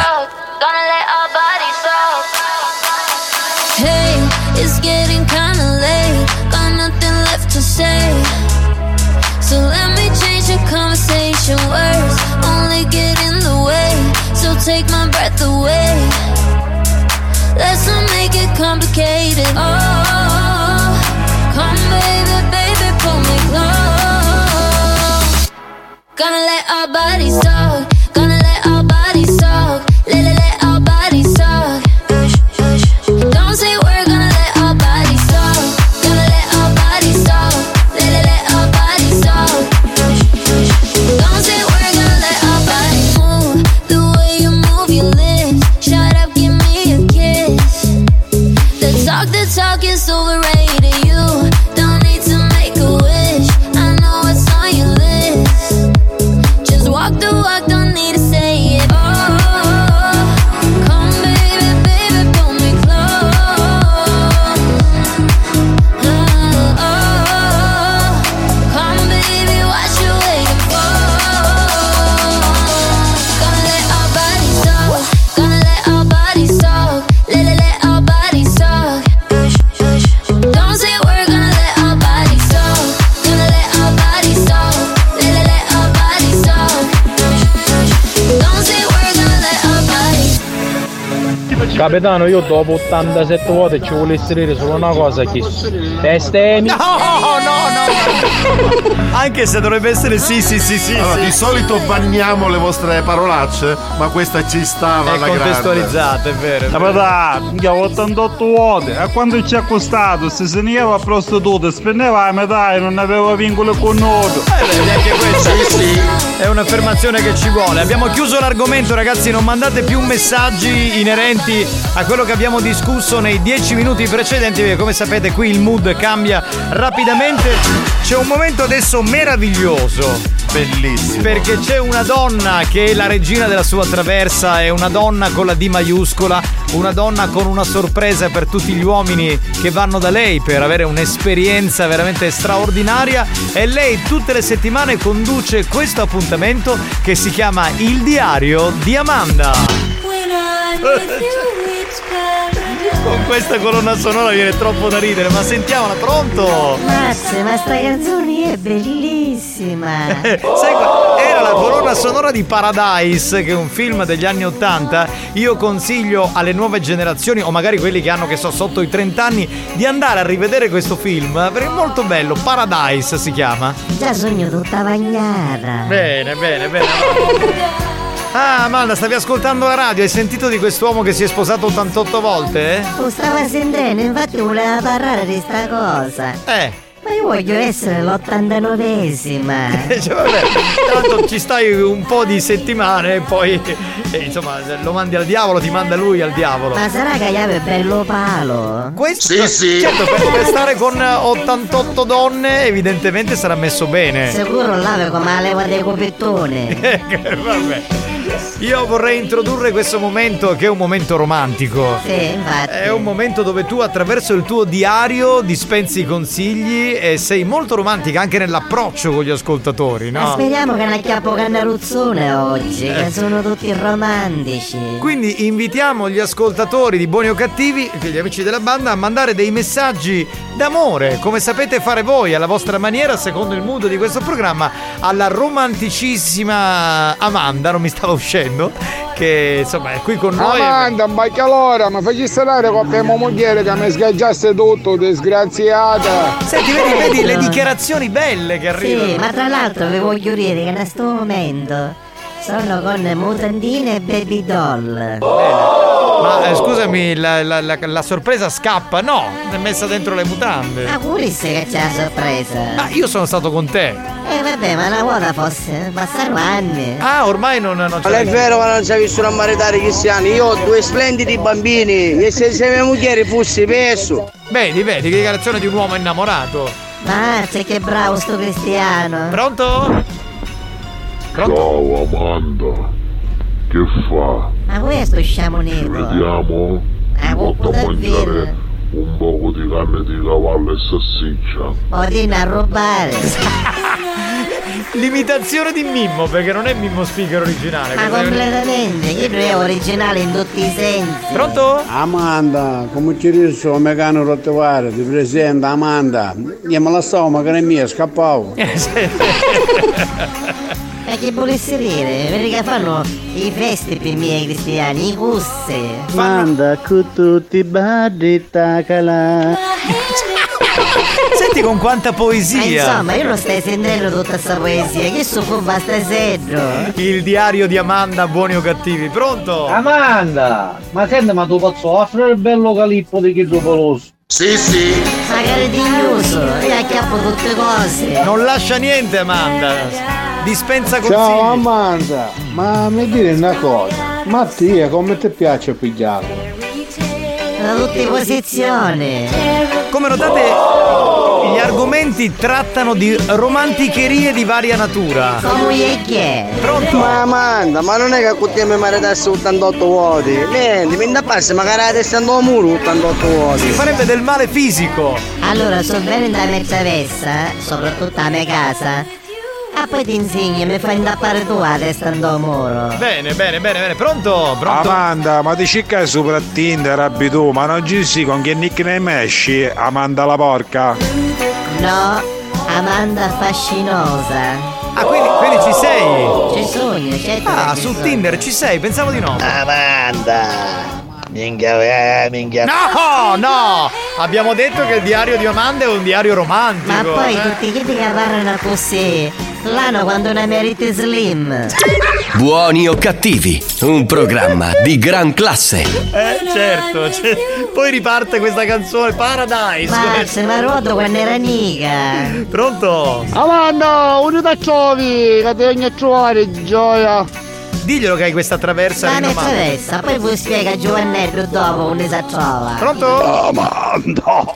Hey, it's getting kinda late, got nothing left to say. So let me change the conversation, words only get in the way. So take my breath away, let's not make it complicated. Oh, come baby, baby, pull me close. Gonna let our bodies talk, gonna let our bodies talk. Let our bodies talk. Don't say we're gonna let our bodies talk, gonna let our bodies talk. Let our bodies talk. Don't say we're gonna let our bodies move. The way you move your lips, shut up, give me a kiss. The talk is overrated. You don't need to make a wish, I know what's on your list. Just walk the walk, don't need to say it. Oh, come baby, baby, pull me close. Oh, come baby, what you waiting for? Gonna let our bodies talk, gonna let our bodies talk. Let our bodies talk. Don't say we're gonna let our bodies talk, gonna let our bodies talk. Let our bodies talk. Don't say we're gonna let our bodies. Capitano, io dopo 87 volte ci volessi dire solo una cosa, chi? Bestemmia. No. Anche se dovrebbe essere sì. Allora, sì. di solito banniamo le vostre parolacce, ma questa ci stava È alla contestualizzata, è vero. Ma minchia, 88 volte. A quando ci ha costato? Se se ne iva a prostitute, spendeva la metà e non aveva vincolo con noto. Neanche questa è un'affermazione che ci vuole. Abbiamo chiuso l'argomento, ragazzi. Non mandate più messaggi inerenti a quello che abbiamo discusso nei 10 minuti precedenti, perché come sapete qui il mood cambia rapidamente. C'è un momento adesso meraviglioso, bellissimo, perché c'è una donna che è la regina della sua traversa, è una donna con la D maiuscola, una donna con una sorpresa per tutti gli uomini che vanno da lei per avere un'esperienza veramente straordinaria, e lei tutte le settimane conduce questo appuntamento che si chiama Il Diario di Amanda. Con questa colonna sonora viene troppo da ridere, ma sentiamola, pronto? Mazza, ma sta canzone è bellissima. Sai, era la colonna sonora di Paradise, che è un film degli anni 80. Io consiglio alle nuove generazioni, o magari quelli che hanno, che so, sotto i 30 anni, di andare a rivedere questo film, perché è molto bello. Paradise si chiama. Già sogno tutta bagnata. Bene. Ah, Amanda, stavi ascoltando la radio? Hai sentito di quest'uomo che si è sposato 88 volte? Lo stava sentendo, infatti voleva parlare di sta cosa. Ma io voglio essere l'89esima. Cioè, vabbè, tanto ci stai un po' di settimane e poi insomma lo mandi al diavolo, ti manda lui al diavolo. Ma sarà che è bello palo? Questo, sì. Certo, per stare con 88 donne evidentemente sarà messo bene. Sicuro lave come la leva dei copettoni. Vabbè. Io vorrei introdurre questo momento che è un momento romantico. Sì, infatti. È un momento dove tu attraverso il tuo diario dispensi consigli e sei molto romantica anche nell'approccio con gli ascoltatori, no? Ma speriamo che non acchiappo Cannaruzzone oggi, che sono tutti romantici. Quindi invitiamo gli ascoltatori di Buoni o Cattivi, gli amici della banda, a mandare dei messaggi d'amore, come sapete fare voi, alla vostra maniera, secondo il mood di questo programma, alla romanticissima Amanda, non mi stava uscendo, che insomma è qui con noi. Amanda, ma che allora, ma facci stare con te moglie che mi sgaggiasse tutto, disgraziata. Senti, vedi le dichiarazioni belle che arrivano. Sì, ma tra l'altro vi voglio dire che in questo momento sono con mutandine e baby doll. Ma scusami, la sorpresa scappa? No, è messa dentro le mutande. Ah, purisse che c'è la sorpresa. Ma io sono stato con te. Vabbè, ma una vuota fosse, passano anni. Ah, ormai non c'è. Non è vero che non ci hai visto a maritare cristiani. Io ho 2 splendidi bambini. E se mia moglie fossi perso. Vedi, che dichiarazione di un uomo innamorato. Mazza, che bravo sto cristiano. Pronto? Ciao Amanda, che fa? Ma questo sciamo nero. Vediamo? Ti porto a mangiare un poco di carne di cavallo e salsiccia. Potete a rubare. L'imitazione di Mimmo, perché non è Mimmo Speaker originale. Ma completamente, io è originale in tutti i sensi. Pronto? Amanda, come ci riesco a mecano rottovare, ti presenta Amanda. Io me la stavo, ma che non è mia, scappavo. Ma che volessi dire? Vedi che fanno i festi per i miei cristiani, i cusse. Manda con tutti i barri tacala. Senti con quanta poesia. Insomma, io non stai sentendo tutta questa poesia, che su curva stai sedro. Il diario di Amanda, Buoni o Cattivi. Pronto? Amanda, ma senti, ma tu posso offrire il bello calippo di Chidropoloso? Sì. Magari di chiuso, io acchiappo tutte cose. Non lascia niente Amanda. Dispensa consigli. Ciao Amanda, ma mi dire una cosa, Mattia come ti piace pigliarlo? Da tutte posizioni. Come notate gli argomenti trattano di romanticherie di varia natura. Come che? Pronto? Ma Amanda, ma non è che con te mi maritasse 88 vuoti. Niente, mi da passe magari la testa andò a muro 88 vuoti. Si farebbe del male fisico. Allora, so bene da me travessa, soprattutto a mia casa. Ah, poi ti insegni, mi fai indappare tu la testa andò a muro. Bene. Pronto? Amanda, ma ti cicca sopra Tinder, abbi tu, ma non ci si con che nickname esci? Amanda la porca? No, Amanda fascinosa. Ah, quindi ci sei? Ci sogno, certo. Ah, su Tinder ci sei? Pensavo di no. Amanda, minchia. No! Abbiamo detto che il diario di Amanda è un diario romantico. Ma poi tutti quelli che parlano così, l'hanno quando ne meriti slim. Buoni o Cattivi, un programma di gran classe. Certo. Poi riparte questa canzone Paradise. Ma se mi rodo quando era nica. Pronto? Amanda, un taccioli, che ti ogni trovare gioia. Diglielo che hai questa traversa. Ma mi traversa, poi vi spiega Giovannello dopo un trova. Pronto? Amanda.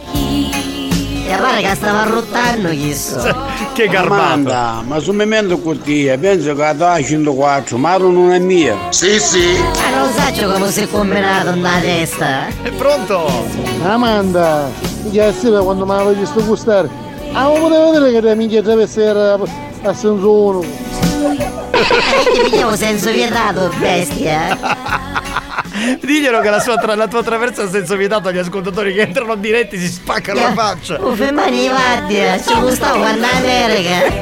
E pare che stava ruttando chissà. Che garbato. Amanda, ma su me mento così, penso che la 104, ma non è mia. Sì. Ma non so come si è combinato nella testa. È pronto? Amanda, che sera quando mi avevi visto gustare, non potevo vedere che la minchia travessa era a senso uno. Ti pigliamo senso vietato, bestia. Diglielo che la tua traversa a senso vietato agli ascoltatori che entrano diretti si spaccano la faccia. Uffe mani guardia, ci gustavo quando America.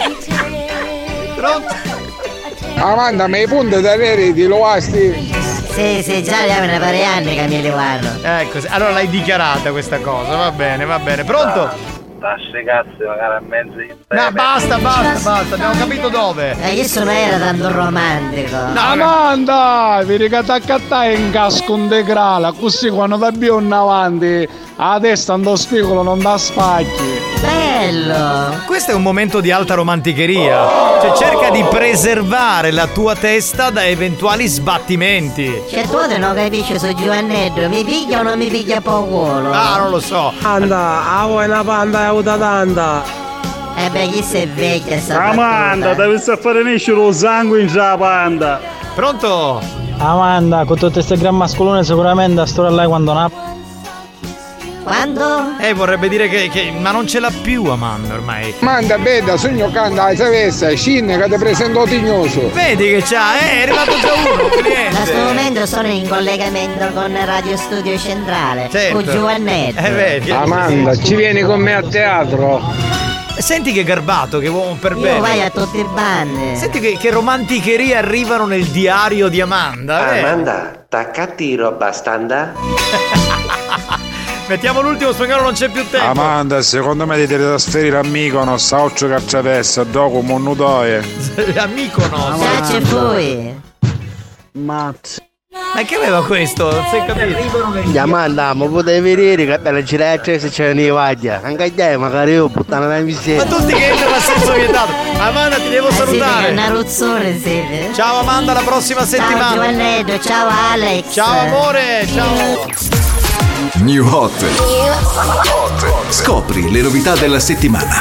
Pronto? Amanda, ma i punti da neri ti lo asti? Sì, già le avevano pare anni che mi levano. Ecco, allora l'hai dichiarata questa cosa, va bene. Pronto? Tasce cazzo, magari a mezzo. No, basta, abbiamo capito dove. Questo non era tanto romantico. No, Amanda, vedi che ti accattai in casco un degrala, così quando ti bionno avanti, a testa andò spicolo, non da spacchi. Bello! Questo è un momento di alta romanticheria. Cioè cerca di preservare la tua testa da eventuali sbattimenti. Cioè tu non capisci su Giovannello, mi piglia o non mi piglia poco? Ah, non lo so. Anda, vuoi una panda e una tanta? Beh, chi sei vecchia sta Amanda, devi fare nascere lo sangue in già panda. Pronto? Amanda, con tutte queste gran mascoline sicuramente a storia lei quando na. Quando? Vorrebbe dire che ma non ce l'ha più Amanda ormai. Manda bella, sogno canta ai savessa, scinne che ti presento tignoso. Vedi che c'ha, è arrivato già uno, cliente. Da questo momento sono in collegamento con Radio Studio Centrale. Certo. Con Giovannetto. Vedi. Amanda, ci vieni con me a teatro? Senti che garbato, che uomo per bene. Io vai a tutti i banni. Senti che romanticherie arrivano nel diario di Amanda. Amanda, t'accatti roba abbastanza? Mettiamo l'ultimo, spagnolo, non c'è più tempo. Amanda, secondo me ti devi trasferire a Mykonos, a Occio Carciavessa, dopo Monnudoie. A Mykonos. C'è poi. Ma che aveva questo? Non si è capito. Amanda, ma potevi vedere che bella giretta se c'è una vaglia. Anche a te, magari io puttana la miseria. Ma tutti che entrano a senso vietato. Amanda, ti devo salutare. Sì, una ruzzone, siete. Ciao Amanda, alla prossima settimana. Ciao Giovannetto, ciao Alex. Ciao amore, ciao. New Hot. Scopri le novità della settimana.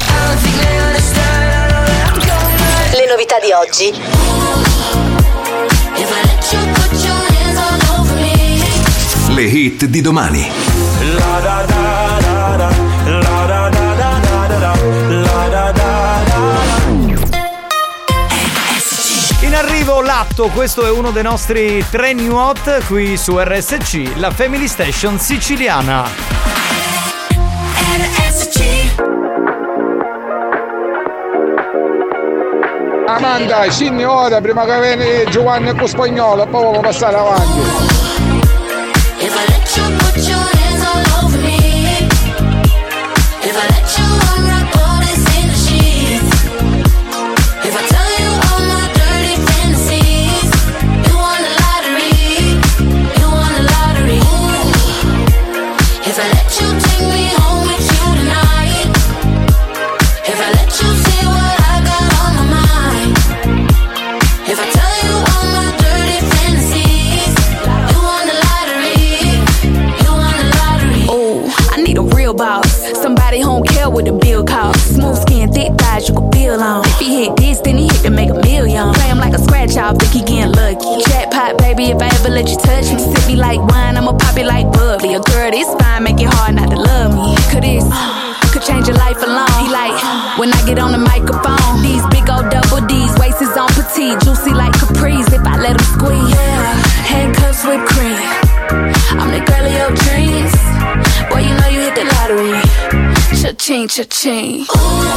Le novità di oggi. Le hit di domani. In arrivo l'atto, questo è uno dei nostri 3 new hot qui su RSC, la Family Station siciliana. RSC. Amanda, scinni ora prima che viene Giovanni con Spagnolo e poi vogliamo passare avanti. Somebody home care what the bill costs. Smooth skin, thick thighs, you can feel on. If he hit this, then he hit to make a million. Play him like a scratch off, think he getting lucky. Jackpot, baby, if I ever let you touch me. Sip me like wine, I'ma pop it like bubbly. A girl this fine, make it hard not to love me. Could this could change your life alone. He like, when I get on the microphone. These big old double D's, waist is on petite. Juicy like Capri's, if I let him squeeze. Yeah, handcuffs with cream. I'm the girl of your dreams. Boy, you know you hit the lottery. Cha-ching, cha-ching. Ooh,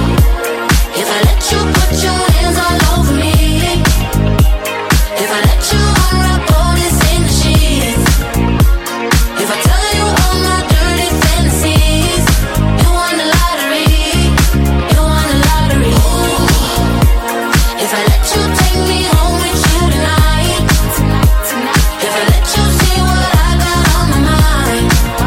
if I let you put your hands all over me. If I let you unwrap all this in the sheets. If I tell you all my dirty fantasies. You won the lottery. You won the lottery. Ooh, if I let you take me home with you tonight. If I let you see what I got on my mind.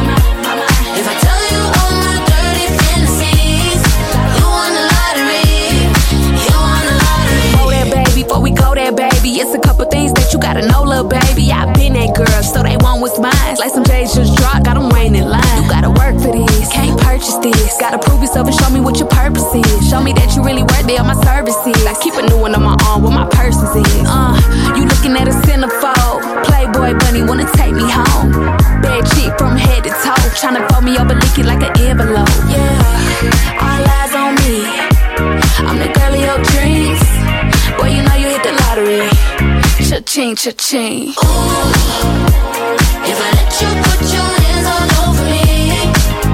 If I tell you all my dirty fantasies. You won the lottery. You won the lottery. Go there, baby, before we go there, baby. It's a couple things that you gotta know, little baby. I've been that girl, so they want what's mine. Like some J's just dropped, got them waiting in line. You gotta work for this, can't purchase this. Gotta prove yourself and show me what your purpose is. Show me that you really worthy of my services. Like keep a new one on my arm, what my purpose is. You looking at a centerfold. Playboy bunny wanna take me home. Bad chick from head to toe. Tryna fold me over, lick it like an envelope. Yeah, all eyes on me. I'm the girl of your dreams. Boy, you know you hit the lottery. Cha-ching, cha-ching. Ooh, if I let you put your hands all over me.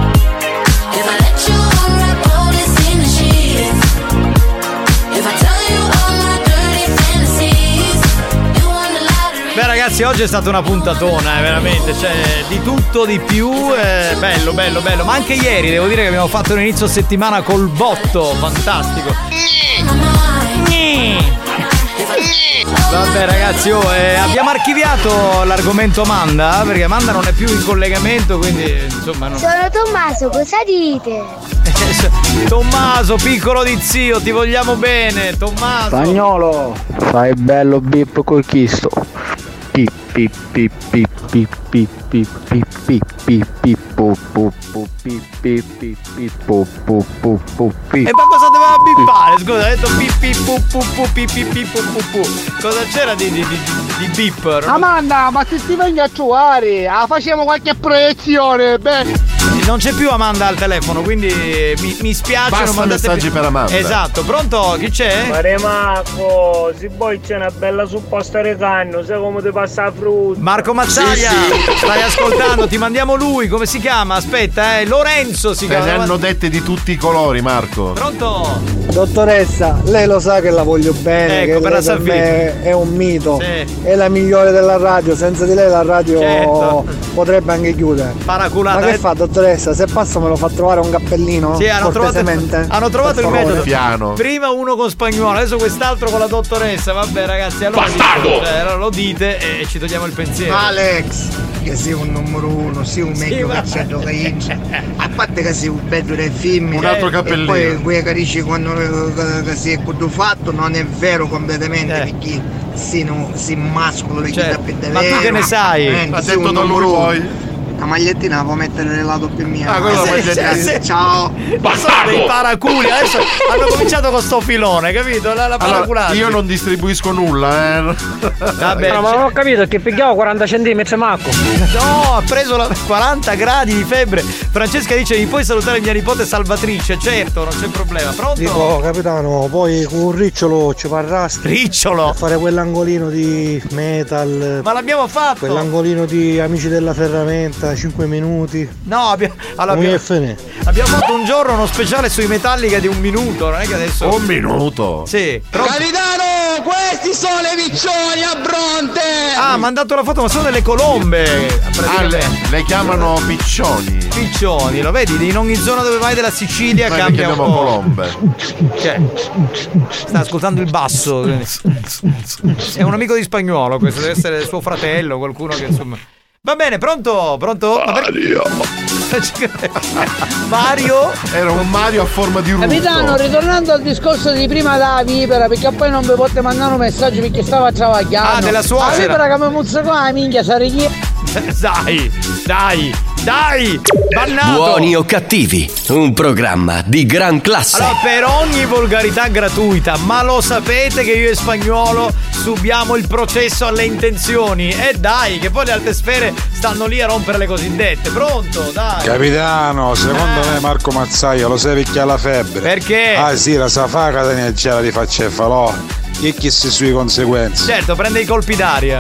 If I let you unwrap all this in the sheets. If I tell you all my dirty fantasies. You won the lottery. Beh ragazzi, oggi è stata una puntatona, veramente, cioè di tutto di più, bello, bello, bello. Ma anche ieri devo dire che abbiamo fatto un inizio settimana col botto, fantastico. Vabbè ragazzi, abbiamo archiviato l'argomento Amanda, perché Amanda non è più in collegamento, quindi insomma non... Sono Tommaso, cosa dite? Tommaso, piccolo di zio, ti vogliamo bene, Tommaso. Spagnolo, fai bello bip col chisto. Pip pip pip pip pip pip pip pip pip pip pip. E ma cosa doveva bippare? Scusa, ha detto cosa c'era di beeper? Amanda, ma se ti venga a trovare, facciamo qualche proiezione, beh. Non c'è più Amanda al telefono, quindi mi spiace. Basta non mandate messaggi per Amanda. Esatto, pronto? Chi c'è? Mare Marco, se poi c'è una bella supposta recanno, sai come ti passa la frutta. Marco Mazzaglia, sì. Stai ascoltando, ti mandiamo lui, come si chiama? Aspetta, Lorenzo si chiama. Ne hanno dette di tutti i colori, Marco. Pronto? Dottoressa, lei lo sa che la voglio bene, ecco, che per lei per me è un mito, è la migliore della radio, senza di lei la radio potrebbe anche chiudere. Paraculata. Ma che fa, dottoressa? Se passa me lo fa trovare un cappellino? Sì, hanno trovato il metodo. Piano. Prima uno con Spagnuolo, adesso quest'altro con la dottoressa. Vabbè ragazzi, allora lo dite e ci togliamo il pensiero. Alex, che sei un numero uno, sei un meglio cazzato che io. A parte che sei un bello del film, un altro cappellino. E poi quei carisci quando che si è fatto non è vero completamente, perché si mascolo perché ma tu che ne sai? Ha detto da lui poi. La magliettina la può mettere nel lato più mio. Ciao. Ma sono dei paraculi. Adesso hanno cominciato con sto filone, capito? La paraculata. Io non distribuisco nulla, Vabbè, ma non ho capito che pigliavo 40 centimetri Marco. No, ha preso 40 gradi di febbre. Francesca dice: mi puoi salutare mia nipote Salvatrice? Certo, non c'è problema. Pronto? Dico, capitano, poi con un ricciolo ci parrasti. Ricciolo? A fare quell'angolino di metal. Ma l'abbiamo fatto. Quell'angolino di Amici della Ferramenta. 5 minuti. No, abbiamo fatto un giorno uno speciale sui Metallica di 1 minuto. Non è che adesso. 1 minuto? Sì. Capitano, questi sono le piccioni a Bronte. Ha mandato la foto, ma sono delle colombe. Le chiamano piccioni. Piccioni, lo vedi? In ogni zona dove vai della Sicilia noi cambia un po'. colombe. Sta ascoltando il basso. È un amico di Spagnuolo, questo deve essere suo fratello, qualcuno che insomma. Va bene, pronto? Mario? Era un Mario a forma di rutto. Capitano, ritornando al discorso di prima della vipera, perché poi non vi potete mandare un messaggio perché stava travagliando. Ah, della suocera. La vipera che mi muzza qua, la minchia, sarei Dai, bannato. Buoni o cattivi, un programma di gran classe. Allora, per ogni volgarità gratuita, ma lo sapete che io e Spagnuolo subiamo il processo alle intenzioni? E dai, che poi le alte sfere stanno lì a rompere le cosiddette. Pronto, dai. Capitano, secondo me Marco Mazzaia lo sai perché ha la febbre. Perché? Ah sì, la sa fa cataneggiare di faccefalò. E chi si sue conseguenze. Certo, prende i colpi d'aria.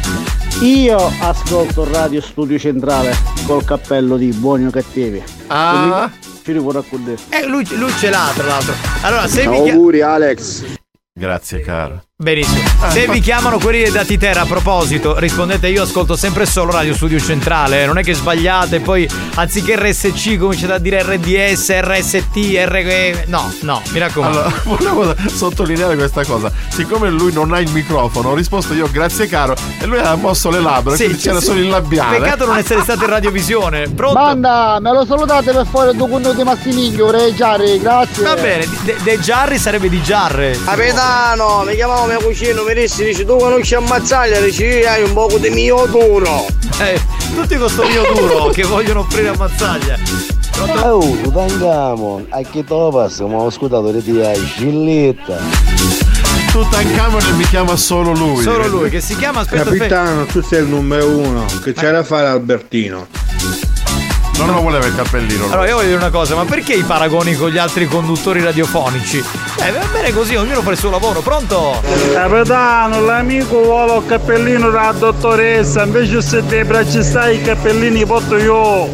Io ascolto Radio Studio Centrale col cappello di Buoni o Cattivi. Ah, ci ricordo con te. Lui ce l'ha, tra l'altro. Allora, se auguri Alex. Grazie caro. Benissimo. Se vi chiamano quelli dei dati terra, a proposito, rispondete: io ascolto sempre solo Radio Studio Centrale. Non è che sbagliate, poi anziché RSC cominciate a dire RDS, RST, No, mi raccomando. Allora, volevo sottolineare questa cosa. Siccome lui non ha il microfono, ho risposto io grazie caro e lui ha mosso le labbra, quindi c'era solo il labiale. Peccato non essere stato in radiovisione. Pronto? Banda, me lo salutate per fare il documento di Massimiglio, Re Giarri, grazie. Va bene, De Giarri sarebbe di Giarre. Capitano, mi chiamavo mio cugino, mi dice tu conosci Ammazzaglia, dici hai un poco di mio duro. Tutti con sto mio duro che vogliono offrire Ammazzaglia. Tu andiamo, a chi te lo passa, ma ho ascoltato le tia Scilletta. Tutankhamon e mi chiama solo lui. Solo lui, che si chiama, aspetta. Capitano, tu sei il numero 1, che c'è da fare Albertino? Non lo voleva il cappellino. Allora io voglio dire una cosa, ma perché i paragoni con gli altri conduttori radiofonici? Va bene così, ognuno fa il suo lavoro. Pronto? Capitano, l'amico vuole il cappellino della dottoressa, invece se te braccia stai i cappellini porto io.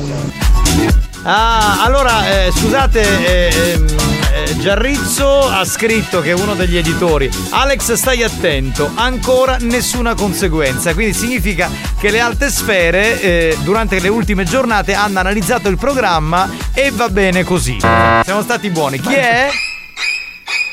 Ah, allora, scusate, Giarrizzo ha scritto, che è uno degli editori: Alex, stai attento, ancora nessuna conseguenza. Quindi significa che le alte sfere durante le ultime giornate hanno analizzato il programma e va bene così. Siamo stati buoni. Chi è?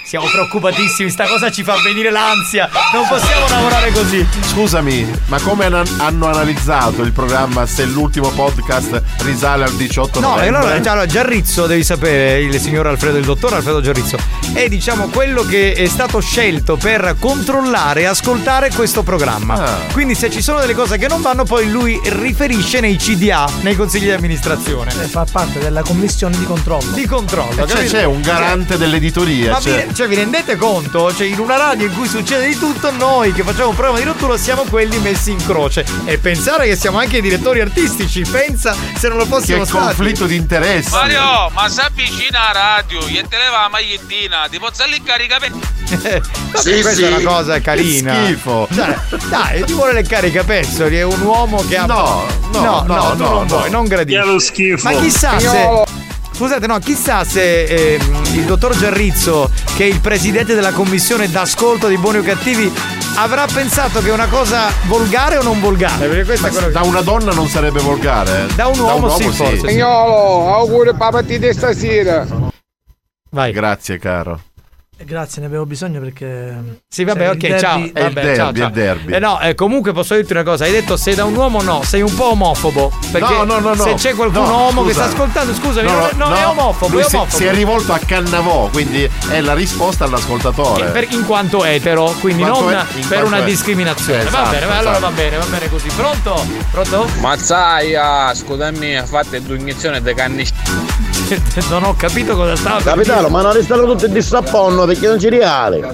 siamo preoccupatissimi, sta cosa ci fa venire l'ansia, non possiamo lavorare così. Scusami, ma come hanno analizzato il programma se l'ultimo podcast risale al 18 novembre? No, allora Giarrizzo, devi sapere, il dottor Alfredo Giarrizzo, è diciamo quello che è stato scelto per controllare e ascoltare questo programma. Quindi se ci sono delle cose che non vanno, poi lui riferisce nei CDA, nei consigli di amministrazione. Fa parte della commissione di controllo. C'è un garante dell'editoria. Ma vi rendete conto? Cioè, in una radio in cui succede di tutto, noi che facciamo un programma di rottura siamo quelli messi in croce. E pensare che siamo anche direttori artistici, pensa se non lo fossimo stati. Che conflitto di interessi. Mario, ma si avvicina a radio e te leva la magliettina, ti posso lì caricare. Questa è una cosa carina. Che schifo. Dai, ti vuole leccare i capezzoli, è un uomo che ha. No, non vuoi, non gradisci. Che lo schifo. Ma chissà se. Scusate, chissà se il dottor Giarrizzo, che è il presidente della commissione d'ascolto di Buoni o Cattivi, avrà pensato che è una cosa volgare o non volgare? Perché questa è da una donna non sarebbe volgare. Da un uomo sì, forse. Spagnolo, auguri per la partita di stasera. Vai. Grazie, caro. Grazie, ne avevo bisogno perché. Sì, vabbè, ok, ciao. È il derby. Comunque posso dirti una cosa, hai detto sei da un uomo, no, sei un po' omofobo. Perché no. Se c'è qualcuno uomo che sta ascoltando, scusami, no, è omofobo. Lui è omofobo. si è rivolto a Cannavò, quindi è la risposta all'ascoltatore. In quanto etero, quindi non per una discriminazione. Esatto, va bene, allora va bene così. Pronto? Mazzaia, scusami, fate due iniezioni di canni. Non ho capito cosa stava. Capitano, ma non restano tutti in dissapponno perché non ci reale.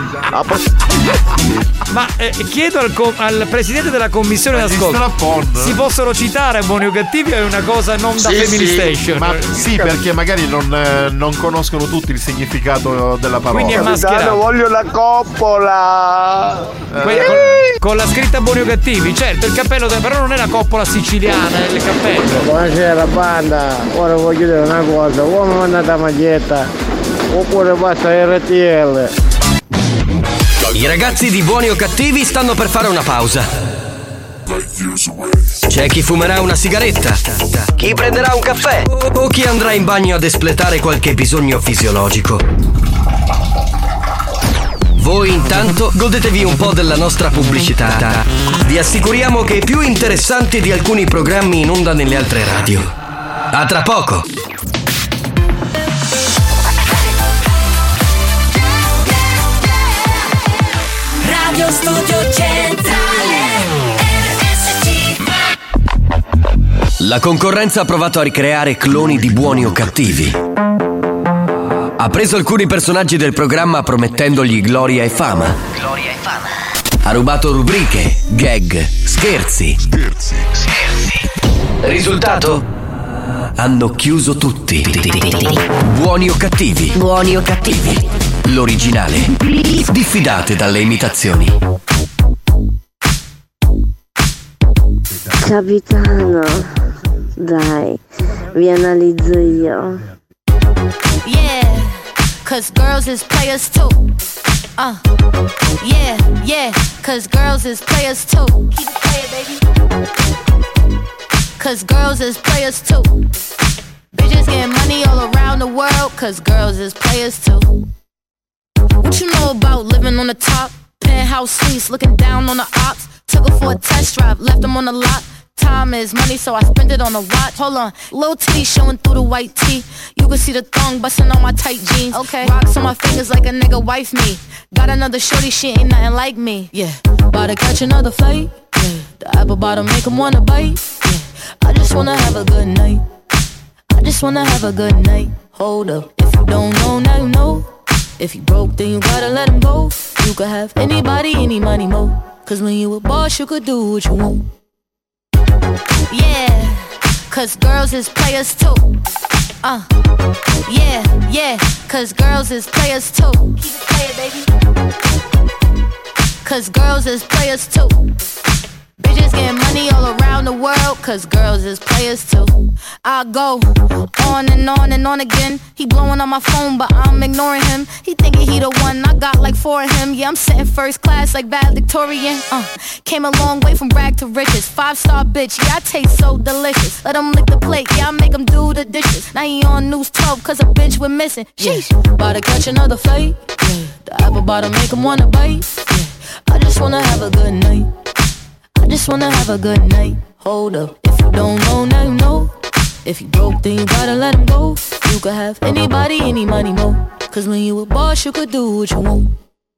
Ma chiedo al presidente della commissione d'ascolto, si possono citare Buoni o Cattivi o è una cosa non da Family Station? Ma sì, perché magari non conoscono tutti il significato della parola. Quindi è mascherato. Voglio la coppola. Con la scritta Buoni o Cattivi, certo, il cappello, però non è la coppola siciliana, è il cappello. Buonasera banda, ora voglio dire una cosa, o mi mandate la maglietta oppure basta RTL. I ragazzi di Buoni o Cattivi stanno per fare una pausa. C'è chi fumerà una sigaretta, chi prenderà un caffè o chi andrà in bagno ad espletare qualche bisogno fisiologico. Voi intanto godetevi un po' della nostra pubblicità. Vi assicuriamo che è più interessante di alcuni programmi in onda nelle altre radio. A tra poco! Radio Studio Centrale RSC. La concorrenza ha provato a ricreare cloni di Buoni o Cattivi. Ha preso alcuni personaggi del programma promettendogli gloria e fama. Ha rubato rubriche, gag, scherzi. Risultato? Hanno chiuso tutti. Buoni o Cattivi? Buoni o Cattivi? L'originale. Diffidate dalle imitazioni. Capitano, dai, vi analizzo io. Yeah, cause girls is players too. Yeah, cause girls is players too. Keep it playing, baby. Cause girls is players too. Bitches getting money all around the world, cause girls is players too. What you know about living on the top? Penthouse suites, looking down on the ops. Took her for a test drive, left them on the lot. Time is money, so I spend it on a watch. Hold on, little titty showing through the white tee. You can see the thong busting on my tight jeans. Okay, rocks on my fingers like a nigga wife me. Got another shorty, she ain't nothing like me. Yeah, about to catch another flight. Yeah, the apple bottom make him wanna bite. Yeah, I just wanna have a good night. I just wanna have a good night. Hold up, if you don't know, now you know. If you broke, then you gotta let him go. You could have anybody, any money, mo. Cause when you a boss, you could do what you want. Yeah, cause girls is players too. Yeah, cause girls is players too. Keep it playing, baby. Cause girls is players too. just getting money all around the world, cause girls is players too. I go on and on and on again. He blowing on my phone, but I'm ignoring him. He thinking he the one, I got like 4 of him. Yeah, I'm sitting first class like valedictorian. Came a long way from rag to riches. 5-star bitch, yeah, I taste so delicious. Let him lick the plate, yeah, I make him do the dishes. Now he on News 12, cause a bitch we're missing. Sheesh, about to catch another fight. Yeah. The apple bottom make him wanna bite. Yeah. I just wanna have a good night. I just wanna have a good night. Hold up, if you don't know, now you know. If you broke, then you gotta let him go. You could have anybody, any money, mo. Cause when you a boss, you could do what you want.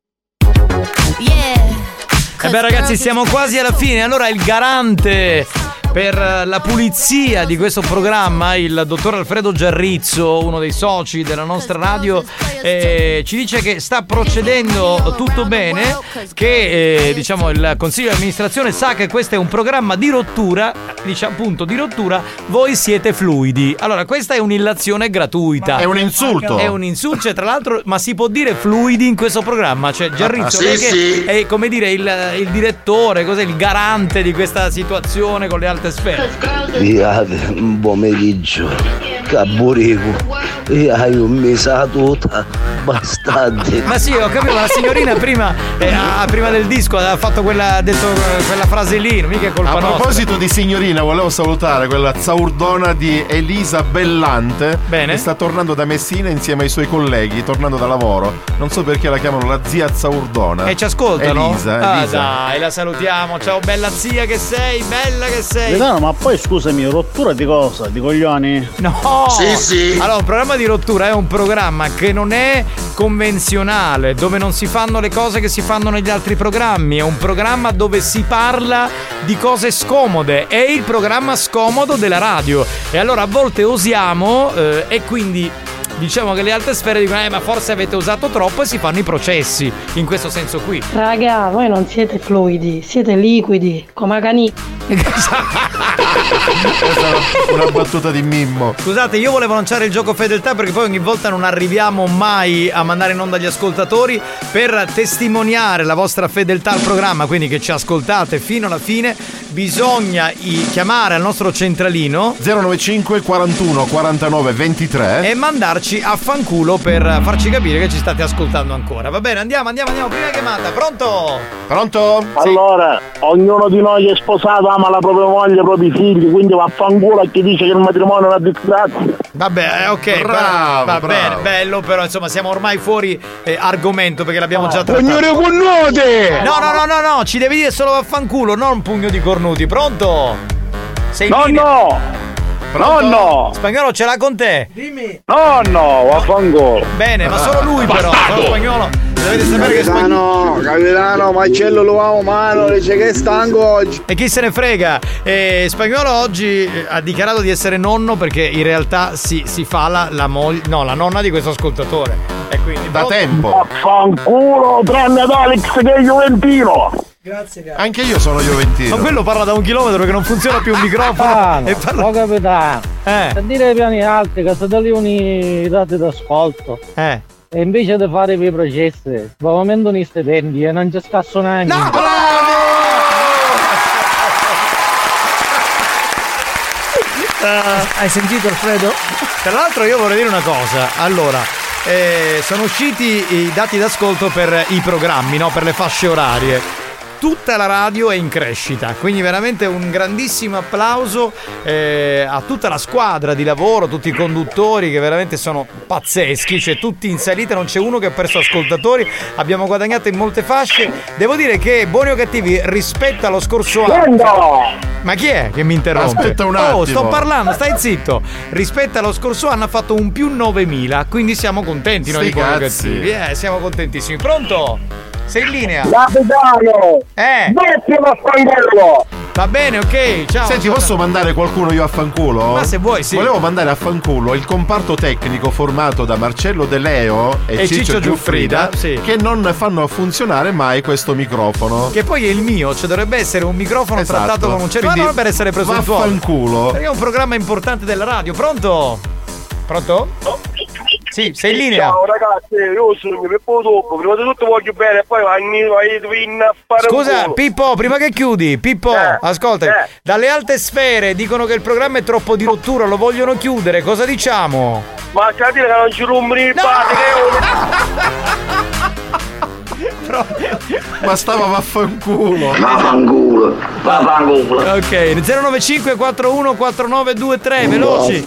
Yeah. E beh ragazzi, siamo quasi alla fine. Allora il garante per la pulizia di questo programma, il dottor Alfredo Giarrizzo, uno dei soci della nostra radio, ci dice che sta procedendo tutto bene, che diciamo il consiglio di amministrazione sa che questo è un programma di rottura, dice appunto di rottura, voi siete fluidi. Allora questa è un'illazione gratuita, è un insulto, cioè, tra l'altro, ma si può dire fluidi in questo programma? Cioè Giarrizzo sì. È come dire il direttore, cos'è, il garante di questa situazione con le alte sfere. Un pomeriggio, Caburico, e hai un mese tutta, bastardi. Ma sì, ho capito, ma la signorina prima del disco ha fatto quella frase lì, mica è colpa nostra. A proposito di signorina, volevo salutare quella zaurdona di Elisa Bellante. Bene. Che sta tornando da Messina insieme ai suoi colleghi, tornando da lavoro. Non so perché la chiamano la zia zaurdona. E ci ascoltano? Elisa. Dai, la salutiamo. Ciao bella zia che sei, bella che sei. No, ma poi scusami, rottura di cosa? Di coglioni? No. Sì. Allora, un programma di rottura è un programma che non è convenzionale, dove non si fanno le cose che si fanno negli altri programmi. È un programma dove si parla di cose scomode. È il programma scomodo della radio. E allora a volte osiamo e quindi diciamo che le alte sfere dicono ma forse avete usato troppo, e si fanno i processi in questo senso qui. Raga, voi non siete fluidi, siete liquidi, come cani. Questa è una battuta di Mimmo. Scusate, io volevo lanciare il gioco fedeltà, perché poi ogni volta non arriviamo mai a mandare in onda gli ascoltatori. Per testimoniare la vostra fedeltà al programma, quindi che ci ascoltate fino alla fine, bisogna chiamare al nostro centralino 095 41 49 23 e mandarci a fanculo per farci capire che ci state ascoltando ancora. Va bene, andiamo. Prima chiamata. Pronto? Allora, ognuno di noi è sposato, ama la propria moglie, i propri figli, quindi vaffanculo a chi dice che il matrimonio è una disgrazia. Vabbè, ok, bravo. bene, bello, però insomma siamo ormai fuori argomento, perché l'abbiamo già trattato. Pugno di cornuti! No, ci devi dire solo vaffanculo, non un pugno di cornuti, pronto? Sei in linea? Nonno! Spagnolo, ce l'ha con te? Dimmi! Nonno, vaffanculo! Bene, ma solo lui però, solo Spagnolo. Dovete sapere che Capitano, Marcello lo amo mano, dice che è stanco oggi. E chi se ne frega? Spagnolo oggi ha dichiarato di essere nonno, perché in realtà si fa la nonna di questo ascoltatore. E quindi da tempo. Vaffanculo, tranne ad Alex che è juventino. Grazie. Anche io sono juventino. Ma quello parla da 1 chilometro perché non funziona più il microfono. E parla... Oh capitano, per dire ai piani alti che sono lì unità d'ascolto. E invece di fare i processi, va aumentano i stipendi e non ci scasso neanche. No, bravo! Hai sentito Alfredo? Tra l'altro io vorrei dire una cosa. Allora, sono usciti i dati d'ascolto per i programmi, no? Per le fasce orarie. Tutta la radio è in crescita, quindi veramente un grandissimo applauso a tutta la squadra di lavoro, tutti i conduttori che veramente sono pazzeschi, cioè tutti in salita, non c'è uno che ha perso ascoltatori, abbiamo guadagnato in molte fasce. Devo dire che Buoni o Cattivi rispetto allo scorso anno... Ma chi è che mi interrompe? Aspetta un attimo. Sto parlando, stai zitto. Rispetto allo scorso anno ha fatto un più 9.000, quindi siamo contenti noi di Buoni o Cattivi. Siamo contentissimi. Pronto? Sei in linea? Capitano! Mettilo a fanculo! Va bene, ok, ciao. Senti, posso mandare qualcuno io a fanculo? Ma se vuoi, sì. Volevo mandare a fanculo il comparto tecnico formato da Marcello De Leo e Ciccio Giuffrida, sì, che non fanno funzionare mai questo microfono. Che poi è il mio, cioè dovrebbe essere un microfono trattato con un cellulare, non per essere presuntuoso. Vaffanculo. Perché è un programma importante della radio. Pronto? Sì, sei in linea. Ciao ragazzi, io sono Pippo Toppo, prima di tutto voglio bene, poi vai a fare. Scusa, Pippo, prima che chiudi, Pippo, ascolta, dalle alte sfere dicono che il programma è troppo di rottura, lo vogliono chiudere, cosa diciamo? Ma c'è da dire che non ci rumbri il padre Ma stava vaffanculo. Ok, 095 414923, veloci.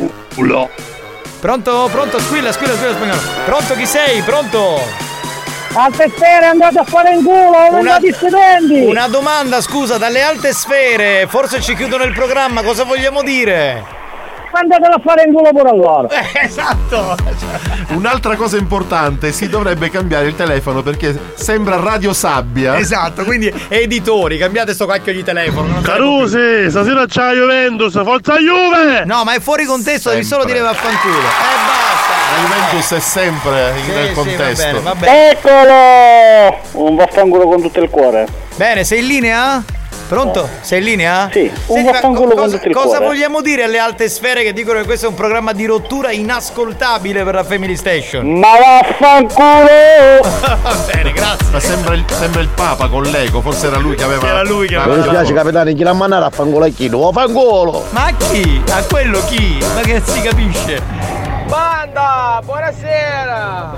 Pronto? Squilla spagnolo. Pronto, chi sei? Pronto? Alte sfere, andate a fare in culo, non andate studenti. Una domanda, scusa, dalle alte sfere, forse ci chiudono il programma, cosa vogliamo dire? Andatelo a fare in culo pure allora. Esatto. Un'altra cosa importante, si dovrebbe cambiare il telefono perché sembra Radio Sabbia. Esatto, quindi editori, cambiate sto cacchio di telefono. Carusi, stasera c'è la Juventus, forza Juve! No, ma è fuori contesto, devi solo dire vaffanculo. Basta. La Juventus è sempre nel contesto. Va bene. Eccolo! Un vaffanculo con tutto il cuore. Bene, sei in linea? Pronto? Sei in linea? Sì, un vaffanculo con tutto il cuore. Cosa vogliamo dire alle alte sfere che dicono che questo è un programma di rottura inascoltabile per la Family Station? Ma vaffanculo! Va bene, grazie. Ma sembra il Papa con l'eco, forse era lui che aveva. Era lui che aveva. Mi dispiace capitano, chi l'ha mandato a fangolo a chi? Lo fangolo! Ma a chi? A quello chi? Ma che si capisce? Banda, buonasera!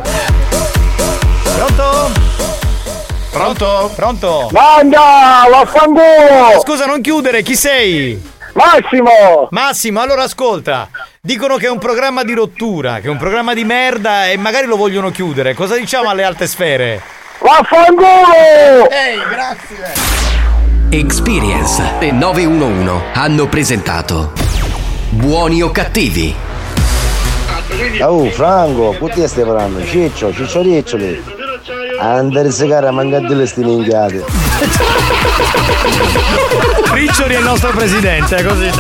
Pronto? Banda, vaffanculo! Scusa, non chiudere, chi sei? Massimo, allora ascolta. Dicono che è un programma di rottura, che è un programma di merda e magari lo vogliono chiudere. Cosa diciamo alle alte sfere? Vaffanculo! Ehi, grazie. Experience e 911 hanno presentato Buoni o cattivi. Oh Franco, che stai parlando? Ciccio riccioli. Andare a segare a mangiare delle minchiate. Riccioli è il nostro presidente, così.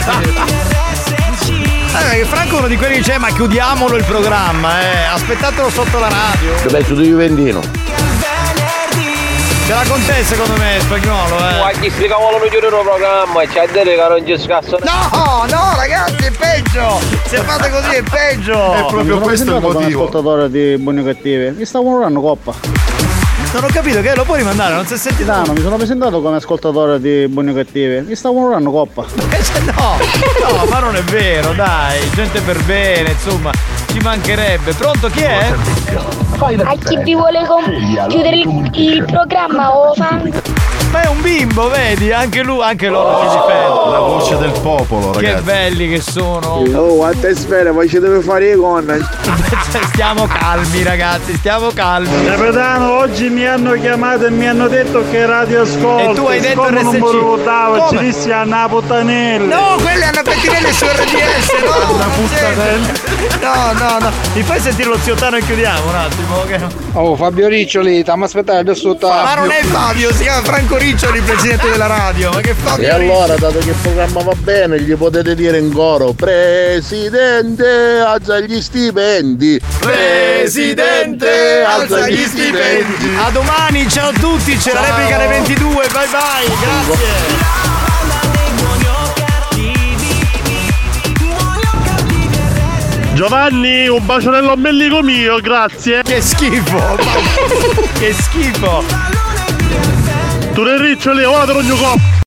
Franco è uno di quelli che dice ma chiudiamolo il programma, aspettatelo sotto la radio. Che pezzo di Juventino. Ce la con te secondo me spagnolo, Ma chi si cavolo non chiude il programma, c'è da dire che non ci scassa. No ragazzi, è peggio. Se fate così è peggio. È proprio questo il motivo. Ascoltatore di Buoni o Cattivi, mi stavo lavorando coppa. Non ho capito che lo puoi rimandare, non si è sentito. No, mi sono presentato come ascoltatore di Buoni o Cattivi, mi stavo lavorando coppa. No, ma non è vero, dai, gente per bene, insomma, ci mancherebbe. Pronto, chi è? A chi vi vuole chiudere il programma o fan? Ma è un bimbo, vedi? Anche lui, anche loro ci difendono. La voce del popolo, ragazzi. Che belli che sono. Oh, a te sfera, poi ci deve fare con. Stiamo calmi, ragazzi, stiamo calmi. Capitano, oggi mi hanno chiamato e mi hanno detto che radio ascolta. E tu hai detto RSC. Non mi ricordavo, ci dissi a una puttanella. No, quelle hanno pettinelle su RDS, no. Una puttanella. No. Mi fai sentire lo ziottano e chiudiamo un attimo, ok? Oh, Fabio Riccioli, stiamo aspettando adesso. Ma non è Fabio, si chiama Franco Riccioli, presidente della radio. Ma che Fabio? E allora, dato che il programma va bene, gli potete dire in coro: Presidente, alza gli stipendi. Presidente, alza gli stipendi. A domani, ciao a tutti, c'è la replica alle 22. Bye bye, grazie. Giovanni, un bacio nell'ombelico mio, grazie. Che schifo. Che schifo. Tu ne riccioli, ora te lo gioco.